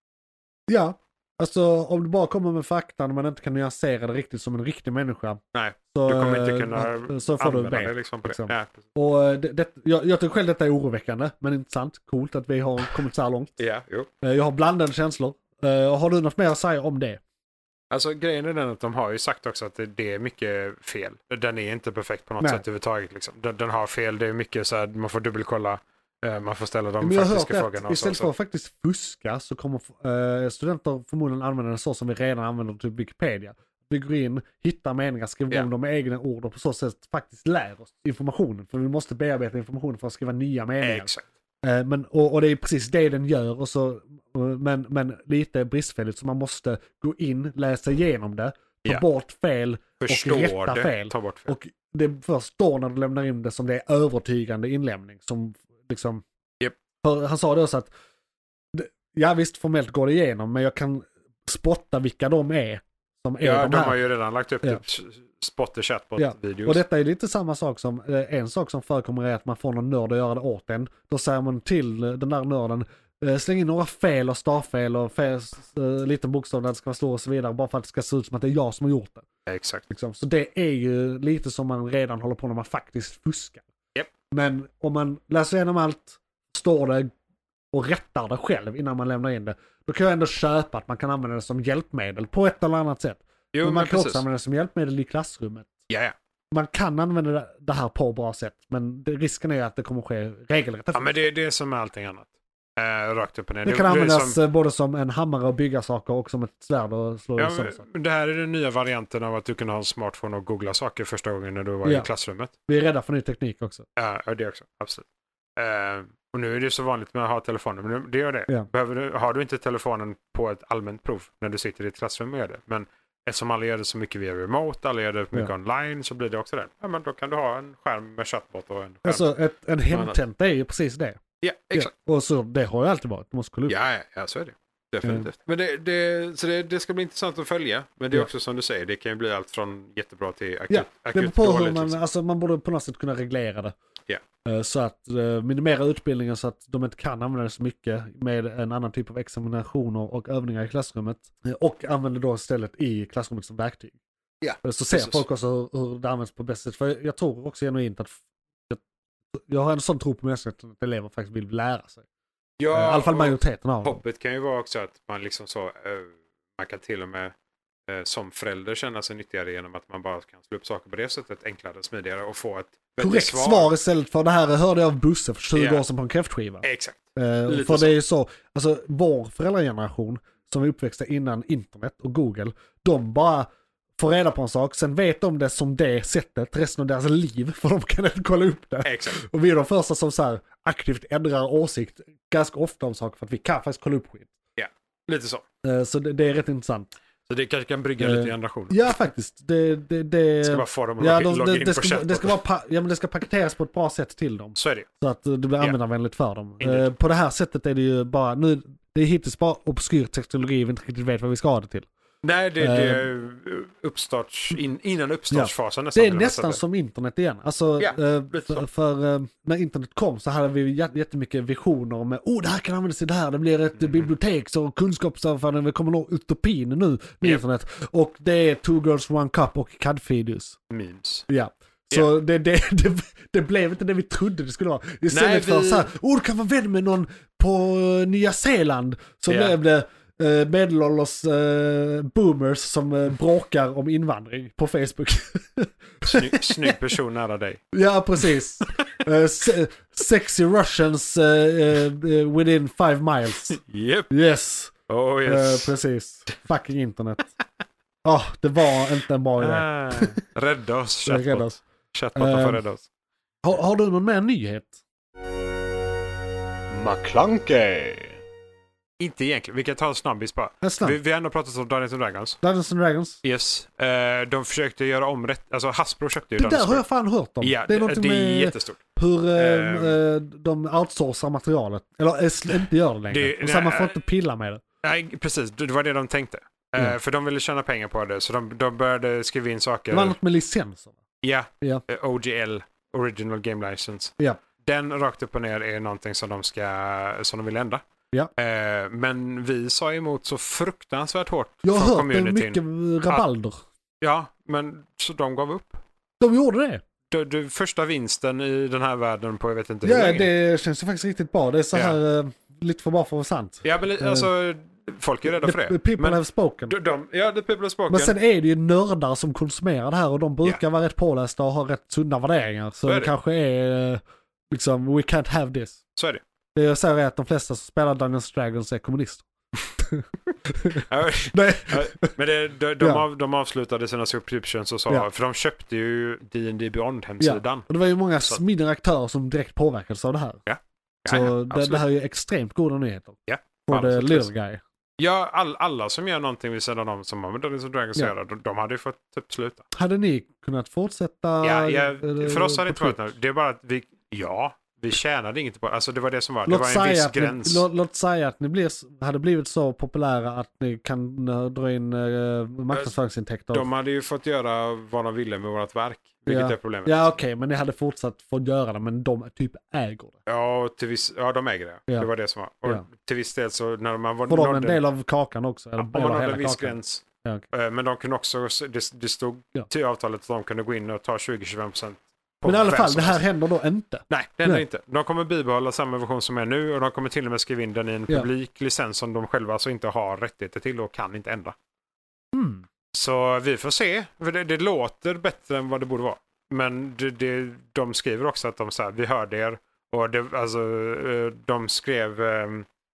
Ja, alltså om du bara kommer med fakta när man inte kan nyansera det riktigt som en riktig människa. Nej, så, du kommer inte eh, kunna så får du använda B. det liksom på liksom. det. Ja, precis. Och eh, det, det, jag, jag tycker själv detta är oroväckande, men intressant. Coolt att vi har kommit så här långt. Ja, jo. Eh, Jag har blandade känslor. Eh, och har du något mer att säga om det? Alltså grejen är den att de har ju sagt också att det, det är mycket fel. Den är inte perfekt på något Nej. sätt överhuvudtaget. Liksom. Den, den har fel, det är mycket så här, man får dubbelkolla, eh, man får ställa de Men jag har hört faktiska att frågorna. Och så, istället så. för att faktiskt fuska så kommer eh, studenter förmodligen använda det så som vi redan använder typ Wikipedia. Vi går in, hittar meningar, skriver Ja. om dem med egna ord och på så sätt faktiskt lär oss informationen. För vi måste bearbeta informationen för att skriva nya meningar. Exakt. Eh, men, och, och det är precis det den gör, och så, eh, men, men lite bristfälligt, så man måste gå in, läsa igenom det, ta Ja. bort fel Förstår och rätta det, fel. ta bort fel. Och det är först då när du lämnar in det som det är övertygande inlämning. Som liksom, Japp. för han sa det också att, det- ja visst formellt går det igenom, men jag kan spotta vilka de är som är ja, de de här. har ju redan lagt upp Ja. typ spotter Ja, chatbot-videos. och detta är lite samma sak som, eh, en sak som förekommer är att man får någon nörd att göra det åt en. Då säger man till eh, den där nörden, eh, släng in några fel och stavfel och fel, eh, liten bokstav där det ska vara stor och så vidare, bara för att det ska se ut som att det är jag som har gjort det. Exakt. Liksom. Så det är ju lite som man redan håller på när man faktiskt fuskar. Japp. Men om man läser igenom allt, står det och rättar det själv innan man lämnar in det, då kan jag ändå köpa att man kan använda det som hjälpmedel på ett eller annat sätt. Jo, men men, man kan precis. också använda det som hjälpmedel i klassrummet. Ja, ja. Man kan använda det- det här på bra sätt, men det, risken är att det kommer ske regelrätt. ja, men det, det är som med allting annat. Eh, rakt upp och ner. det kan är användas som- eh, både som en hammare att bygga saker och som ett svärd att slå Ja, sönder saker. men det här är den nya varianten av att du kan ha en smartphone och googla saker första gången när du var Ja. i klassrummet. Vi är rädda för ny teknik också. Ja, ja, det också. Absolut. Eh, och nu är det så vanligt med att ha telefonen, men nu- det gör det. Ja. Behöver du, har du inte telefonen på ett allmänt prov när du sitter i ett klassrum och gör det, men eftersom alla gör det så mycket via remote, alla gör det mycket Ja. online, så blir det också det. Ja, men då kan du ha en skärm med chatbot och en skärm. Alltså ett, en hemtenta är ju precis det. ja, exakt. Ja. Och så, det har ju alltid varit. Du måste kolla upp. Ja, ja, ja, så är det. Definitivt. Men det, det, så det, det ska bli intressant att följa. Men det är Ja. också som du säger, det kan ju bli allt från jättebra till akut, Ja, det beror akut på hur dåligt. man, liksom. alltså man borde på något sätt kunna reglera det. Ja. Eh, Så att eh, minimera utbildningen så att de inte kan använda det så mycket med en annan typ av examinationer och övningar i klassrummet. Eh, Och använder då istället i klassrummet som verktyg. Ja, Så ser precis. folk också hur, hur det används på bästa sätt. För jag, jag tror också genuint att jag, jag har en sån tro på mänskligheten att elever faktiskt vill lära sig. Ja, I alla fall och majoriteten av dem. hoppet kan ju vara också att man liksom så, eh, man kan till och med eh, som förälder känna sig nyttigare genom att man bara kan slå upp saker på det sättet enklare och smidigare och få ett bättre Korrekt svar. svar istället för det här hörde jag av Busse för tjugo Ja. år sedan på en kräftskiva. Exakt. Eh, Lite för så. det är ju så, alltså vår föräldrageneration som är uppväxta innan internet och Google, de bara får reda på en sak, sen vet de det som det sättet resten av deras liv, för de kan inte kolla upp det. Exakt. Och vi är de första som så här aktivt ändrar åsikt ganska ofta om saker för att vi kan faktiskt kolla upp skit. Ja, lite så. Eh, så det, det är rätt intressant. Så det kanske kan brygga Eh, lite generationer. Ja, faktiskt. Det, det, det, Ska bara få dem att ja, logga, de, logga det, in det, på ska, chatten. det, ska vara pa, ja, men det ska paketeras på ett bra sätt till dem. Så är det. Så att det blir Ja. användarvänligt för dem. Indeed. Eh, på det här sättet är det ju bara, nu, det är hittills bara obskyr teknologi vi inte riktigt vet vad vi ska ha det till. Nej, det, det är uppstarts, in, innan uppstartsfasen nästan. Det är vill man nästan säga. som internet igen. Alltså, Ja, eh, lite så. för, för eh, när internet kom så hade vi jät- jättemycket visioner med, oh det här kan användas till det här, det blir ett Mm. bibliotek så kunskapsöverförande, vi kommer nå utopin nu med Ja. internet. Och det är Two Girls One Cup och C A D-videos. Memes. Ja. Så det, det, det, det blev inte det vi trodde det skulle vara. Istället Nej, för vi- så här, oh du kan vara vän med någon på eh, Nya Zeeland. Så Ja. blev det eh, medelålders eh, boomers som eh, bråkar om invandring på Facebook. Sny, snygg person nära dig. Ja, precis. Eh, se, sexy Russians eh, eh, within five miles. Yep. Yes. Oh Eh, yes. precis. Fucking internet. Ja, det var inte en bra idé. Ah, rädda oss, Jag är rädd chatbot. oss. Chatboten får Ehm. rädda oss. Har, har du någon mer nyhet? McClunkey. Inte egentligen. Vi kan ta en snabbis bara. En snabb. Vi, vi har ändå pratat om Dungeons and Dragons. Dungeons and Dragons. Yes. Eh, de försökte göra om rätt. Alltså Hasbro köpte ju Det där Dungeons har and jag fan hört om. Ja, det är det, något det är med jättestort. hur eh, Ehm. eh, de outsourcar materialet. Eller eh, sl- inte gör det längre. Det- och så här, man får nej. inte pilla med det. Nej, precis. Det var det de tänkte. Eh, Ja. För de ville tjäna pengar på det. Så de, de började skriva in saker. Det var något med licenser. Ja. Ja. Eh, O G L. Original Game License. Ja. Den rakt upp och ner är någonting som de ska som de vill ändra. Ja. Eh, men vi sa emot så fruktansvärt hårt Jag har från hört det communityn. mycket rabalder. Ja, men så de gav upp. De gjorde det. Du, du, första vinsten i den här världen på jag vet inte hur Ja, länge. det känns ju faktiskt riktigt bra. Det är så Ja. här eh, lite för bra för att vara sant. Ja, men li- alltså folk är rädda för The det. people Men have spoken. de, de, ja, the people have spoken. Men sen är det ju nördar som konsumerar det här och de brukar vara rätt pålästa och ha rätt sunda värderingar. Så Så är det det. kanske är eh, liksom, we can't have this. Så är det. Det jag säger är att de flesta som spelar Dungeons and Dragons är kommunister. Ja, Nej. ja, men det, de, de, Ja. av, de avslutade sina subscriptions och sa, Ja. för de köpte ju D and D Beyond-hemsidan. Och det var ju många Så- mindre aktörer som direkt påverkades av det här. Ja. Så Ja, ja, det, absolut. det här är ju extremt goda nyheter. Ja. For the Fan, så little trist. guy. Ja, all, alla som gör någonting vid sidan om som har med Dungeons and Dragons Ja. att göra, de, de hade ju fått typ sluta. Hade ni kunnat fortsätta? Ja, ja, eh, för oss har det på inte varit något. Det är bara att vi, ja, vi tjänade inget på det. Alltså det var det som var. Låt det var en säga, viss att ni, gräns. låt, låt säga att ni blir, hade blivit så populära att ni kan uh, dra in uh, marknadsföringsintäkter. De hade ju fått göra vad de ville med vårt verk. Vilket Ja. är problemet. Ja, okej, men ni hade fortsatt få göra det, men de typ äger det. Ja, och till viss, ja, de äger det. Ja. Det var det som var. Och Ja. till viss del så när man var Får de en nådde- del av kakan också? Eller, om man eller hade hela en viss kakan? gräns. Ja, okej. Eh, Men de kunde också, det, det stod Ja. till avtalet att de kunde gå in och ta tjugo till tjugofem procent. på Men i alla vem fall, som det här helst. händer då inte. Nej, det händer Nej. inte. De kommer bibehålla samma version som är nu och de kommer till och med skriva in den i en Ja. publik licens som de själva alltså inte har rättigheter till och kan inte ändra. Mm. Så vi får se. För det, det låter bättre än vad det borde vara. Men det, det, de skriver också att de så här, vi hörde er. Och det, alltså, eh, de skrev eh,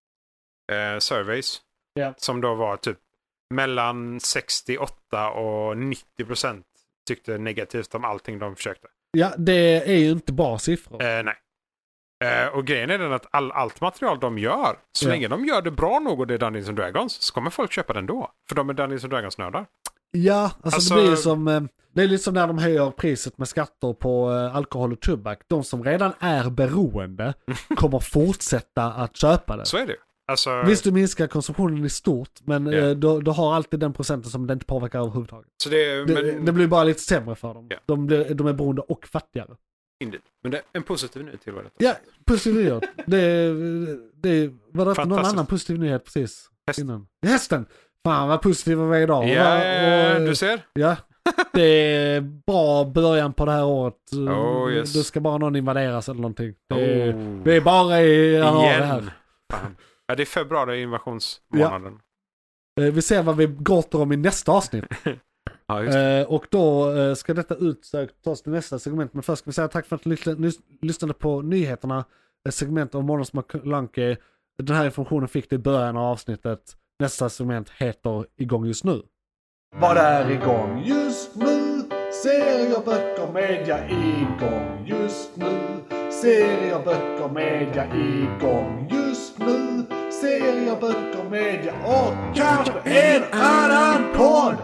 eh, surveys. Ja. Som då var typ mellan sextioåtta och nittio procent tyckte negativt om allting de försökte. Ja, det är ju inte bra siffror. Eh, nej. Eh, och grejen är den att all, allt material de gör, så Ja. länge de gör det bra nog och det är Dungeons and Dragons, så kommer folk köpa den då. För de är Dungeons and Dragons-nördar. Ja, alltså, Alltså- det blir ju som, eh, det är lite som när de höjer priset med skatter på eh, alkohol och tobak. De som redan är beroende kommer fortsätta att köpa det. Så är det. Alltså, Visst, du minskar konsumtionen i stort, men Ja. eh, du, du har alltid den procenten som det inte påverkar överhuvudtaget. så det, Det, men, det blir bara lite sämre för dem. Ja. De, blir, de är beroende och fattigare. indeed. men det är en positiv nyhet till vad detta. Ja, positiv nyhet. Det, det var det någon Fantastiskt. annan positiv nyhet precis Häst. innan? Hästen! Fan vad positiva vi är idag. Ja, Och- och- du ser. Ja, Det är bra början på det här året. Oh, yes. Det ska bara någon invaderas eller någonting. Det är, Oh. vi är bara i januari här. Igen. Fan. Ja, det är februari invasionsmånaden. Eh, Vi ser vad vi gråter om i nästa avsnitt. Ja, just det. Eh, och då eh, ska detta utsökt tas till nästa segment. Men först ska vi säga tack för att ni lys- lys- lyssnade på nyheterna. Ett segment av Månads McClunky. Den här informationen fick du i början av avsnittet. Nästa segment heter Igång just nu. Vad är igång just nu? Serier, böcker, media igång just nu. Serier, böcker, media igång just nu. Serier, böcker, media och kanske en annan podd.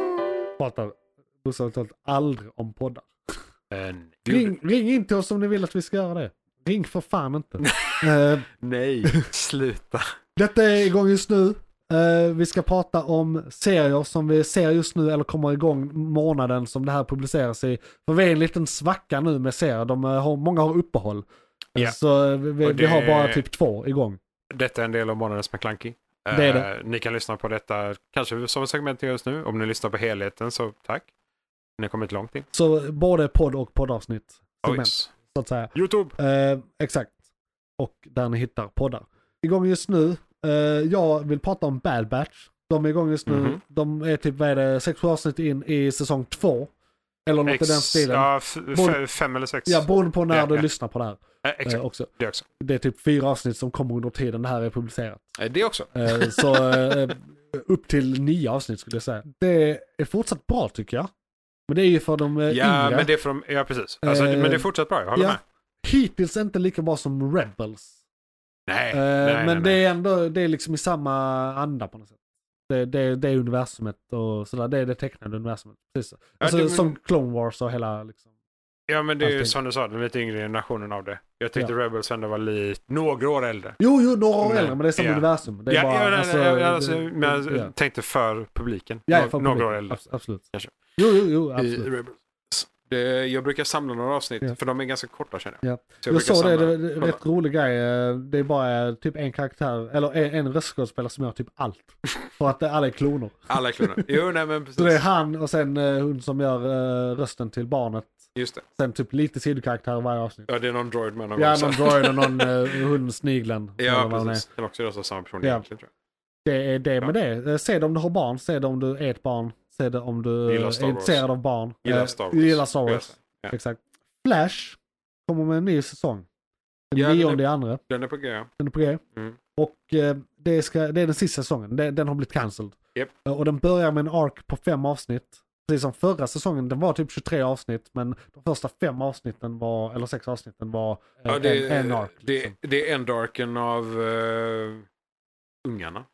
Pratar bokstavligt talat aldrig om poddar. En... Ring, ring in till oss om ni vill att vi ska göra det. Ring för fan inte. uh, Nej, sluta. detta är igång just nu. Uh, vi ska prata om serier som vi ser just nu eller kommer igång månaden som det här publiceras i. För vi är en liten svacka nu med serier. De uh, har, många har uppehåll. Ja. Så vi, vi, Och det- vi har bara typ två igång. Detta är en del av Månadens McClunky. Det är det. Eh, ni kan lyssna på detta kanske som ett segment just nu. Om ni lyssnar på helheten så tack. Ni har kommit långt in. Så både podd och poddavsnitt. Segment, Oj. så att säga. YouTube. Eh, exakt. Och där ni hittar poddar. Igång just nu. Eh, jag vill prata om Bad Batch. De är igång just nu. Mhm. De är typ, vad är det, sex avsnitt in i säsong två. Eller något Ex- i den stilen. Ja, f- Både- f- fem eller sex. Ja, beroende på när Ja, du ja. lyssnar på det här. Eh, exakt, Eh, också. det också. Det är typ fyra avsnitt som kommer under tiden det här är publicerat. Eh, det också. Eh, så eh, upp till nio avsnitt skulle jag säga. Det är fortsatt bra tycker jag. Men det är ju för de eh, Ja, yngre. men det är för de, ja precis. Alltså, Eh, men det är fortsatt bra, jag håller ja. med. Hittills inte lika bra som Rebels. Nej, Eh, nej, men nej, det nej. är ändå, det är liksom i samma anda på något sätt. Det, det, det är universumet och sådär, det är det tecknade universumet. Precis. Alltså, det- som Clone Wars och hela liksom. Ja, men det är ju allting. som du sa, den lite yngre generationen av det. Jag tyckte Ja. Rebels ändå var lite, några år äldre. Jo, jo, några år Men- äldre, men det är samma ja. universum. Det är ja, bara, ja, nej, alltså, nej, alltså, det- men jag ja. tänkte för publiken. Ja, Nå- för några publik. år äldre. Abs- Absolut. Kanske. Jo, jo, jo, I absolut. Rebels. Det, jag brukar samla några avsnitt, Ja. för de är ganska korta känner jag. Ja. Så Jag brukar såg det, samla- det, det är kolla. rätt rolig grej. eh, Det är bara typ en karaktär, eller en, en röstskådespelare som gör typ allt. För att alla är kloner. Alla kloner. Jo, nej men precis. Så det är han och sen eh, hon som gör eh, rösten till barnet. Just det. Sen typ lite sidokaraktär i varje avsnitt. Ja, det är någon droid med någon Ja, gång, så. någon droid och någon uh, hund, snigeln. eller Ja, vad den är. precis. Det är också röstar samma person Ja. egentligen, tror Det är det Ja. med det. Eh, Se det om du har barn, se det om du är ett barn, se det om du Gillar är Star Wars. intresserad av barn. Gillar Eh, Star Wars. Gillar Star jag. Wars. Ja. Exakt. Flash kommer med en ny säsong. Den Ja, den är- nionde i andra. Den är på G. Den är på G. Mm. Och eh, det, ska, det är den sista säsongen. Den, den har blivit cancelled. Japp. Eh, och den börjar med en ark på fem avsnitt. Precis som förra säsongen, den var typ tjugotre avsnitt. Men de första fem avsnitten var, eller sex avsnitten var eh, Ja, det, en, en ark. det, Liksom. det är endarken av uh, ungarna,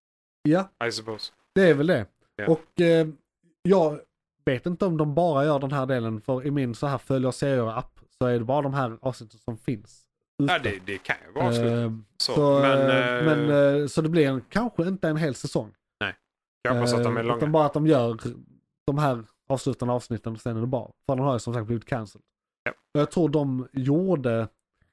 Ja, I suppose. det är väl det. Ja. Och eh, jag vet inte om de bara gör den här delen. För i min så här följer serier-app så är det bara de här avsnitten som finns. ute. Ja, det, det kan ju vara slut. Eh, Så, så, men eh, eh, men, eh, så det blir en, kanske inte en hel säsong. jag hoppas att de är Eh, långa. Utan bara att de gör de här avslutande avsnitten och sen är det bra. För den har ju som sagt blivit cancelled. Ja. Och jag tror de gjorde,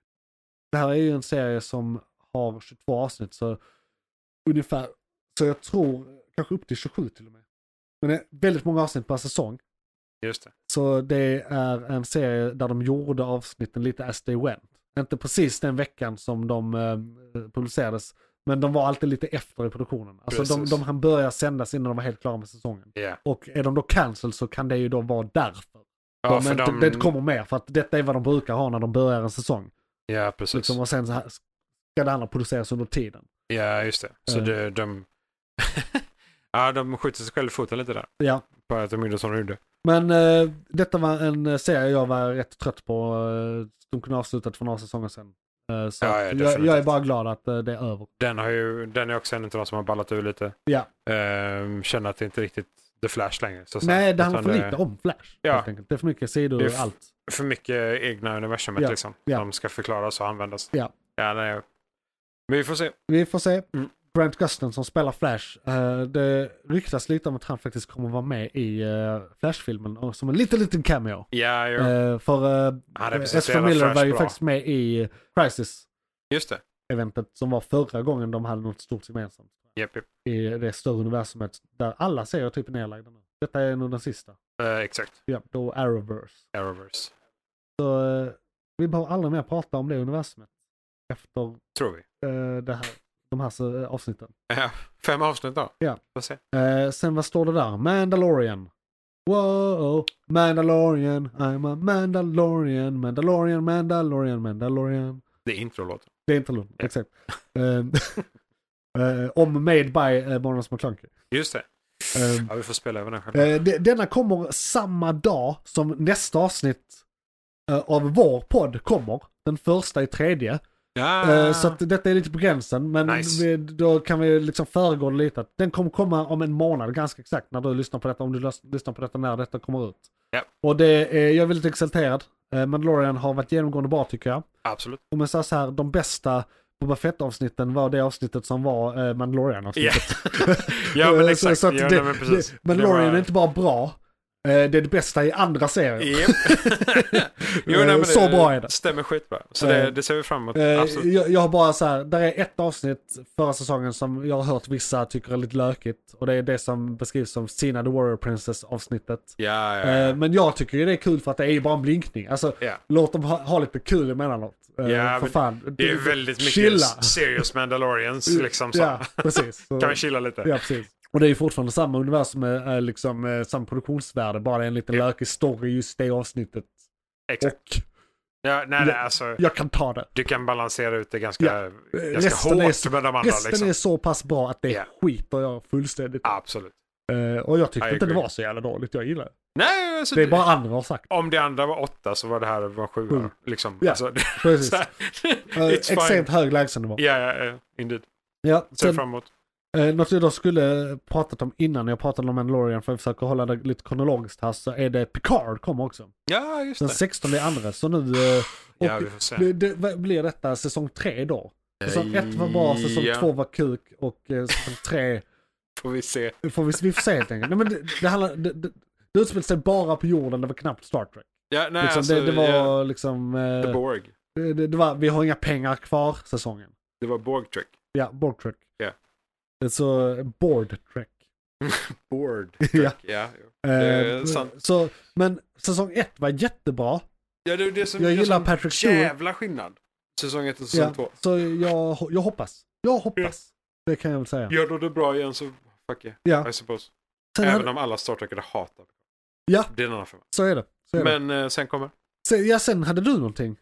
det här är ju en serie som har tjugotvå avsnitt så ungefär, så jag tror kanske upp till tjugosju till och med. Men det är väldigt många avsnitt per säsong. Just det. Så det är en serie där de gjorde avsnitten lite as they went. Inte precis den veckan som de eh, publicerades. Men de var alltid lite efter i produktionen. Alltså de, Precis. de hann börja sändas innan de var helt klara med säsongen. Ja. Och är de då cancel så kan det ju då vara därför. Ja, de för inte, de... Det kommer mer för att detta är vad de brukar ha när de börjar en säsong. Ja, precis. Liksom, och sen så här, ska det andra produceras under tiden. Ja, just det. Så Eh. det, de... ja, de skjuter sig själv i foten lite där. Ja. På att de gjorde som de gjorde. Men eh, detta var en eh, serie jag var rätt trött på. Eh, de kunde ha avslutat för några säsonger sedan. Eh, så Ja, att ja, jag, definitivt. jag är bara glad att eh, det är över. Den, har ju, den är också en av de som har ballat ur lite. Ja. Ehm, känner att det inte är riktigt The Flash längre. Så så. Nej, det handlar Utan för det- lite om Flash. Ja. Helt enkelt. Det är för mycket sidor Det är och f- allt. För mycket egna universumet Ja, liksom. ja. Som ska förklaras och användas. Ja. Ja, nej. Men vi får se. Vi får se. Mm. Grant Gustin som spelar Flash. eh, det ryktas lite om att han faktiskt kommer vara med i uh, Flash-filmen. Och som en liten, liten cameo. Ja, jo. Eh, för uh, Han representerar Ezra Miller Flash var ju bra. faktiskt med i Just det. Crisis-eventet som var förra gången de hade något stort gemensamt. Japp, japp. I det större universumet där alla serier typ är nedlagda nu. Detta är nog den sista. Uh, exakt. Ja, då Arrowverse. Arrowverse. Så uh, vi behöver aldrig mer prata om det universumet. Efter Tror vi. uh, det här, de här uh, avsnitten. Ja, fem avsnitt då. Ja. Får se. Uh, sen vad står det där? Mandalorian. Wow, Mandalorian, I'm a Mandalorian, Mandalorian, Mandalorian, Mandalorian. Det är introlåten. Det är inte lugnt, Ja. exakt. Um, uh, om Made by uh, Barnes McClunky. Just det. Um, Ja, vi får spela över den själva. uh, de, denna kommer samma dag som nästa avsnitt uh, av vår podd kommer. Den första i tredje. Ja. Uh, så att detta är lite på gränsen, men Nice. vi, då kan vi liksom föregå det lite. Den kommer komma om en månad ganska exakt när du lyssnar på detta, om du lys- lyssnar på detta när detta kommer ut. Ja. Och det är, jag är väldigt exalterad. Uh, Mandalorian har varit genomgående bra tycker jag. Absolut. Om jag säger så här, de bästa Boba Fett-avsnitten var det avsnittet som var uh, Mandalorian-avsnittet. Ja. Ja, men Uh, exakt. Så, så att Ja, det, nej, men precis. det, Mandalorian Det var- är inte bara bra, uh, det är det bästa i andra serier. Japp. Jo, nej, men det Så bra är det. Stämmer skitbra. Så det, Eh, det ser vi fram emot. Eh, Absolut. jag, jag har bara så här, där är ett avsnitt förra säsongen som jag har hört vissa tycker är lite lökigt. Och det är det som beskrivs som Sina the Warrior Princess avsnittet. Ja, ja, Eh, ja. men jag tycker ju det är kul för att det är ju bara en blinkning. Alltså Ja. låt dem ha, ha lite kul emellanåt. Eh, Ja, för men fan. Det är väldigt mycket Chilla. serious Mandalorians liksom så. Ja, precis. Så, Kan vi chilla lite? ja, precis. Och det är ju fortfarande samma universum med eh, liksom, eh, samma produktionsvärde. Bara det är en liten Ja. lökig story just det avsnittet. Exakt. Och Ja, nej, nej, alltså, jag kan ta det. du kan balansera ut det ganska, Ja. ganska Resten är hårt så- med de andra. Resten Liksom. är så pass bra att det Ja. skiter jag fullständigt. Absolut. Uh, och jag tyckte I inte det agree. var så jävla dåligt, jag gillar det. Nej, alltså, Det är bara andra har sagt. om det andra var åtta så var det här var sju. Sju. Liksom. Ja, Alltså, Precis. så här, Uh, it's fine. extremt hög lägstanivå. Ja, ja, ja, indeed. Ja, Ser sen, fram emot. uh, något jag då skulle pratat om innan jag pratade om Mandalorian för att försöka hålla det lite kronologiskt här, så är det Picard kommer också. Ja, just Den det. sextonde andra, så nu... Uh, och Ja, vi får se. det, det, vad blir detta säsong tre då? Säsong ett var bra, säsong Ja. två var kuk och uh, säsong tre Får vi se. får vi, vi får se helt enkelt. Nej, men det, det, handlar, det, det, det utspelar sig bara på jorden, det var knappt Star Trek. Ja, nej, Liksom, alltså, det, det var ja, liksom... eh, The Borg. det, det, det var, vi har inga pengar kvar säsongen. Det var Borg Trek. Ja, Borg Trek. Ja. Det är så Board Trek. Board Ja. Trek. Ja. ja. är Eh, sant. så, men säsong ett var jättebra. Ja, det är det som Jag det är gillar som Patrick Stewart. jävla skillnad. Säsong ett och säsong Ja, två. så jag, jag hoppas. Jag hoppas. Det kan jag väl säga. Gör du det bra igen så fuck yeah, Ja. I suppose. Sen Även hade, om alla Star Trekare hatar. Ja. Det är en annan femma. så är det. Så är det. Men eh, sen kommer. Sen, ja, sen hade du någonting.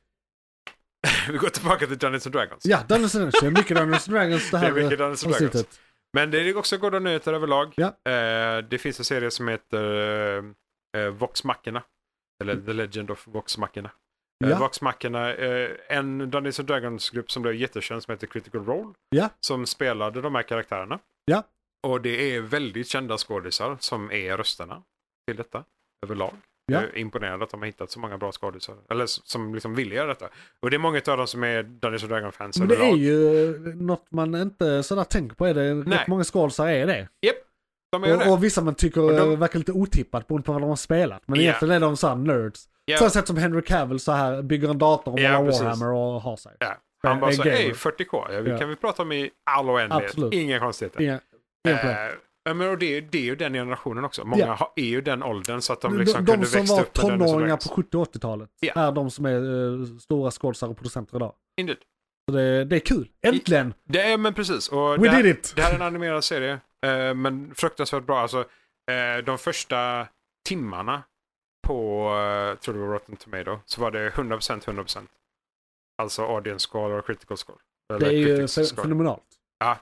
Vi går tillbaka till Dungeons and Dragons. Ja, Dungeons and Dragons. Det är mycket Dungeons and Dragons det Det är här mycket Dungeons and Dragons. avsnittet. Men det är också goda nyheter överlag. Ja. Eh, det finns en serie som heter eh, Vox Machina. Eller The Legend of Vox Machina. Eh, Ja. Vox Machina, eh, en Dungeons and Dragons-grupp som blev jättekänd som heter Critical Role. Ja. Som spelade de här karaktärerna. Ja. Och det är väldigt kända skådisar som är rösterna till detta överlag. Ja. Jag är imponerad att de har hittat så många bra skådisar. Eller s- som liksom vill göra detta. Och det är många av dem som är Dungeons and Dragons-fans Men det överlag. är ju något man inte sådär tänker på. Är det Nej. rätt många skådisar är det. De är det. Och, och vissa man tycker Och de- eh, verkar lite otippat beroende på vad de har spelat. Men Ja. egentligen är de såhär nerds. Ja. Så sätt som Henry Cavill så här bygger en dator och Ja, målar precis. Warhammer och har sig. Ja. Han bara är så, gamer. hej fyrtio K, ja, vi Ja. kan vi prata om i all oändlighet. Absolut. Inga konstigheter. Inga, inga problem. Eh, ja, men och det, är- det är ju den generationen också. Många Ja. har, är ju den åldern så att de de liksom de kunde som växa var upp med Dungeons and tonåringar Dragons. på sjuttio och åttiotalet Ja. är de som är uh, stora skådisar och producenter idag. Indeed. Så det, det är kul. Äntligen! Det är men precis. Och We det, här, did it! det här är en animerad serie. Eh, men fruktansvärt bra. Alltså, eh, de första timmarna på, eh, tror det var Rotten Tomato, så var det hundra procent hundra procent. Alltså audience score och critical score. Det är ju critics fe- score. fenomenalt. Ja,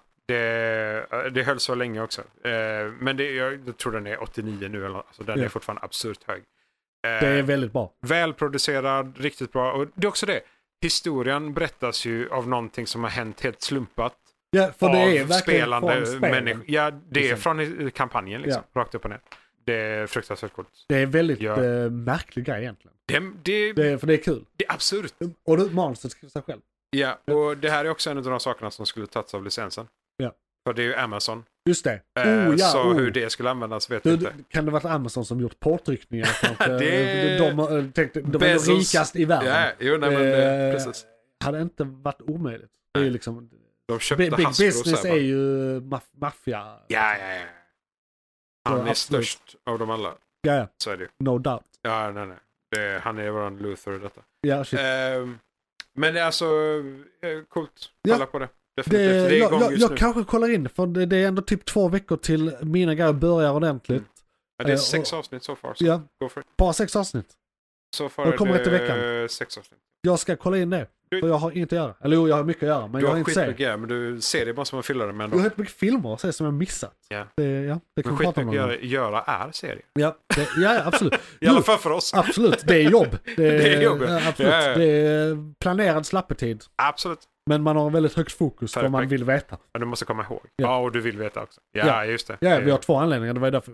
det, det höll så länge också. Eh, men det, jag, jag tror den är åttionio nu. Eller, alltså den Ja. är fortfarande absurt hög. Eh, Det är väldigt bra. Välproducerad, riktigt bra. Och det är också det. Historien berättas ju av någonting som har hänt helt slumpat. Ja, för det är av verkligen spelande från spelen. människor. Ja, det är Liksom. från i- kampanjen liksom. Rakt upp och ner. Det är fruktansvärt coolt. Det är väldigt Ja. eh, märklig grej egentligen. Det, det, Det är, för det är kul. det är absurt. Och du, manuset skriver sig själv. Ja, och det här är också en av de sakerna som skulle tagits av licensen. Ja. För det är ju Amazon. Just det. Eh, Oh, ja, så oh. hur det skulle användas vet Du, jag inte. kan det vara Amazon som gjort påtryckningar kanske? Det- De, de, tänkte, de är Bezos. de rikast i världen. Ja, jo, nej, men eh, Eh, precis. Hade inte varit omöjligt. Det är ju Nej. liksom, De köpte big Hasbro business så är här bara. ju maff- maffia. Ja, ja, ja. Han är absolut. störst av dem alla. Ja, ja. Så är det ju. No doubt. Ja, nej, nej. Det, han är våran Luther i detta. Ja, shit. Ehm, men det är alltså eh, coolt. Ja. Kolla på det. Definitivt. Det, Det är jag igång jag, just jag nu. kanske kollar in för det, det är ändå typ två veckor till mina grejer börjar ordentligt. Mm. Ja, det är Eh, sex och- avsnitt så far. Så Ja, go for it. bara sex avsnitt. Så far Och är kommer det ett i veckan. sex avsnitt. Jag ska kolla in det. Du- För jag har inget att göra. Eller jo, jag har mycket att göra. Men Du jag har har inte se. skitmycket, men du ser det bara som att fylla det med Jag ändå. har rätt mycket filmer att se som jag missat. Ja. Det, ja, det kan Men vi prata om skitmycket någon göra, göra är serier. Ja, det, ja, absolut. I Jo, alla fall för oss. absolut, det är jobb. Det är, Det är jobb, ja. ja, absolut. Ja, ja. Det är planerad slappetid. Absolut. Men man har väldigt högt fokus för Perfekt. man vill veta. Men du måste komma ihåg. Ja. Ja, och du vill veta också. Ja, Ja. just det. Ja, vi har två anledningar. Det var ju därför.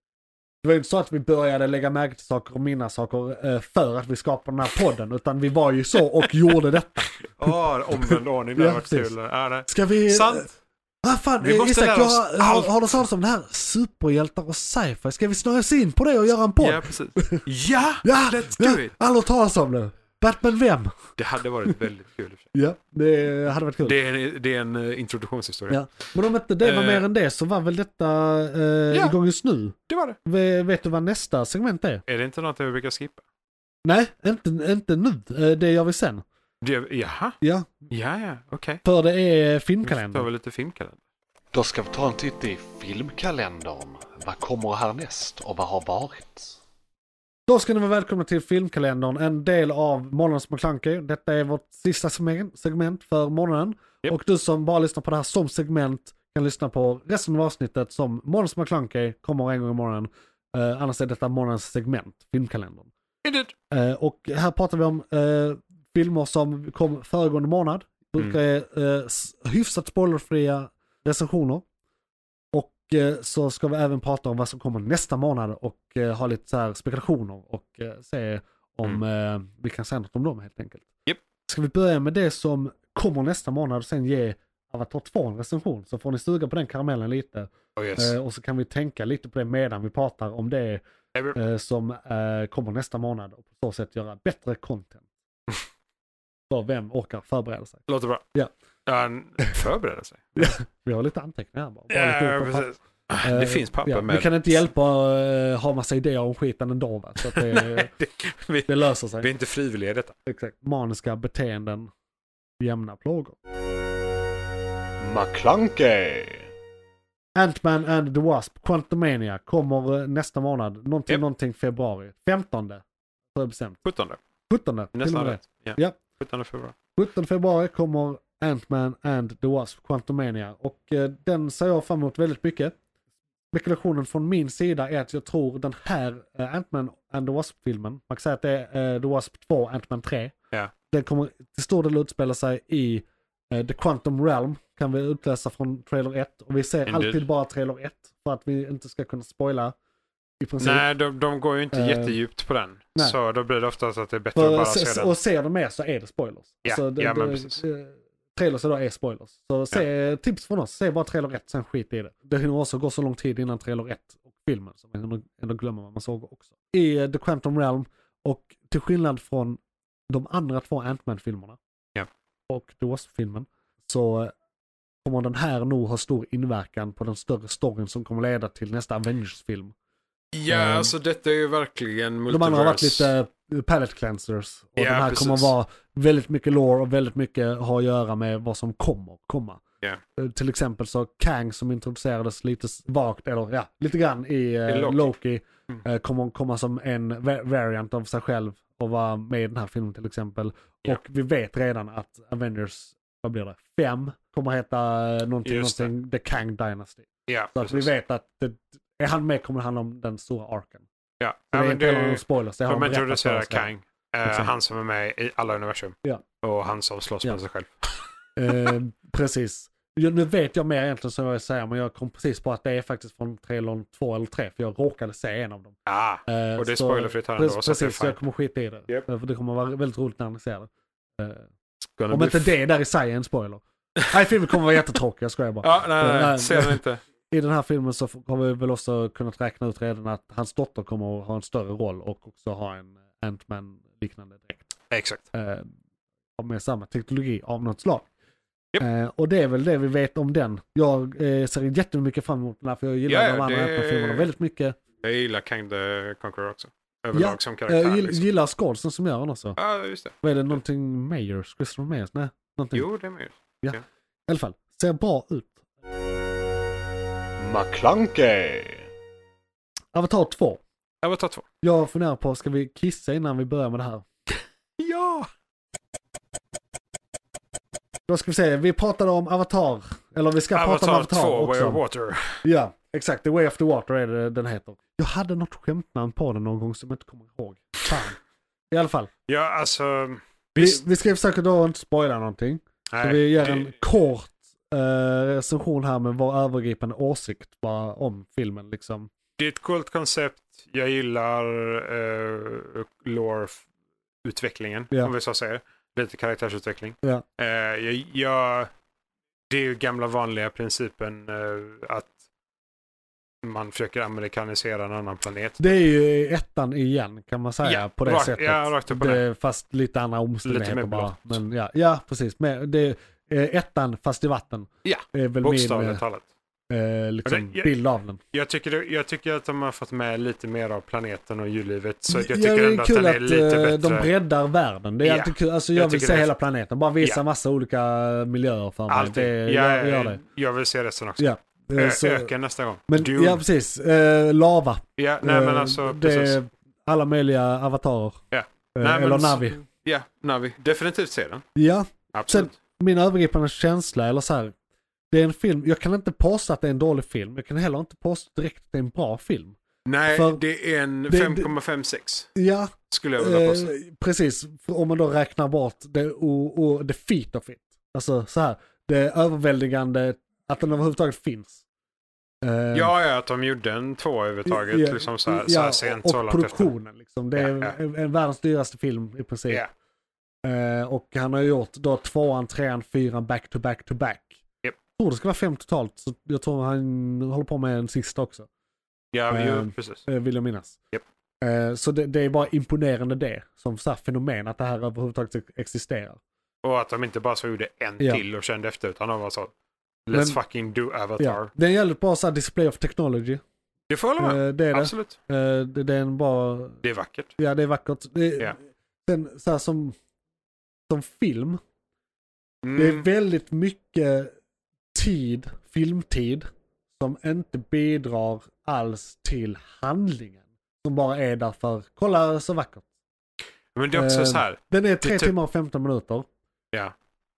Det var ju inte så att vi började lägga märke till saker och minnas saker eh, för att vi skapade den här podden. Utan vi var ju så och gjorde detta. Ja, omvänd ordning. Det Ja, har varit precis. kul. Ja, nej. Ska vi... Sant. Ah, fan, Vi måste Isak, lära jag oss har, har, allt. har du talat om det här superhjältar och sci-fi? Ska vi snöra oss in på det och göra en podd? Ja, precis. Ja, Ja, let's ja, do it. alla har talat om det. Batman vem? Det hade varit väldigt kul. i och för sig. Ja, det hade varit kul. Det är en, det är en eh, introduktionshistoria. Ja. Men om inte det var Eh. mer än det så var väl detta eh, Ja. igång just nu. Det var det. V- vet du vad nästa segment är? Är det inte något vi brukar skippa? Nej, inte, inte nu. Eh, det gör vi sen. Det, jaha, Ja, ja, ja, okej. för det är Vi tar filmkalendern. väl lite filmkalender. Då ska vi ta en titt i filmkalendern. Vad kommer härnäst och vad har varit? Då ska ni vara välkomna till filmkalendern, en del av Månadens McKlunky. Detta är vårt sista segment- segment för månaden. Japp. Och du som bara lyssnar på det här som segment kan lyssna på resten av avsnittet som Månadens McKlunky kommer en gång i månaden. Uh, annars är detta månadens segment, filmkalendern. Är det? Uh, och här pratar vi om uh, filmer som kom föregående månad. Brukar är uh, hyfsat spoilerfria recensioner. Och uh, så ska vi även prata om vad som kommer nästa månad och uh, ha lite så här spekulationer och uh, se om uh, vi kan säga något om dem helt enkelt. Japp. Ska vi börja med det som kommer nästa månad och sen ge Avatar två en recension, så får ni suga på den karamellen lite. Oh, yes. Uh, och så kan vi tänka lite på det medan vi pratar om det Ever. eh, som eh, kommer nästa månad och på så sätt göra bättre content. För vem orkar förbereda sig? Låter bra. Ja. Ja, förbereda sig. Vi har lite anteckningar här bara. bara lite Ja, ord på precis. papper. Det Eh, finns papper ja, med. Vi kan inte hjälpa att ha massa idéer om skiten ändå, va? Så att det, det, vi, det löser sig. vi är inte frivilliga i detta. Exakt. Maniska beteenden, jämna plågor. McClunkey! Ant-Man and the Wasp, Quantumania, kommer eh, nästa månad. Någonting, Japp. någonting februari. femtonde. Så är det bestämt. sjuttonde. sjuttonde. till och Nästan med det. rätt. Ja. Ja. sjuttonde februari. sjuttonde februari kommer Ant-Man and the Wasp, Quantumania. Och eh, den ser jag fram emot väldigt mycket. Spekulationen från min sida är att jag tror den här eh, Ant-Man and the Wasp-filmen, man kan säga att det är eh, The Wasp två, Ant-Man tre. Ja. Den kommer till stor del utspela sig i eh, The Quantum Realm, kan vi utläsa från trailer ett. Och vi ser Indeed. alltid bara trailer ett för att vi inte ska kunna spoila i princip. Nej, de, de går ju inte Eh, jättedjupt på den. nej. Så då blir det oftast att det är bättre att För, bara se, se den. och ser de mer så är det spoilers. Ja, det, ja, men det, precis. det, trailers idag är spoilers. Så se, tips från oss, se bara trailer ett, sen skit i det. Det hinner också gå så lång tid innan trailer ett och filmen, så man ändå, ändå glömmer vad man såg också. I uh, The Quantum Realm, och till skillnad från de andra två Ant-Man-filmerna Ja. och The Wasp-filmen, så uh, kommer den här nog ha stor inverkan på den större storyn som kommer leda till nästa Avengers-film. Ja, Eh, alltså detta är ju verkligen multiverse. De andra har varit lite uh, palette cleansers. Och Ja, den här precis. kommer vara väldigt mycket lore och väldigt mycket ha att göra med vad som kommer komma. Ja. Uh, till exempel så Kang som introducerades lite s- vagt, eller ja, lite grann i, uh, I Loki. Loki, Mm. uh, kommer komma som en va- variant av sig själv och vara med i den här filmen till exempel. Ja. Och vi vet redan att Avengers, vad blir det, fem kommer heta uh, någonting, Just det. någonting The Kang Dynasty. Ja, Så att vi precis. vet att det, är han med kommer det handla om den stora arken. Ja, Så ja det är men inte heller någon det, spoilers. Det har de berättat för introducerar oss redan. Kang. Eh, Exakt. han som är med i alla universum. Ja. Och han som slåss Ja. med sig själv. Eh, precis. Ja, nu vet jag mer egentligen som jag säger, men jag kom precis på att det är faktiskt från trailern två eller tre, för jag råkade se en av dem. Ah, Eh, och det är så- spoilerfritt här ändå. Precis, Så att det är precis så jag fine. kommer skita i det. Japp. Eh, För det kommer vara väldigt roligt när ni ser det. Eh, Gonna om be inte f- det där i sig är en spoiler. Nej, filmen kommer vara jättetråkig, jag skojar bara. Ja, nej, nej, Nej, nej. Ser den inte. I den här filmen så har vi väl också kunnat räkna ut redan att hans dotter kommer att ha en större roll och också ha en Ant-Man liknande dräkt. Exakt. Eh, har med samma teknologi av något slag. Yep. Eh, och det är väl det vi vet om den. Jag eh, ser jättemycket fram emot den här, för jag gillar Ja, de andra det- Ant-Man-filmerna väldigt mycket. Jag gillar Kang the Conqueror också. Överlag Ja, som Jag karaktär. gill, liksom. gillar skådisen som gör den också. Ja, just det. Vad är det? Någonting Mayers? Christopher Mayers? Nej, någonting. Jo, det är mer. I alla fall, ser bra ut. McClunkey. Avatar två. Avatar två. Jag funderar på, ska vi kissa innan vi börjar med det här? Ja! Då ska vi se, vi pratade om Avatar. Eller vi ska prata om Avatar Avatar två, också. Way of Water. Ja, exakt. The Way of the Water är det den heter. Jag hade något skämtnamn på den någon gång som jag inte kommer ihåg. Fan. I alla fall. Ja, alltså... Vi, Visst. vi ska försöka då inte spoila någonting. Så Nej, vi ger det- en kort eh, recension här med vår övergripande åsikt bara om filmen liksom. Det är ett coolt koncept. Jag gillar uh, lore-utvecklingen, Ja. om vi så säger. Lite karaktärsutveckling. Ja. Eh, jag, jag, det är ju gamla vanliga principen eh, att man försöker amerikanisera en annan planet. Det är ju ettan igen kan man säga Ja, på det rakt- sättet. ja, rakt upp och ner. det, fast lite andra omständigheter Lite mer bara. blått. Men ja, ja precis. Men det är eh, ettan fast i vatten. Ja, Det är väl min Bokstavligt talat. eh, liksom, Och det- jag- bild av den. Jag tycker, det- jag tycker att de har fått med lite mer av planeten och djurlivet. Så jag Ja, tycker det är ändå att kul den är att lite eh, bättre. de breddar världen. Det är Ja, alltid kul. Alltså, jag, jag vill tycker se det är- hela planeten. Bara visa Ja. massa olika miljöer för mig. Alltid. Det, ja, jag, gör det. Jag vill se resten också. Ja. eh, Ö- så- Öken nästa gång. Men Dune. ja, precis. Eh, lava. Ja, nej men Eh, alltså det precis. är alla möjliga avatarer. Ja. Eh, Nej, men eller så- Navi. Ja, Navi. Definitivt se den. Ja, Absolut. min övergripande känsla, eller så här. Det är en film, jag kan inte påstå att det är en dålig film. Jag kan heller inte påstå direkt att det är en bra film. Nej, för- det är en det- fem komma fem sex Ja, skulle jag vilja påstå. eh, precis. För om man då räknar bort det och, och the feat of it. Alltså så här. Det är överväldigande att den överhuvudtaget finns. Eh, Ja, ja, att de gjorde en två överhuvudtaget. ja, liksom så här, så här sent, och så långt efter. produktionen liksom. Det är Ja, ja. En, en världens dyraste film i princip. Ja. Eh, och han har gjort då tvåan, trean, fyran back to back to back. Japp. Jag tror det ska vara fem totalt, så jag tror han håller på med en sista också. Ja, Eh, jo, precis. eh, Vill jag minnas. Japp. Eh, så det, det är bara imponerande det, som så här fenomen, att det här överhuvudtaget existerar. Och att de inte bara så gjorde en Ja. till och kände efter, utan de var så let's Men- fucking do Avatar. Ja. Det är en jävligt bra så här display of technology. Det får jag hålla med. Eh, det är det. Absolut. Eh, det. Det är en bra, Det är vackert. ja det är vackert. Det, Ja. Sen så här som, som film, Mm. det är väldigt mycket tid, filmtid, som inte bidrar alls till handlingen. Som bara är där för, kolla så vackert. Men det är också Eh, så här. Den är tre Det är typ- timmar och femton minuter. Ja.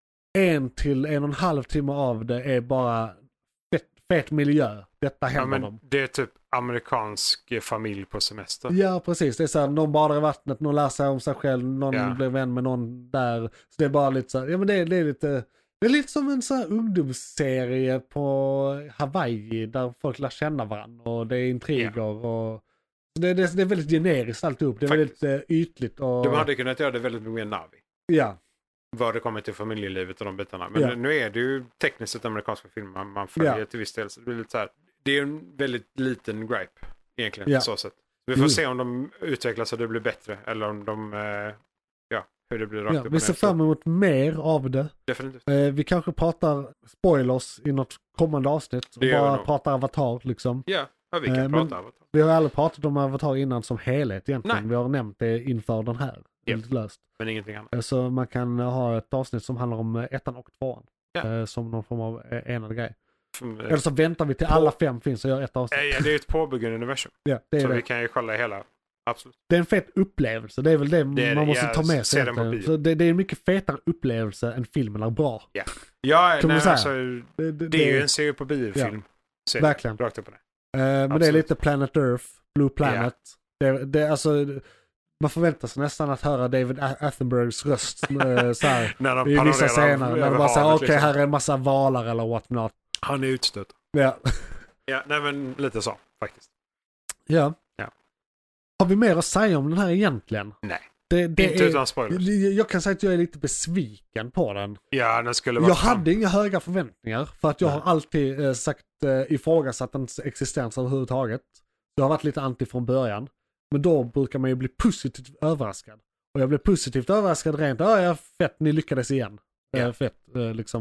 En till en och en halv timme av det är bara fet, fet miljö. Detta Ja, händer men dem. det är typ amerikansk eh, familj på semester. Ja, precis. Det är så här, någon badar i vattnet, någon lär sig om sig själv, någon Ja. blir vän med någon där. Så det är bara lite så här, ja men det, är- det är lite, det är lite som en så här ungdomsserie på Hawaii där folk lär känna varandra och det är intriger och så det, det, det är väldigt generiskt alltihop. Det är Faktiskt. väldigt eh, ytligt och De hade kunnat göra det väldigt mycket mer Navi. ja. Vad det kommer till familjelivet och de bitarna. Men Ja. nu är det ju tekniskt sett amerikanska filmer man följer Ja. till viss del. Så det blir lite så här. Det är en väldigt liten gripe egentligen. Ja. Så sätt. Vi får Mm. se om de utvecklas och det blir bättre. Eller om de, eh, ja, hur det blir rakt Ja, upp och vi ser ner. fram emot mer av det. Definitivt. Eh, vi kanske pratar spoilers i något kommande avsnitt. Och Det gör vi bara nog. pratar Avatar liksom. Ja, ja vi kan Eh, prata men- Avatar. Vi har aldrig pratat om Avatar innan som helhet egentligen. Nej. Vi har nämnt det inför den här. Japp. Väldigt löst. Men ingenting annat. Eh, Så man kan eh, ha ett avsnitt som handlar om eh, ettan och tvåan. Ja. Eh, Som någon form av eh, enad grej. Som, eh, Eller så väntar vi till På- alla fem finns och gör ett avsnitt. eh, ja, det är ett påbyggande universum. Ja, det, är Så det. vi kan ju kolla hela. Absolut. det är en fet upplevelse. Det är väl det, Det är man det. måste Ja, ta med se sig. den på egentligen. bio. Så det, det är en mycket fetare upplevelse än filmen är bra. Ja, Kan man nej, säga? alltså, Det, det, det är ju en serie på biofilm. Serie, Verkligen. Rakt upp och ner. Eh, men det är Absolut. lite Planet Earth, Blue Planet. Det, det, alltså, man förväntar sig nästan att höra David A- Attenboroughs röst eh, så här, När de i vissa panorerar scener. När över de bara säger havet, okej liksom. här är en massa valar eller what not. Han är utstött. Ja. Ja, nej men lite så faktiskt. ja. Ja. Har vi mer att säga om den här egentligen? Nej. Det, det Inte är, utan spoilers. jag kan säga att jag är lite besviken på den. Ja, den skulle vara Jag hade inga höga förväntningar för att jag Nej. har alltid eh, sagt eh, ifrågasatt dens existens överhuvudtaget. Jag har varit lite anti från början. Men då brukar man ju bli positivt överraskad. Och jag blev positivt överraskad rent, ja ja fett ni lyckades igen. Eh, Ja. fett eh, liksom.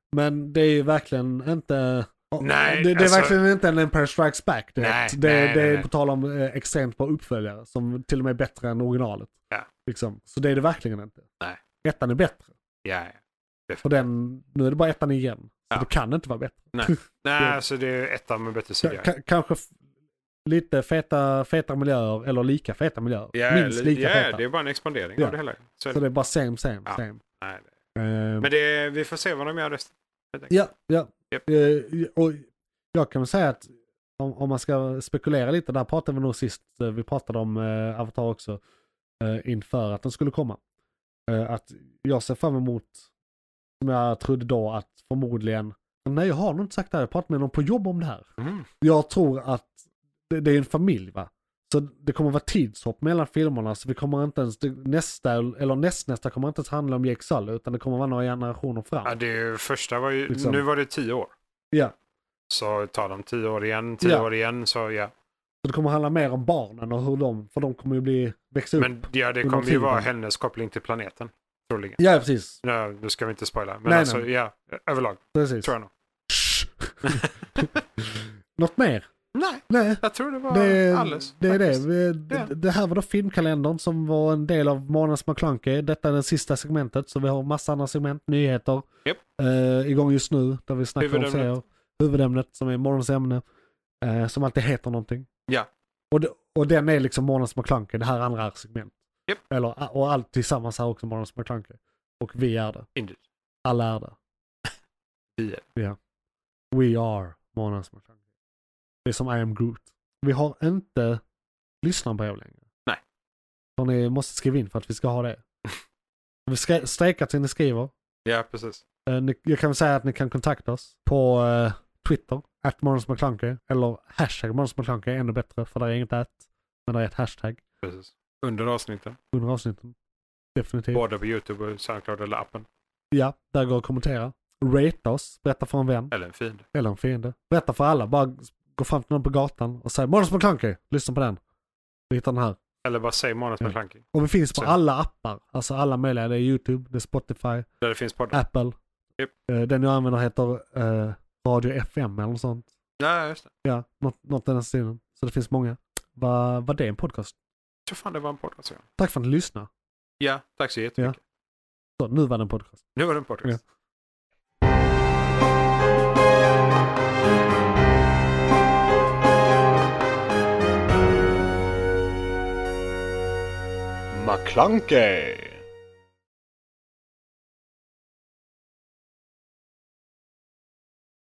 Men det är ju verkligen inte... Nej, det, det är alltså- verkligen inte en Empire Strikes Back. Det, Nej, det, nej, det nej, är nej. på tal om eh, extremt bra uppföljare som till och med är bättre än originalet. Ja. Liksom. Så det är det verkligen inte. Nej. Ettan är bättre. Ja, ja. För den, nu är det bara ettan igen. Så Ja. det kan inte vara bättre. Nej, Nej alltså det är ettan med bättre C G I. K- kanske f- lite feta, feta miljöer eller lika feta miljöer. Ja, Minst lika ja, feta. det är bara en expandering Ja. av det hela. Så, Så det är bara same, same, Ja. same. nej, Eh, men det, vi får se vad de gör resten. Ja, ja. Japp. Eh, och jag kan väl säga att om, om man ska spekulera lite, där pratade vi nog sist, eh, vi pratade om eh, Avatar också, eh, inför att den skulle komma. Eh, att jag ser fram emot, som jag trodde då, att förmodligen, nej jag har nog inte sagt det här, jag pratade med någon på jobb om det här. Mm. Jag tror att det, det är en familj va. Så det kommer vara tidshopp mellan filmerna, så vi kommer inte ens, det, nästa eller nästnästa kommer inte ens handla om Jake Sully, utan det kommer vara några generationer fram. Ja, det är ju- första var ju, Liksom. nu var det tio år. Ja. Så tar de tio år igen, tio Ja. år igen, så ja. Så det kommer handla mer om barnen och hur de, för de kommer ju bli, växa upp. Men ja, det under kommer ju tiden. vara hennes koppling till planeten. Troligen. Ja, precis. Nu, nu ska vi inte spoila, men Nej, alltså nej. ja, överlag precis. tror jag nog. Något mer? Nej, Nej. jag tror det var Det, alldeles. det är det. faktiskt. Vi, det. Det här var då filmkalendern som var en del av Månadens McClunky. Detta är det sista segmentet, så vi har massa andra segment, nyheter, Japp. eh, igång just nu, där vi snackar om Huvudämnet. serier. Huvudämnet som är morgonens ämne, eh, som alltid heter någonting. Ja. Och, det, och den är liksom Månadens McClunky, det här andra är segment. Japp. Eller, och allt tillsammans är också Månadens McClunky. Och vi är det. Indeed. Alla är det. Vi är. Ja. We are Månadens McClunky. Det är som I am Groot. Vi har inte lyssnarbrev längre. Nej. Så ni måste skriva in för att vi ska ha det. Vi ska strejka till ni skriver. Ja, precis. Eh, ni, jag kan väl säga att ni kan kontakta oss på eh, Twitter, at Månadens McClunky, eller hashtag Månadens McClunky är ännu bättre, för det är inget at, men det är ett hashtag precis. Under avsnitten. under avsnitten. Definitivt. Både på YouTube och Soundcloud eller appen. Ja, där går att kommentera. Rate oss, berätta för en vän. Eller en fiende. Eller en fiende. Berätta för alla. Bara gå fram till någon på gatan och säg Månadens McClunky. Lyssna på den. Vi hittar den här. Eller bara säg Månadens Ja. McClunky. Och vi finns på Så. alla appar. Alltså alla möjliga. Det är YouTube, det är Spotify, Där det finns poddar. Apple. Japp. Eh, Den jag använder heter eh, Radio F M eller något sånt. Nej, just det. Ja, något, något i den stilen. Så det finns många. Vad var det en podcast? Jag tror fan det var en podcast. Ja, Tack för att ni lyssnade. ja tack så jättemycket. Så, nu var det en podcast. Nu var det en podcast. McClunkey!